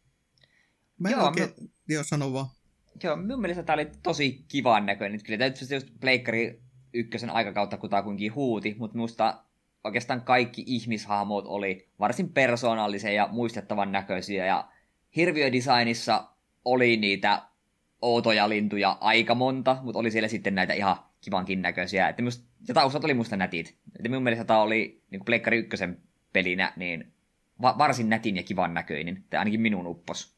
Joo, sano vaan. Joo, minun mielestä tämä oli tosi kivan näköinen. Kyllä tämä just Pleikkari 1 aikakautta kutakuinkin huuti, mutta minusta oikeastaan kaikki ihmishahmot oli varsin persoonallisia ja muistettavan näköisiä, ja hirviödesignissa oli niitä outoja lintuja aika monta, mutta oli siellä sitten näitä ihan kivankin näköisiä, ja taustat oli musta nätit. Että minun mielestä tämä oli niin Pleikkari 1 pelinä niin varsin nätin ja kivan näköinen, tai ainakin minun uppos.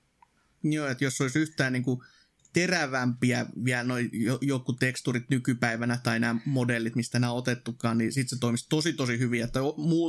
Joo, että jos olisi yhtään niin kuin terävämpiä vielä joku teksturit nykypäivänä tai nämä modellit, mistä nämä on otettukaan, niin sitten se toimisi tosi hyvin. Että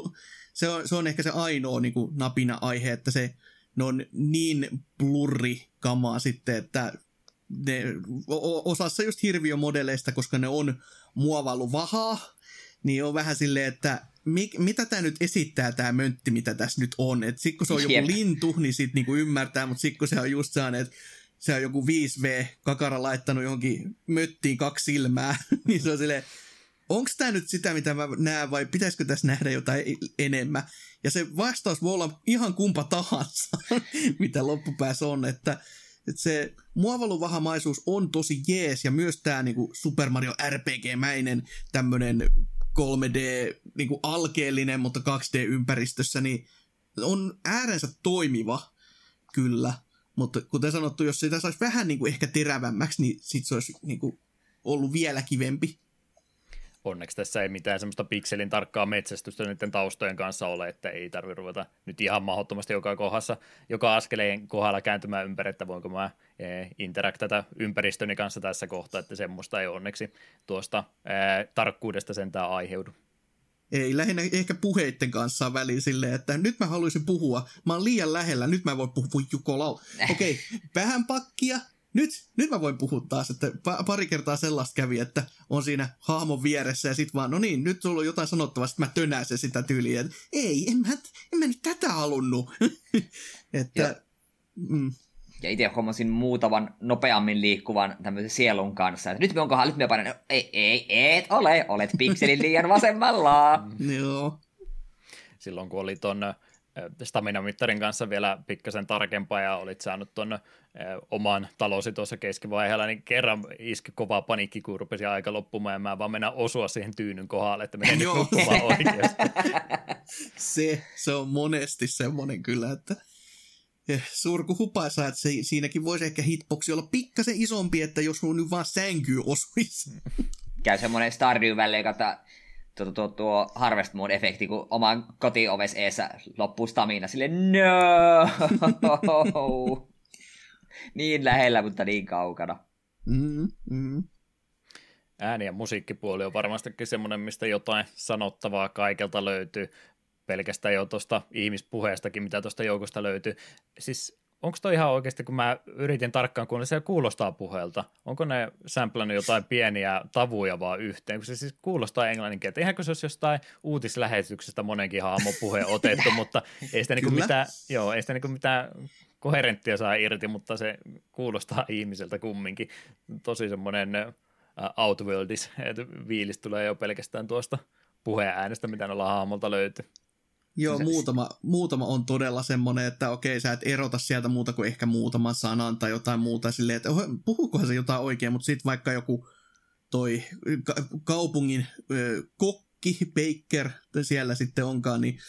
se on ehkä se ainoa niin kuin napina-aihe, että ne on niin blurri kamaa sitten, että ne osassa just hirviömodeleista, koska ne on muovailuvahaa, niin on vähän silleen, että mitä tämä nyt esittää tämä möntti, mitä tässä nyt on. Että sitten kun se on joku lintu, niin sitten niinku ymmärtää, mutta sitten kun se on just sellainen, että se on joku 5V-kakara laittanut johonkin möttiin 2 silmää, niin se on silleen, onko tämä nyt sitä, mitä mä näen, vai pitäisikö tässä nähdä jotain enemmän? Ja se vastaus voi olla ihan kumpa tahansa, mitä loppupäässä on, että se muovailuvahamaisuus on tosi jees, ja myös tämä niinku Super Mario RPG-mäinen tämmöinen 3D niinku alkeellinen, mutta 2D-ympäristössä, niin on äärensä toimiva, kyllä. Mutta kuten sanottu, jos sitä saisi vähän niinku ehkä terävämmäksi, niin sit se olisi niinku ollut vielä kivempi. Onneksi tässä ei mitään semmoista pikselin tarkkaa metsästystä niiden taustojen kanssa ole, että ei tarvitse ruveta nyt ihan mahdottomasti joka askeleen kohdalla kääntymään ympäri, että voinko mä interaktata ympäristöni kanssa tässä kohtaa, että semmoista ei onneksi tuosta tarkkuudesta sentään aiheudu. Ei, lähinnä ehkä puheitten kanssa on väliin silleen, että nyt mä haluaisin puhua, mä oon liian lähellä, nyt mä voin puhua jukolau. Okei, vähän pakkia. Nyt mä voin puhua taas, että pari kertaa sellaista kävi, että on siinä hahmon vieressä ja sit vaan, no niin, nyt sulla on jotain sanottavaa, sit mä tönäsen sitä tyyliä, että ei, en mä nyt tätä halunnut. Että, Ja itse hommasin muutaman nopeammin liikkuvan tämmöisen sielun kanssa, että nyt me painan, no, et ole, olet pikselin liian vasemmalla. Joo. Silloin kun oli ton stamina-mittarin kanssa vielä pikkasen tarkempaa ja olit saanut ton oman talosi tuossa keskivaiheella, niin kerran iski kovaa paniikki, kun rupesi aika loppumaan ja mä vaan mennä osua siihen tyynyn kohdalle, että menen nyt nukkumaan oikeasti. Se on monesti semmoinen kyllä, että surku hupaisa, että siinäkin voisi ehkä hitboxi olla pikkasen isompi, että jos mun nyt vaan sänkyy osuisi. Käy semmoinen Stardew Valley, että tuo Harvest Moon-efekti, kun oman kotioves eessä loppuu stamina. Silleen, no! Niin lähellä, mutta niin kaukana. Ääni- ja musiikkipuoli on varmastikin semmoinen, mistä jotain sanottavaa kaikelta löytyy. Pelkästään jo tuosta ihmispuheestakin, mitä tuosta joukosta löytyy. Siis onko toi ihan oikeasti, kun mä yritin tarkkaan kuunnella, se kuulostaa puheelta. Onko ne samplannut jotain pieniä tavuja vaan yhteen? Kun se siis kuulostaa englanninkieltä. Eihän se olisi jostain uutislähetyksestä monenkin hahmon puhe otettu, mutta ei sitä niinku mitään koherenttia saa irti, mutta se kuulostaa ihmiseltä kumminkin. Tosi semmoinen outworldis, että viilis tulee jo pelkästään tuosta puheäänestä, mitä noilla hahmolta löytyy. Joo, muutama on todella semmoinen, että okei, sä et erota sieltä muuta kuin ehkä muutaman sanan tai jotain muuta silleen, että puhuukohan se jotain oikein, mutta sitten vaikka joku toi kaupungin kokki, baker, siellä sitten onkaan, niin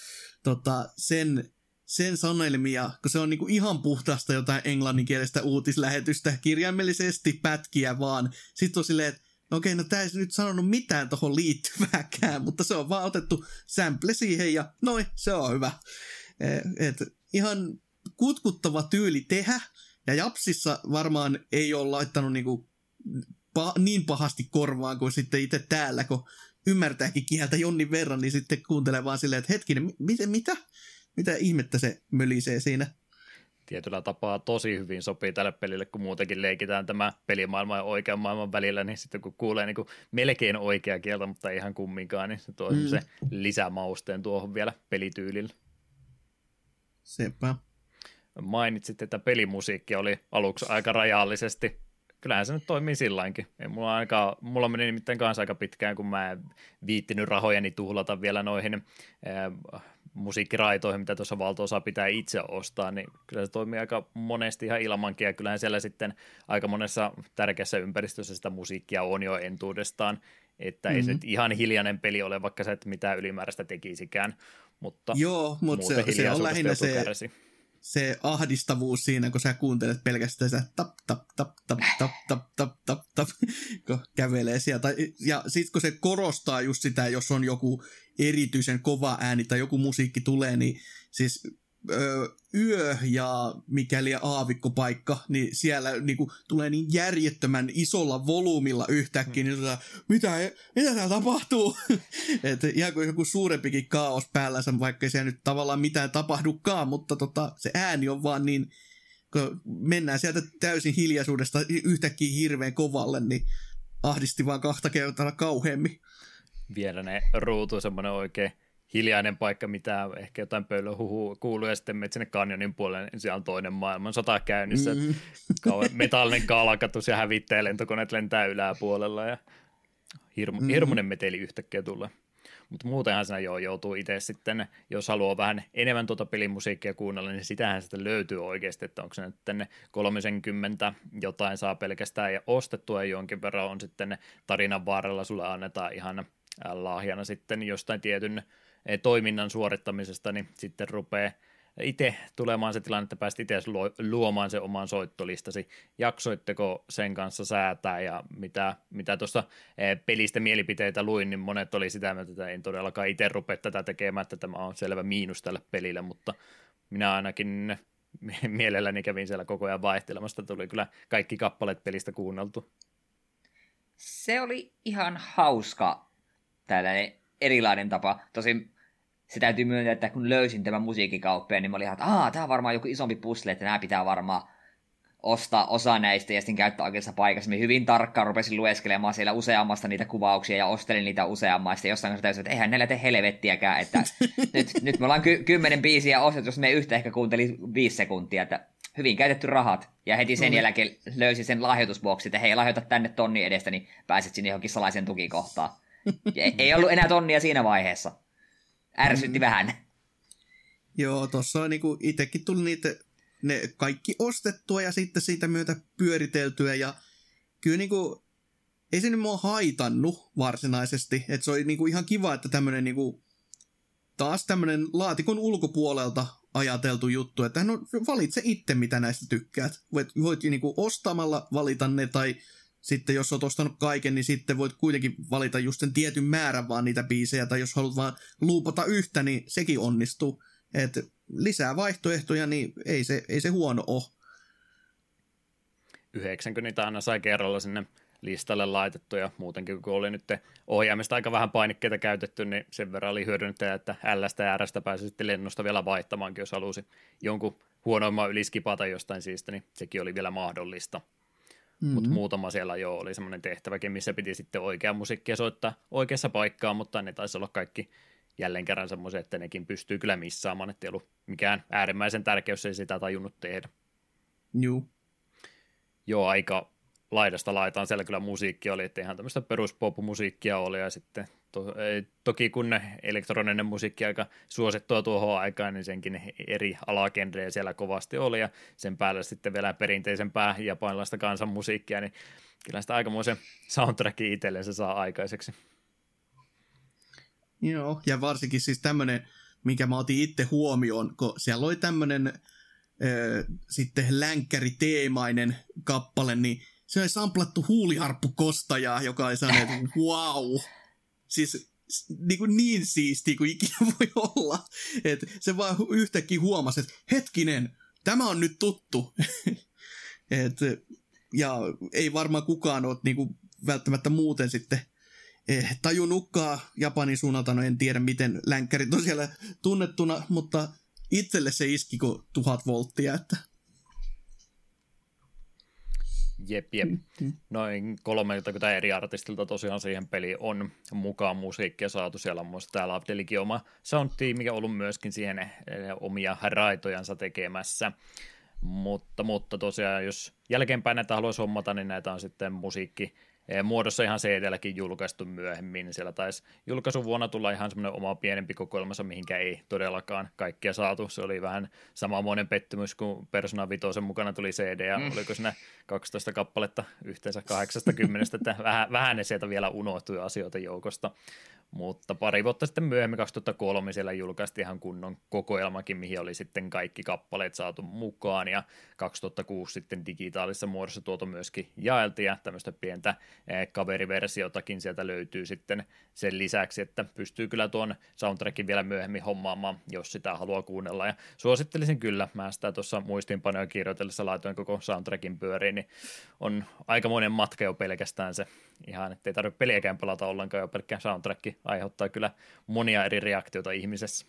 sen sanelmia, kun se on niinku ihan puhtaasta jotain englanninkielistä uutislähetystä, kirjaimellisesti pätkiä vaan, sitten on silleen, että okei, no tää ei nyt sanonut mitään tohon liittyvääkään, mutta se on vaan otettu sample siihen ja noin, se on hyvä. Et ihan kutkuttava tyyli tehdä, ja Japsissa varmaan ei ole laittanut niinku niin pahasti korvaan kuin sitten itse täällä, kun ymmärtääkin kieltä jonnin verran, niin sitten kuuntelee vaan silleen, että hetkinen, mitä ihmettä se mölisee siinä? Tietyllä tapaa tosi hyvin sopii tälle pelille, kun muutenkin leikitään tämä pelimaailman ja oikean maailman välillä, niin sitten kun kuulee niin kuin melkein oikea kieltä, mutta ei ihan kumminkaan, niin se tuo se lisämausteen tuohon vielä pelityylillä. Sepä. Mainitsit, että pelimusiikki oli aluksi aika rajallisesti. Kyllähän se nyt toimii sillainkin. Mulla meni nimittäin kanssa aika pitkään, kun mä en viittinyt rahojani tuhlata vielä noihin musiikkiraitoihin, mitä tuossa valtaosa pitää itse ostaa, niin kyllä se toimii aika monesti ihan ilmankin, ja kyllähän siellä sitten aika monessa tärkeässä ympäristössä sitä musiikkia on jo entuudestaan, että ei se ihan hiljainen peli ole, vaikka sä et mitään ylimääräistä tekisikään, mutta joo, mutta se on lähinnä se ahdistavuus siinä, kun sä kuuntelet pelkästään sitä tap, tap, tap, tap, tap, tap, tap, tap, tap, kun kävelee sieltä. Ja sitten kun se korostaa just sitä, jos on joku erityisen kova ääni tai joku musiikki tulee, niin siis yö ja mikäli aavikkopaikka, niin siellä niinku tulee niin järjettömän isolla volyymilla yhtäkkiä, niin mitä täällä tapahtuu? Että ihan kuin joku suurempikin kaos päällä, vaikka ei siellä nyt tavallaan mitään tapahdukaan, mutta se ääni on vaan niin, kun mennään sieltä täysin hiljaisuudesta yhtäkkiä hirveän kovalle, niin ahdisti vaan 2 kertaa kauheammin. Vielä ne ruutuu semmoinen oikein hiljainen paikka, mitä ehkä jotain pöylöhuhua kuuluu, ja sitten menet sinne kanjonin puolelle, niin siellä on toinen maailmansota käynnissä, metallinen kalkatus ja hävittäjä lentokoneet lentää yläpuolella, ja hirmuinen meteli yhtäkkiä tulee. Mutta muutenhan siinä joutuu itse sitten, jos haluaa vähän enemmän tuota pelimusiikkia kuunnella, niin sitähän sitten löytyy oikeasti, että onko se nyt tänne 30 jotain saa pelkästään ja ostettua, ja jonkin verran on sitten tarinan varrella sulle annetaan ihan lahjana sitten jostain tietyn toiminnan suorittamisesta, niin sitten rupeaa itse tulemaan se tilanne, että pääsit itse luomaan sen oman soittolistasi. Jaksoitteko sen kanssa säätää, ja mitä tuossa pelistä mielipiteitä luin, niin monet oli sitä mieltä, että en todellakaan itse rupea tätä tekemään, että tämä on selvä miinus tälle pelille, mutta minä ainakin mielelläni kävin siellä koko ajan vaihtelemasta, tuli kyllä kaikki kappaleet pelistä kuunneltu. Se oli ihan hauska tällainen erilainen tapa. Tosin se täytyy myöntää, että kun löysin tämän musiikkikauppeen, niin mä olin ihan, että tämä on varmaan joku isompi puzzle, että nämä pitää varmaan ostaa osa näistä ja sitten käyttää oikeassa paikassa. Mä hyvin tarkkaan rupesin lueskelemaan siellä useammasta niitä kuvauksia ja ostelin niitä useammasta. Ja jossain kanssa täysin, että eihän näillä tee helvettiäkään, että nyt me ollaan 10 biisiä ostettu, jos me yhtä ehkä kuuntelin 5 sekuntia, että hyvin käytetty rahat. Ja heti sen jälkeen löysin sen lahjoitusboksi, että hei, lahjoita tänne tonnin edestä, niin pääset sinne johonkin salaisen tukikohtaan. Ei ollut enää tonnia siinä vaiheessa. Ärsytti vähän. Joo, tossa on niinku itsekin tuli ne kaikki ostettua ja sitten siitä myötä pyöriteltyä ja kyllä niinku ei se nyt mua haitannut varsinaisesti, että se oli niinku ihan kiva, että tämmönen niinku taas tämmönen laatikon ulkopuolelta ajateltu juttu, että no valitse itse mitä näistä tykkäät. Voit niinku ostamalla valita ne tai sitten jos olet ostanut kaiken, niin sitten voit kuitenkin valita just sen tietyn määrän vaan niitä biisejä, tai jos haluat vaan luupata yhtä, niin sekin onnistuu. Et lisää vaihtoehtoja, niin ei se huono ole. 90 niitä aina sai kerralla sinne listalle laitettu, ja muutenkin kun oli nyt ohjaamista aika vähän painikkeita käytetty, niin sen verran oli hyödynnettä, että L:stä ja R:stä pääsi sitten lennosta vielä vaihtamaankin, jos halusi jonkun huonoimman yliskipata jostain siistä, niin sekin oli vielä mahdollista. Mutta muutama siellä jo oli semmoinen tehtäväkin, missä piti sitten oikea musiikkia soittaa oikeassa paikkaan, mutta ne taisi olla kaikki jälleen kerran semmoisia, että nekin pystyy kyllä missaamaan, ettei ollut mikään äärimmäisen tärkeys, ei sitä tajunnut tehdä. Joo, aika laidasta laitaan siellä kyllä musiikki oli, että ihan tämmöistä peruspop-musiikkia oli, ja sitten toki kun elektroninen musiikki aika suosittua tuohon aikaan, niin senkin eri alagenrejä siellä kovasti oli, ja sen päälle sitten vielä perinteisempää japanilaista kansanmusiikkia, niin kyllä sitä aikamoisen soundtrackin itsellensä saa aikaiseksi. Joo, ja varsinkin siis tämmöinen, mikä mä otin itse huomioon, kun siellä oli tämmöinen sitten länkkäri-teemainen kappale, niin se oli samplattu huuliharppukostajaa, joka oli sanonut, että wow, siis niin siistiä kuin ikinä voi olla. Että se vaan yhtäkkiä huomasi, että hetkinen, tämä on nyt tuttu. Ja ei varmaan kukaan ole niinku välttämättä muuten sitten tajunnutkaan Japanin suunnalta, no en tiedä miten länkkärit on siellä tunnettuna, mutta itselle se iski kuin 1000 volttia, että Jep. Noin 30 eri artistilta tosiaan siihen peliin on mukaan musiikkia saatu. Siellä on myös tämä Lovedelikin oma soundteam, mikä on ollut myöskin siihen omia raitojansa tekemässä. Mutta tosiaan, jos jälkeenpäin näitä haluaisi hommata, niin näitä on sitten musiikki muodossa ihan CD-lläkin julkaistu myöhemmin. Siellä taisi julkaisuvuonna tulla ihan semmoinen oma pienempi kokoelmansa, mihinkä ei todellakaan kaikkia saatu. Se oli vähän samanmoinen pettymys, kun Persona 5 mukana tuli CD, ja oliko siinä 12 kappaletta yhteensä 80, että vähän ne sieltä vielä unohtui asioita joukosta. Mutta pari vuotta sitten myöhemmin, 2003, siellä julkaistiin ihan kunnon kokoelmakin, mihin oli sitten kaikki kappaleet saatu mukaan, ja 2006 sitten digitaalisessa muodossa tuotu myöskin jaeltiin, ja tämmöistä pientä kaveriversiotakin sieltä löytyy sitten sen lisäksi, että pystyy kyllä tuon soundtrackin vielä myöhemmin hommaamaan, jos sitä haluaa kuunnella, ja suosittelisin kyllä, mä sitä tuossa muistiinpanoja kirjoitellessa laitoin koko soundtrackin pyöriin, niin on aikamoinen matka jo pelkästään se, ihan ettei tarvitse peliäkään pelata ollenkaan, jo pelkkä soundtrack aiheuttaa kyllä monia eri reaktioita ihmisessä.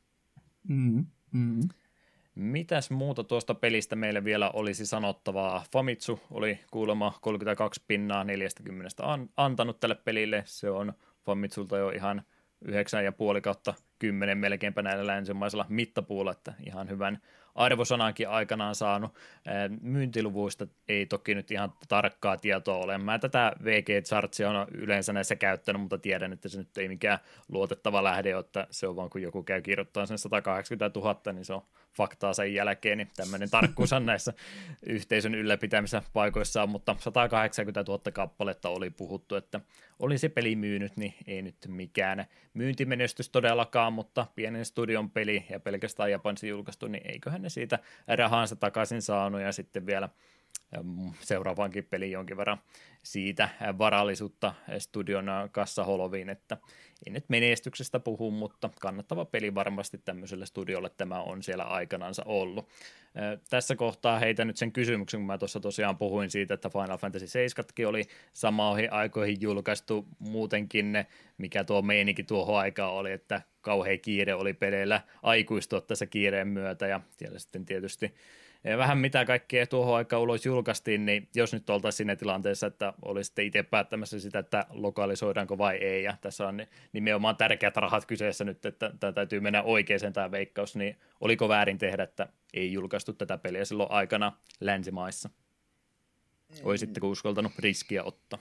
Mitäs muuta tuosta pelistä meille vielä olisi sanottavaa? Famitsu oli kuulemma 32 pinnaa 40 antanut tälle pelille. Se on Famitsulta jo ihan 9,5/10 melkeinpä näillä länsimaisella mittapuulla, että ihan hyvän arvosanaankin aikanaan saanut. Myyntiluvuista ei toki nyt ihan tarkkaa tietoa ole. Mä tätä VG-chartsia on yleensä näissä käyttänyt, mutta tiedän, että se nyt ei mikään luotettava lähde, että se on vaan kun joku käy kirjoittamaan sen 180 000, niin se on faktaa sen jälkeen, niin tämmöinen tarkkuushan näissä yhteisön ylläpitämissä paikoissa on, mutta 180 000 kappaletta oli puhuttu, että oli se peli myynyt, niin ei nyt mikään myyntimenestys todellakaan, mutta pienen studion peli ja pelkästään Japanissa julkaistu, niin eiköhän ne siitä rahansa takaisin saanut, ja sitten vielä seuraavankin peli jonkin verran siitä varallisuutta studion kassaholoviin, että ei nyt menestyksestä puhu, mutta kannattava peli varmasti tämmöiselle studiolle tämä on siellä aikanansa ollut. Tässä kohtaa heitän nyt sen kysymyksen, kun mä tuossa tosiaan puhuin siitä, että Final Fantasy 7 oli samoihin aikoihin julkaistu muutenkin, mikä tuo meininki tuohon aikaan oli, että kauhea kiire oli peleillä aikuistua tässä kiireen myötä, ja siellä sitten tietysti vähän mitä kaikkea tuohon aikaan ulos julkaistiin, niin jos nyt oltaisiin siinä tilanteessa, että olisitte itse päättämässä sitä, että lokalisoidaanko vai ei, ja tässä on nimenomaan tärkeät rahat kyseessä nyt, että tämä täytyy mennä oikeaan tämä veikkaus, niin oliko väärin tehdä, että ei julkaistu tätä peliä silloin aikana länsimaissa? Olisitteko uskaltanut riskiä ottaa?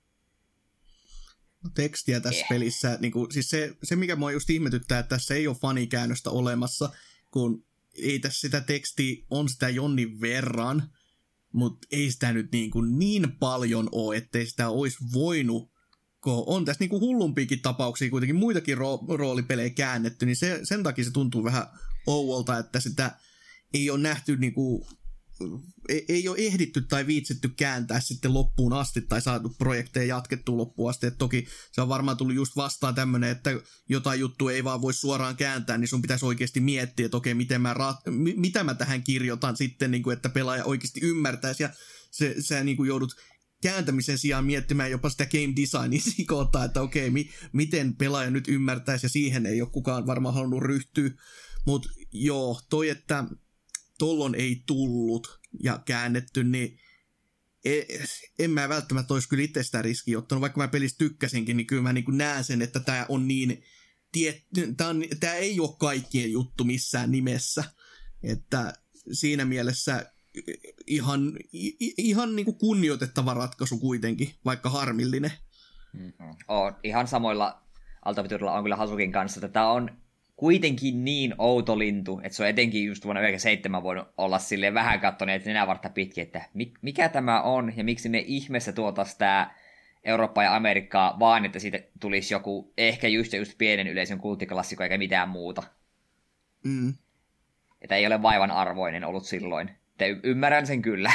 Tekstiä tässä pelissä, niin kuin, siis se mikä mua just ihmetyttää, että tässä ei ole fanikäännöstä olemassa, kun ei tässä sitä tekstiä, on sitä jonnin verran, mutta ei sitä nyt niin paljon ole, ettei sitä olisi voinut, kun on tässä niin kuin hullumpiakin tapauksia, kuitenkin muitakin roolipelejä käännetty, niin sen takia se tuntuu vähän ouolta, että sitä ei ole nähty niin kuin ei ole ehditty tai viitsitty kääntää sitten loppuun asti tai saatu projekteja jatkettua loppuun asti. Et toki se on varmaan tullut just vastaan tämmöinen, että jotain juttua ei vaan voi suoraan kääntää, niin sun pitäisi oikeasti miettiä, että okei, mitä mä tähän kirjoitan sitten, niin kuin, että pelaaja oikeasti ymmärtäisi. Ja sä niin kuin joudut kääntämisen sijaan miettimään jopa sitä game designin sikoota, että okei, miten pelaaja nyt ymmärtäisi, ja siihen ei ole kukaan varmaan halunnut ryhtyä. Mutta joo, että tollon ei tullut ja käännetty, niin en mä välttämättä olisi kyllä itse sitä riskiä ottanut. Vaikka mä pelistä tykkäsinkin, niin kyllä mä niin näen sen, että tää on niin, tää ei ole kaikkien juttu missään nimessä. Että siinä mielessä ihan niin kuin kunnioitettava ratkaisu kuitenkin, vaikka harmillinen. Ihan samoilla altavituudella on kyllä Hasukin kanssa, että tämä on kuitenkin niin outo lintu, että se on etenkin just vuonna 1997 voinut olla silleen vähän kattoneet nenävartta pitkin, että mikä tämä on ja miksi me ihmeessä tuotaisiin tämä Eurooppaa ja Amerikkaa, vaan että siitä tulisi joku ehkä just pienen yleisön kulttiklassikko eikä mitään muuta. Että ei ole vaivan arvoinen ollut silloin. Ymmärrän sen kyllä.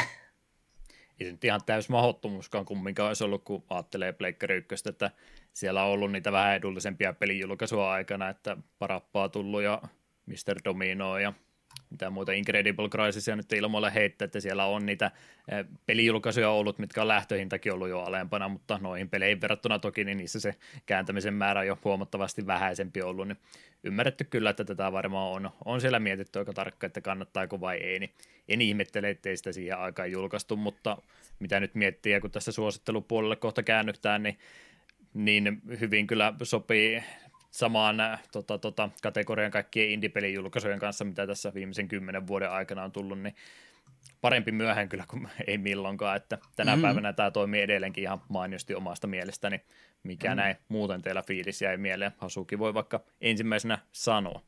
Ei se nyt ihan täys mahdottomuuskaan kumminkaan olisi ollut, kun ajattelee Pleikkari 1, että siellä on ollut niitä vähän edullisempia pelijulkaisua aikana, että Parappaa tullut ja Mr. Domino ja mitä muuta Incredible Crysisia nyt ilmoille heittää, että siellä on niitä pelijulkaisuja ollut, mitkä on lähtöhintakin ollut jo alempana, mutta noihin peleihin verrattuna toki, niin niissä se kääntämisen määrä on jo huomattavasti vähäisempi ollut, niin ymmärretty kyllä, että tätä varmaan on siellä mietitty aika tarkkaan, että kannattaako vai ei, niin en ihmettele, ettei sitä siihen aikaan julkaistu, mutta mitä nyt miettii, ja kun tässä suosittelupuolelle kohta käännytään, niin hyvin kyllä sopii samaan kategorian kaikkien indie-pelijulkaisujen kanssa, mitä tässä viimeisen 10 vuoden aikana on tullut, niin parempi myöhään kyllä kuin ei milloinkaan, että tänä päivänä tämä toimii edelleenkin ihan mainiosti omasta mielestäni, mikä näin muuten teillä fiilis jäi mieleen. Hasuki voi vaikka ensimmäisenä sanoa.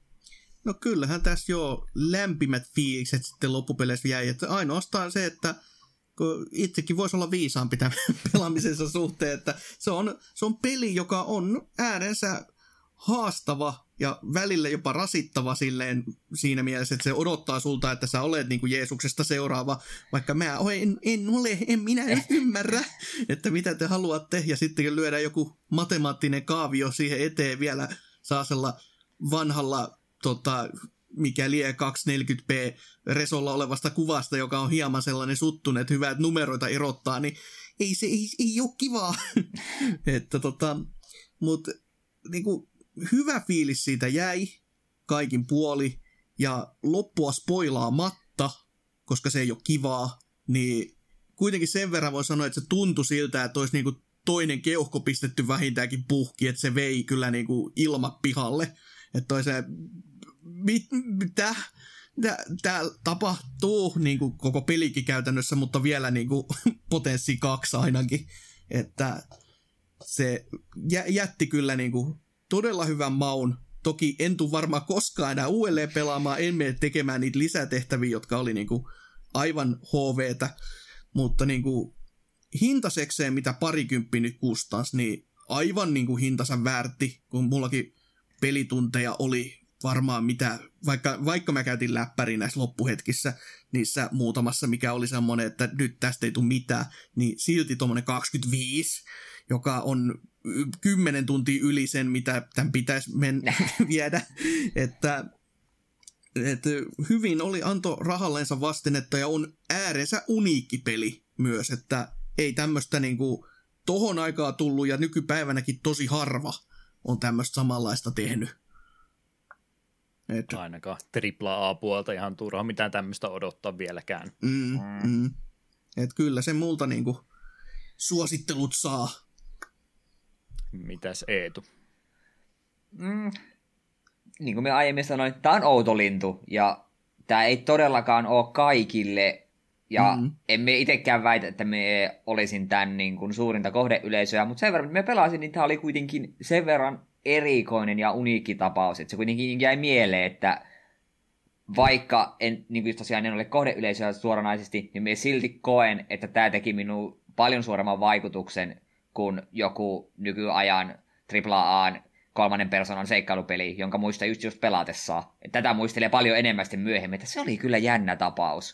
No kyllähän tässä jo lämpimät fiilikset sitten loppupeleissä jäi, että ainoastaan se, että itsekin voisi olla viisaampi tämän pelaamisensa suhteen, että se on peli, joka on äärensä haastava ja välillä jopa rasittava silleen siinä mielessä, että se odottaa sulta, että sä olet niin kuin Jeesuksesta seuraava, vaikka en minä ymmärrä, että mitä te haluatte, ja sitten lyödään joku matemaattinen kaavio siihen eteen vielä saasella vanhalla mikä lie 240p resolla olevasta kuvasta, joka on hieman sellainen suttunen, että hyvä, että numeroita erottaa, niin ei ole kivaa. Että mutta niinku, hyvä fiilis siitä jäi kaikin puoli, ja loppua spoilaamatta, koska se ei ole kivaa, niin kuitenkin sen verran voi sanoa, että se tuntui siltä, että olisi niinku toinen keuhko pistetty vähintäänkin puhki, että se vei kyllä niinku ilmat pihalle. Että toiseen mitä tää tapahtuu niin kuin koko pelikin käytännössä, mutta vielä niin kuin potenssi 2 ainakin, että se jätti kyllä niin kuin todella hyvän maun. Toki en tule varmaan koskaan enää uudelleen pelaamaan, en mene tekemään niitä lisätehtäviä, jotka oli niin kuin aivan HV:tä, mutta niin kuin hintasekseen, mitä parikymppi nyt kustas, niin aivan niin kuin hintansa väärti, kun mullakin pelitunteja oli varmaan mitä, vaikka mä käytin läppäriä näissä loppuhetkissä, niissä muutamassa, mikä oli semmoinen, että nyt tästä ei tule mitään, niin silti tommonen 25, joka on 10 tuntia yli sen, mitä tämän pitäisi viedä, että hyvin antoi rahallensa vastinetta ja on äärensä uniikki peli myös, että ei tämmöistä niinku tohon aikaa tullut ja nykypäivänäkin tosi harva on tämmöistä samanlaista tehnyt. Ainakaan AAA-puolta ihan turha mitään tämmöistä odottaa vieläkään. Et kyllä se multa niinku suosittelut saa. Mitäs Eetu? Niin kuin minä aiemmin sanoin, tämä on outo lintu ja tämä ei todellakaan ole kaikille. Ja emme itsekään väitä, että me olisin tämän niin kuin suurinta kohdeyleisöä, mutta sen verran, että me pelasin, niin tämä oli kuitenkin sen verran erikoinen ja uniikki tapaus, että se kuitenkin jäi mieleen, että vaikka niin kuin tosiaan en ole kohdeyleisöä suoranaisesti, niin me silti koen, että tämä teki minun paljon suuremman vaikutuksen kuin joku nykyajan AAA:n 3. persoonan seikkailupeli, jonka muista just pelatessaan. Tätä muistelee paljon enemmän sitten myöhemmin, että se oli kyllä jännä tapaus.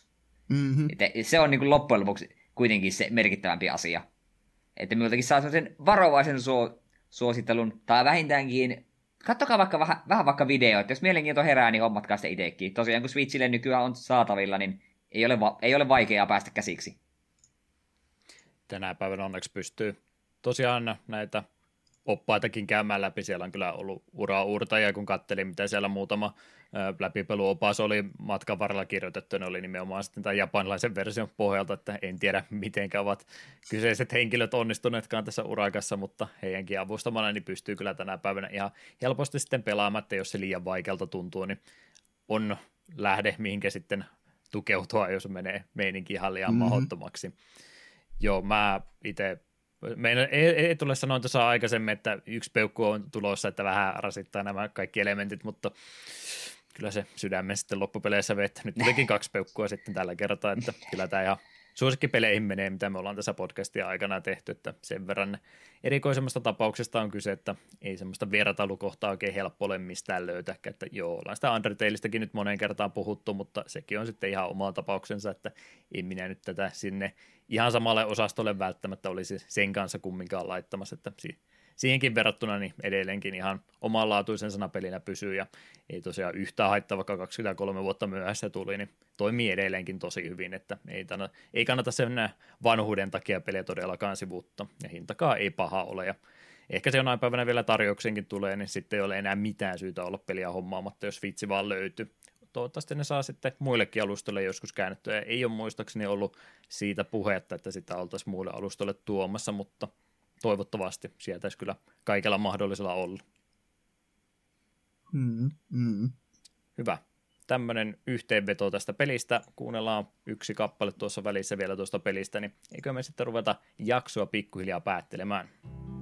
Mm-hmm. Se on niin kuin loppujen lopuksi kuitenkin se merkittävämpi asia. Että minultakin saa sellaisen varovaisen suosittelun, tai vähintäänkin, katsokaa vähän vaikka videoita, jos mielenkiinto herää, niin hommatkaa sitä itsekin. Tosiaan kun Switchille nykyään on saatavilla, niin ei ole vaikeaa päästä käsiksi. Tänä päivänä onneksi pystyy tosiaan näitä oppaitakin käymään läpi. Siellä on kyllä ollut uurtajia, kun katselin, mitä siellä muutama läpipeluopas oli matkan varrella kirjoitettu. Ne oli nimenomaan sitten tämän japanilaisen version pohjalta, että en tiedä, miten ovat kyseiset henkilöt onnistuneetkaan tässä urakassa, mutta heidänkin avustamana niin pystyy kyllä tänä päivänä ihan helposti sitten pelaamaan, että jos se liian vaikealta tuntuu, niin on lähde, mihinkä sitten tukeutua, jos menee meininki ihan liian mahdottomaksi. Joo, mä itse ei tule sanoa tuossa aikaisemmin, että yksi peukku on tulossa, että vähän rasittaa nämä kaikki elementit, mutta kyllä se sydämen sitten loppupeleissä vettä. Nyt tulikin 2 peukkua sitten tällä kertaa, että kyllä tämä ihan suosikkipeleihin menee, mitä me ollaan tässä podcastia aikana tehty, että sen verran erikoisemmasta tapauksesta on kyse, että ei semmoista vertailukohtaa oikein helppo ole mistään löytääkään, että joo, ollaan sitä Undertalestäkin nyt moneen kertaan puhuttu, mutta sekin on sitten ihan oma tapauksensa, että en minä nyt tätä sinne ihan samalle osastolle välttämättä olisi sen kanssa kumminkaan laittamassa, että siihenkin verrattuna niin edelleenkin ihan omanlaatuisen pelinä pysyy ja ei tosiaan yhtään haittaa, vaikka 23 vuotta myöhässä tuli, niin toimii edelleenkin tosi hyvin, että ei kannata sen vanhuuden takia peliä todellakaan sivuuttaa ja hintakaan ei paha ole ja ehkä se jonain päivänä vielä tarjouksienkin tulee, niin sitten ei ole enää mitään syytä olla peliä hommaamatta, jos viitsi vaan löytyy. Toivottavasti ne saa sitten muillekin alustoille joskus käännettyä. Ei ole muistaakseni ollut siitä puhetta, että sitä oltaisiin muille alustoille tuomassa, mutta toivottavasti sieltä olisi kyllä kaikella mahdollisella olla. Hyvä. Tämmöinen yhteenveto tästä pelistä. Kuunnellaan yksi kappale tuossa välissä vielä tuosta pelistä, niin eikö me sitten ruveta jaksoa pikkuhiljaa päättelemään?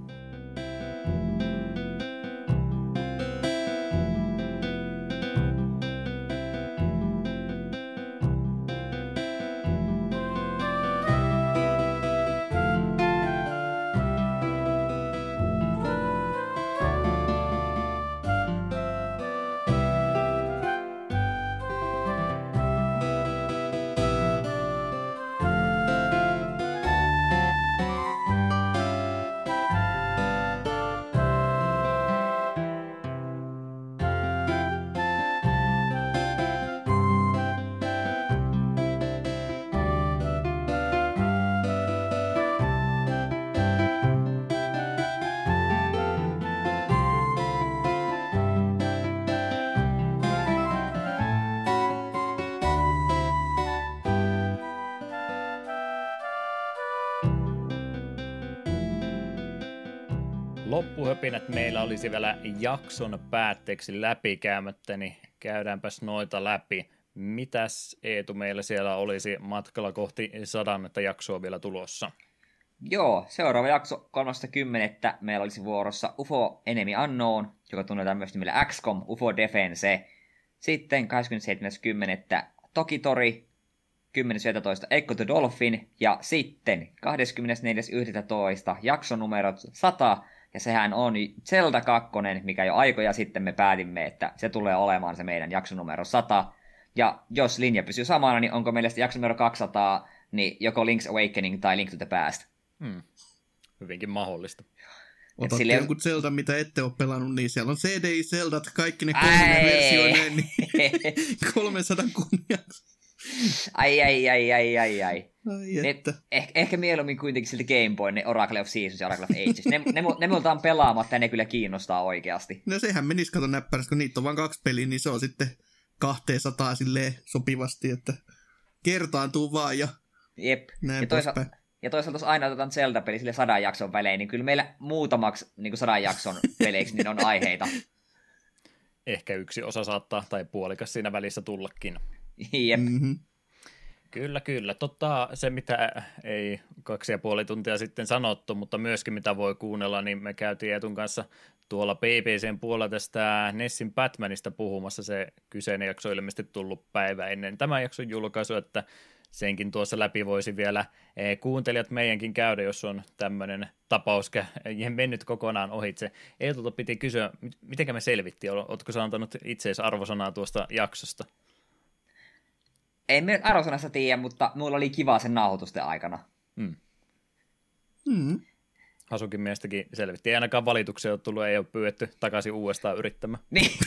Loppuhöpinät meillä olisi vielä jakson päätteeksi läpikäymättä, niin käydäänpäs noita läpi. Mitäs Eetu meillä siellä olisi matkalla kohti 100 jaksoa vielä tulossa? Joo, seuraava jakso 30. Meillä olisi vuorossa UFO Enemy Unknown, joka tunnetaan myös nimellä XCOM UFO Defense. Sitten 27.10. Tokitori, 10.11. Echo the Dolphin ja sitten 24.11. jaksonumerot 100. Ja sehän on Zelda 2, mikä jo aikoja sitten me päätimme, että se tulee olemaan se meidän jaksonumero 100. Ja jos linja pysyy samana, niin onko meillä sitten jaksonumero 200, niin joko Link's Awakening tai Link to the Past. Hyvinkin mahdollista. Otatte jonkun Zelda, mitä ette ole pelannut, niin siellä on CDI-Zeldat, kaikki ne 3 versioineen, niin 300 kunniaksi. Ai. Että. Ehkä mieluummin kuitenkin siltä Game Boy, ne Oracle of Seasons ja Oracle of Ages. Ne multa on pelaamatta ja ne kyllä kiinnostaa oikeasti. No sehän menisi kato näppärässä, kun niitä on vain 2 peliä, niin se on sitten 200 silleen sopivasti, että kertaantuu vaan ja jep. Näin ja toisaalta jos aina otetaan Zelda-peli sille 100 jakson välein, niin kyllä meillä muutamaksi niin 100 jakson peleiksi niin on aiheita. Ehkä yksi osa saattaa tai puolikas siinä välissä tullakin. Jep. Kyllä. Se, mitä ei 2,5 tuntia sitten sanottu, mutta myöskin mitä voi kuunnella, niin me käytiin Eetun kanssa tuolla BBCn puolella tästä Nessin Batmanista puhumassa. Se kyseinen jakso ilmeisesti tullut päivä ennen tämän jakson julkaisu, että senkin tuossa läpi voisi vielä kuuntelijat meidänkin käydä, jos on tämmöinen tapaus mennyt kokonaan ohitse. Eetulta piti kysyä, miten me selvittiin? Oletko sä antanut itseisi arvosanaa tuosta jaksosta? ei me arvosanasta tiedä, mutta mulla oli kiva sen nauhoitusten aikana. Hasukin mielestäkin selvitti. Ei ainakaan valituksia ole tullut, ei ole pyydetty takaisin uudestaan yrittämään.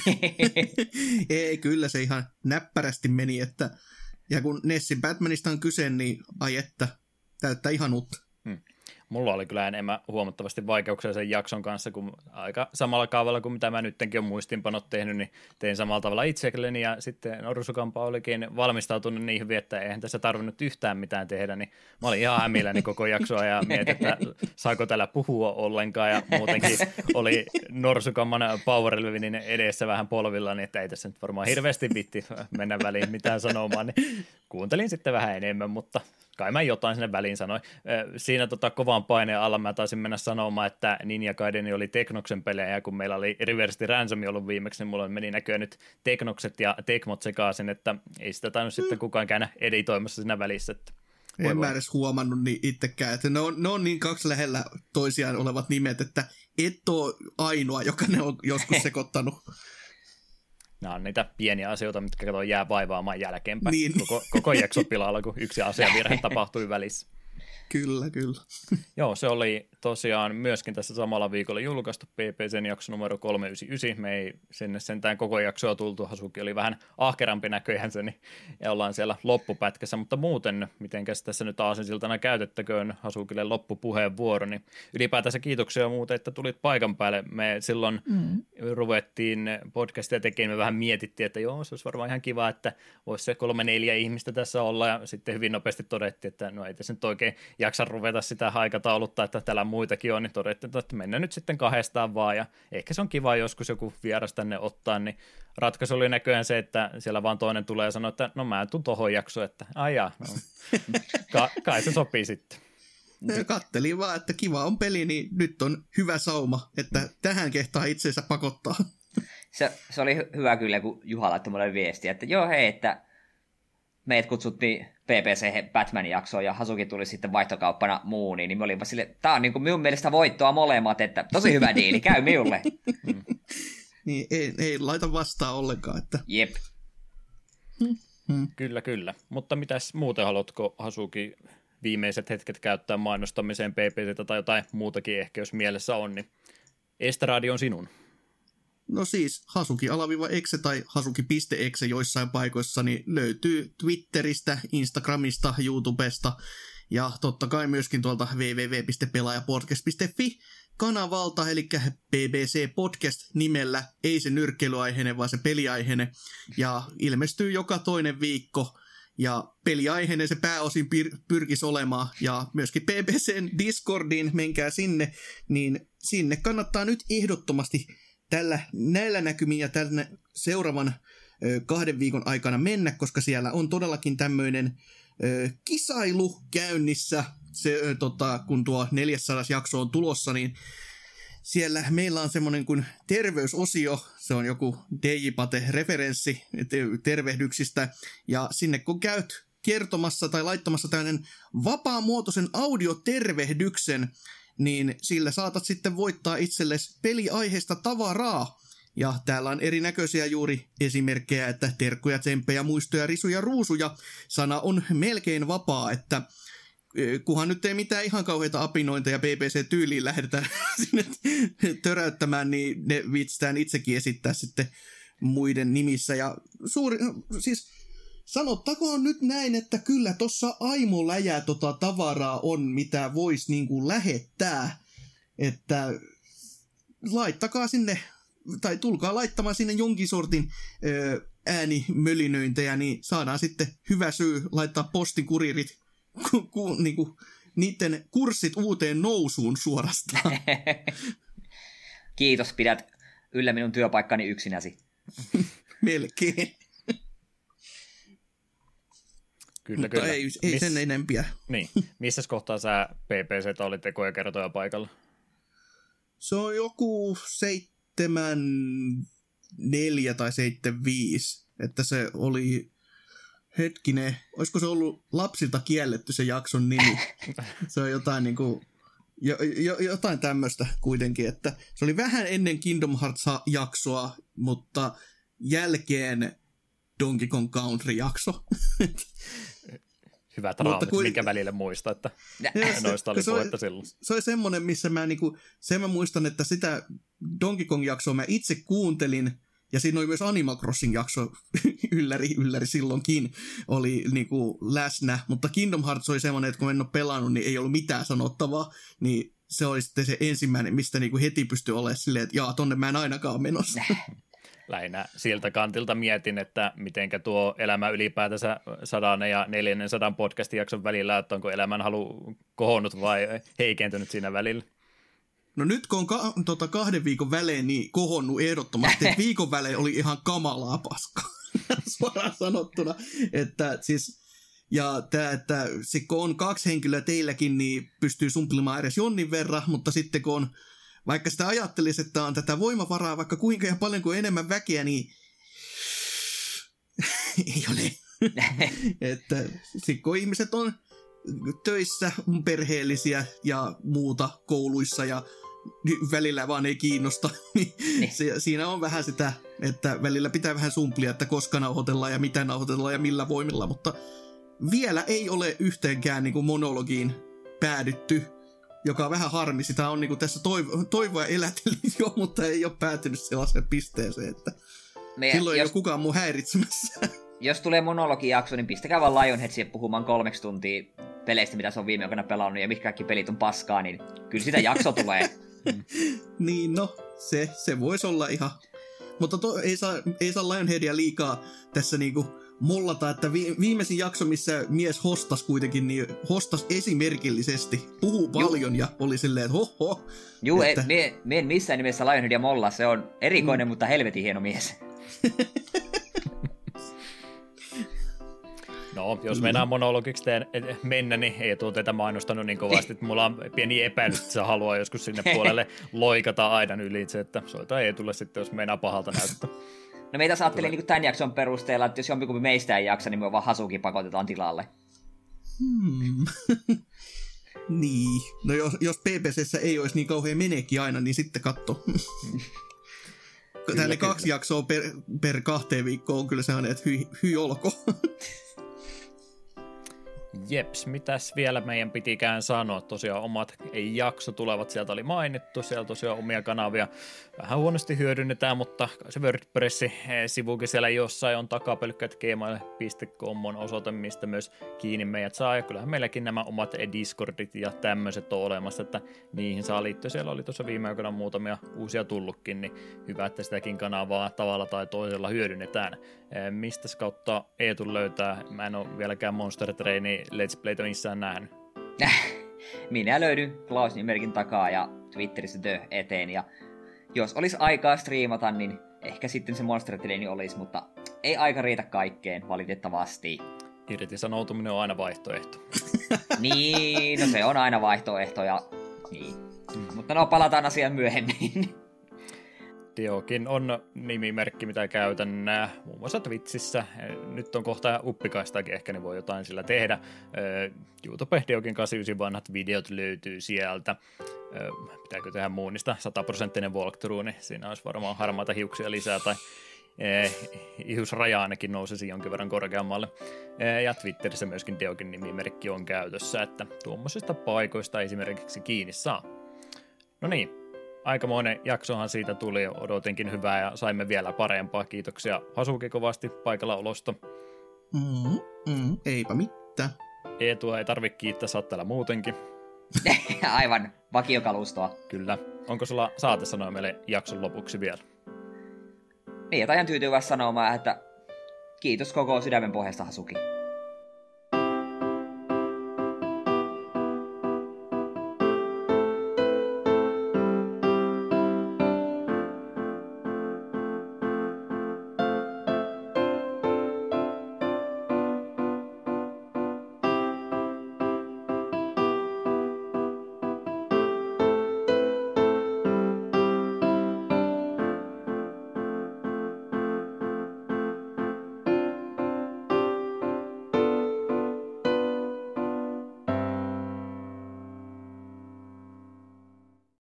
Ei, kyllä se ihan näppärästi meni, että ja kun Nessin Batmanista on kyse, niin ai että, täyttää ihan uutta. Mulla oli kyllä enemmän huomattavasti vaikeuksia sen jakson kanssa, kun aika samalla kaavalla kuin mitä mä nyttenkin olen muistinpanot tehnyt, niin tein samalla tavalla itselleni, ja sitten Norsukampa olikin valmistautunut niin hyvin, että eihän tässä tarvinnut yhtään mitään tehdä, niin mä olin ihan hämilläni koko jaksoa ja mietin, että saako täällä puhua ollenkaan, ja muutenkin oli Norsukamman Power Levelin edessä vähän polvilla, niin että ei tässä nyt varmaan hirveästi vitti mennä väliin mitään sanomaan, niin kuuntelin sitten vähän enemmän, mutta kai mä jotain sinne väliin sanoin. Siinä kovan paineen alla mä taisin mennä sanomaan, että Ninja Gaiden oli Teknoksen pelejä, ja kun meillä oli Reversed Ransom ollut viimeksi, niin mulla meni näköjään nyt Teknokset ja Tekmot sekaisin, että ei sitä tainnut sitten kukaan käydä editoimassa siinä välissä. Että en mä edes huomannut niin itsekään, että ne on niin kaksi lähellä toisiaan olevat nimet, että et ole ainoa, joka ne on joskus sekoittanut. Nämä on niitä pieniä asioita, mitkä jää vaivaamaan jälkeenpäin. Niin. Koko jakso pilalla, kun yksi asiavirhe tapahtui välissä. Kyllä, kyllä. Joo, se oli tosiaan myöskin tässä samalla viikolla julkaistu PPCn jakso numero 399. Me ei sinne sentään koko jaksoa tultu. Hasuki oli vähän ahkerampi näköjään se, niin, ja ollaan siellä loppupätkässä. Mutta muuten, mitenkäs tässä nyt aasinsiltana käytettäköön Hasukille loppupuheenvuoro, niin ylipäätänsä kiitoksia muuten, että tulit paikan päälle. Me silloin ruvettiin podcastia tekemään, me vähän mietittiin, että joo, se olisi varmaan ihan kiva, että voisi se 3-4 ihmistä tässä olla, ja sitten hyvin nopeasti todettiin, että no ei tässä nyt oikein jaksa ruveta sitä aikatauluttaa, että täällä muitakin on, niin todettiin, että mennään nyt sitten kahdestaan vaan, ja ehkä se on kiva joskus joku vieras tänne ottaa, niin ratkaisu oli näköjään se, että siellä vaan toinen tulee ja sanoo, että no mä tuun tohon jaksoon, että aijaa, no, kai se sopii sitten. Kattelin vaan, että kiva on peli, niin nyt on hyvä sauma, että tähän kehtaa itseensä pakottaa. Se oli hyvä kyllä, kun Juha laittoi mulle viestiä, että joo hei, että meidät kutsuttiin PPC Batman-jaksoon ja Hasuki tuli sitten vaihtokauppana muuniin, niin me olimme sille, tää on niin kuin minun mielestä voittoa molemmat, että tosi hyvä diili, käy minulle. Niin, ei laita vastaan ollenkaan, että jep. Kyllä. Mutta mitäs muuten haluatko Hasuki viimeiset hetket käyttää mainostamiseen PPCtä tai jotain muutakin ehkä, jos mielessä on, niin Estradi on sinun. No siis Hasuki-exe tai Hasuki.exe joissain paikoissa niin löytyy Twitteristä, Instagramista, YouTubesta ja totta kai myöskin tuolta www.pelaajapodcast.fi kanavalta, eli BBC Podcast nimellä, ei se nyrkkeilyaiheinen, vaan se peliaiheinen, ja ilmestyy joka toinen viikko, ja peliaiheinen se pääosin pyrkisi olemaan, ja myöskin BBCn Discordiin, menkää sinne, niin sinne kannattaa nyt ehdottomasti näillä näkymin ja tänne seuraavan 2 viikon aikana mennä, koska siellä on todellakin tämmöinen kisailu käynnissä, kun tuo 400 jakso on tulossa, niin siellä meillä on semmoinen kuin terveysosio, se on joku Dejipate-referenssi tervehdyksistä, ja sinne kun käyt kertomassa tai laittamassa tämmöinen vapaamuotoisen audiotervehdyksen, niin sillä saatat sitten voittaa itsellesi peliaiheista tavaraa. Ja täällä on erinäköisiä juuri esimerkkejä, että terkkuja, tsemppejä, muistoja, risuja, ruusuja. Sana on melkein vapaa, että kunhan nyt ei mitään ihan kauheita apinointeja BBC-tyyliin lähdetään sinne töräyttämään, niin ne viitsitään itsekin esittää sitten muiden nimissä. Ja siis sanottakoon nyt näin, että kyllä tuossa aimo läjää tavaraa on, mitä voisi niinku lähettää. Että laittakaa sinne, tai tulkaa laittamaan sinne jonkin sortin äänimölinöintejä, niin saadaan sitten hyvä syy laittaa postikuririt niinku, niiden kurssit uuteen nousuun suorastaan. Kiitos, pidät yllä minun työpaikkani yksinäsi. Melkein. Kyllä. Ei sen enempiä. Niin. Missä kohtaa sä PPC:tä olit tekoja kertoja paikalla? Se on joku 7.4 tai 7.5. Että se oli, hetkinen, olisiko se ollut lapsilta kielletty se jakson nimi? Se on jotain niinku, jotain tämmöistä kuitenkin, että se oli vähän ennen Kingdom Hearts-jaksoa, mutta jälkeen Donkey Kong Country-jakso. Hyvät raamit, minkä välillä muista, että noista oli puhetta silloin. Se oli semmoinen, missä mä muistan, että sitä Donkey Kong-jaksoa mä itse kuuntelin, ja siinä oli myös Animal Crossing-jakso ylläri silloinkin oli niinku läsnä, mutta Kingdom Hearts oli semmoinen, että kun en ole pelannut, niin ei ollut mitään sanottavaa, niin se oli sitten se ensimmäinen, mistä niinku heti pystyi olemaan silleen, että jaa, tonne mä en ainakaan menossa. Lähinnä siltä kantilta mietin, että mitenkä tuo elämä ylipäätänsä 100 ja 400 podcastin jakson välillä, että onko elämänhalu kohonnut vai heikentynyt siinä välillä. No nyt kun on 2 viikon välein niin kohonnut ehdottomasti, että viikon välein oli ihan kamalaa paskaa, suoraan sanottuna. Että siis, ja tämä, että kun on 2 henkilöä teilläkin, niin pystyy sumplimaan edes jonnin verran, mutta sitten kun on, vaikka sitä ajattelisi, että on tätä voimavaraa vaikka kuinka ja paljon kuin enemmän väkeä, niin ei ole. Että sitten kun ihmiset on töissä, perheellisiä ja muuta kouluissa ja välillä vaan ei kiinnosta, niin siinä on vähän sitä, että välillä pitää vähän sumplia, että koska nauhoitellaan ja mitä nauhoitellaan ja millä voimilla, mutta vielä ei ole yhteenkään niin kuin monologiin päädytty, joka on vähän harmi. Sitä on niin kuin tässä toivoa elätellyt jo, mutta ei ole päätynyt sellaiseen pisteeseen, että silloin ei ole kukaan muu häiritsemässä. Jos tulee monologijakso, niin pistäkää vaan Lionheadsia puhumaan 3 tuntia peleistä, mitä se on viime aikoina pelannut, ja mitkä kaikki pelit on paskaa, niin kyllä sitä jakso tulee. Niin, no, se voisi olla ihan. Mutta ei saa Lionheadia liikaa tässä niinku mollata, että viimeisin jakso, missä mies hostas kuitenkin, niin hostas esimerkillisesti, puhuu paljon ja oli silleen, että hoho. Juu, että me en missään nimessä Lionheadia mollaa, se on erikoinen, mutta helvetin hieno mies. No, jos mennään monologiksi mennä, niin ei tuo teitä mainostanut niin kovasti, että mulla on pieni epäilys, että se haluaa joskus sinne puolelle loikata aidan ylitse, että soita ei tule sitten, jos meinaa pahalta näyttää. No meitä ajattelin niin tämän jakson perusteella, että jos jompikumpi meistä ei jaksa, niin me vaan Hasuki pakotetaan tilalle. Niin, no jos PPC:ssä ei olisi niin kauhean menekin aina, niin sitten katso. Tälle 2 jaksoa per 2 viikkoa on kyllä sellainen, että hyi olko. Jeps, mitäs vielä meidän pitikään sanoa? Tosiaan omat jakso tulevat, sieltä oli mainittu, siellä tosiaan omia kanavia vähän huonosti hyödynnetään, mutta se WordPress-sivukin siellä jossain on takapelkkä@gmail.com on osoite, mistä myös kiinni meidät saa, ja kyllähän meilläkin nämä omat Discordit ja tämmöiset on olemassa, että niihin saa liittyä. Siellä oli tuossa viime aikoina muutamia uusia tullutkin, niin hyvä, että sitäkin kanavaa tavalla tai toisella hyödynnetään. Mistäs kautta Eetu löytää? Mä en ole vieläkään Monster Trainin Let's Playtä missään nähnyt. Minä löydyn Klaus-nimerkin takaa ja Twitterissä The eteen. Ja jos olisi aikaa striimata, niin ehkä sitten se Monster Train olisi, mutta ei aika riitä kaikkeen, valitettavasti. Irtisanoutuminen on aina vaihtoehto. Niin, no se on aina vaihtoehto ja niin. Mutta no, palataan asiaan myöhemmin. Diokin on nimimerkki, mitä käytän muun muassa Twitchissä. Nyt on kohta uppikaistakin ehkä, niin voi jotain sillä tehdä. YouTube Diokin 89 vanhat videot löytyy sieltä. Pitääkö tehdä muunista 100% walkthrough, niin siinä olisi varmaan harmaita hiuksia lisää tai ihusraja ainakin nousisi jonkin verran korkeammalle. Ja Twitterissä myöskin Diokin nimimerkki on käytössä, että tuommoisista paikoista esimerkiksi kiinni saa. No niin. Aikamoinen jaksohan siitä tuli, odotinkin hyvää ja saimme vielä parempaa. Kiitoksia Hasuki kovasti paikallaolosta. Eipä mitään. Eetua ei tarvitse kiittää, sä oot täällä muutenkin. Aivan, vakiokalustoa. Kyllä. Onko sulla saate sanoa meille jakson lopuksi vielä? Niin, ajan tyytyvässä sanomaan, että kiitos koko sydämen pohjasta Hasuki.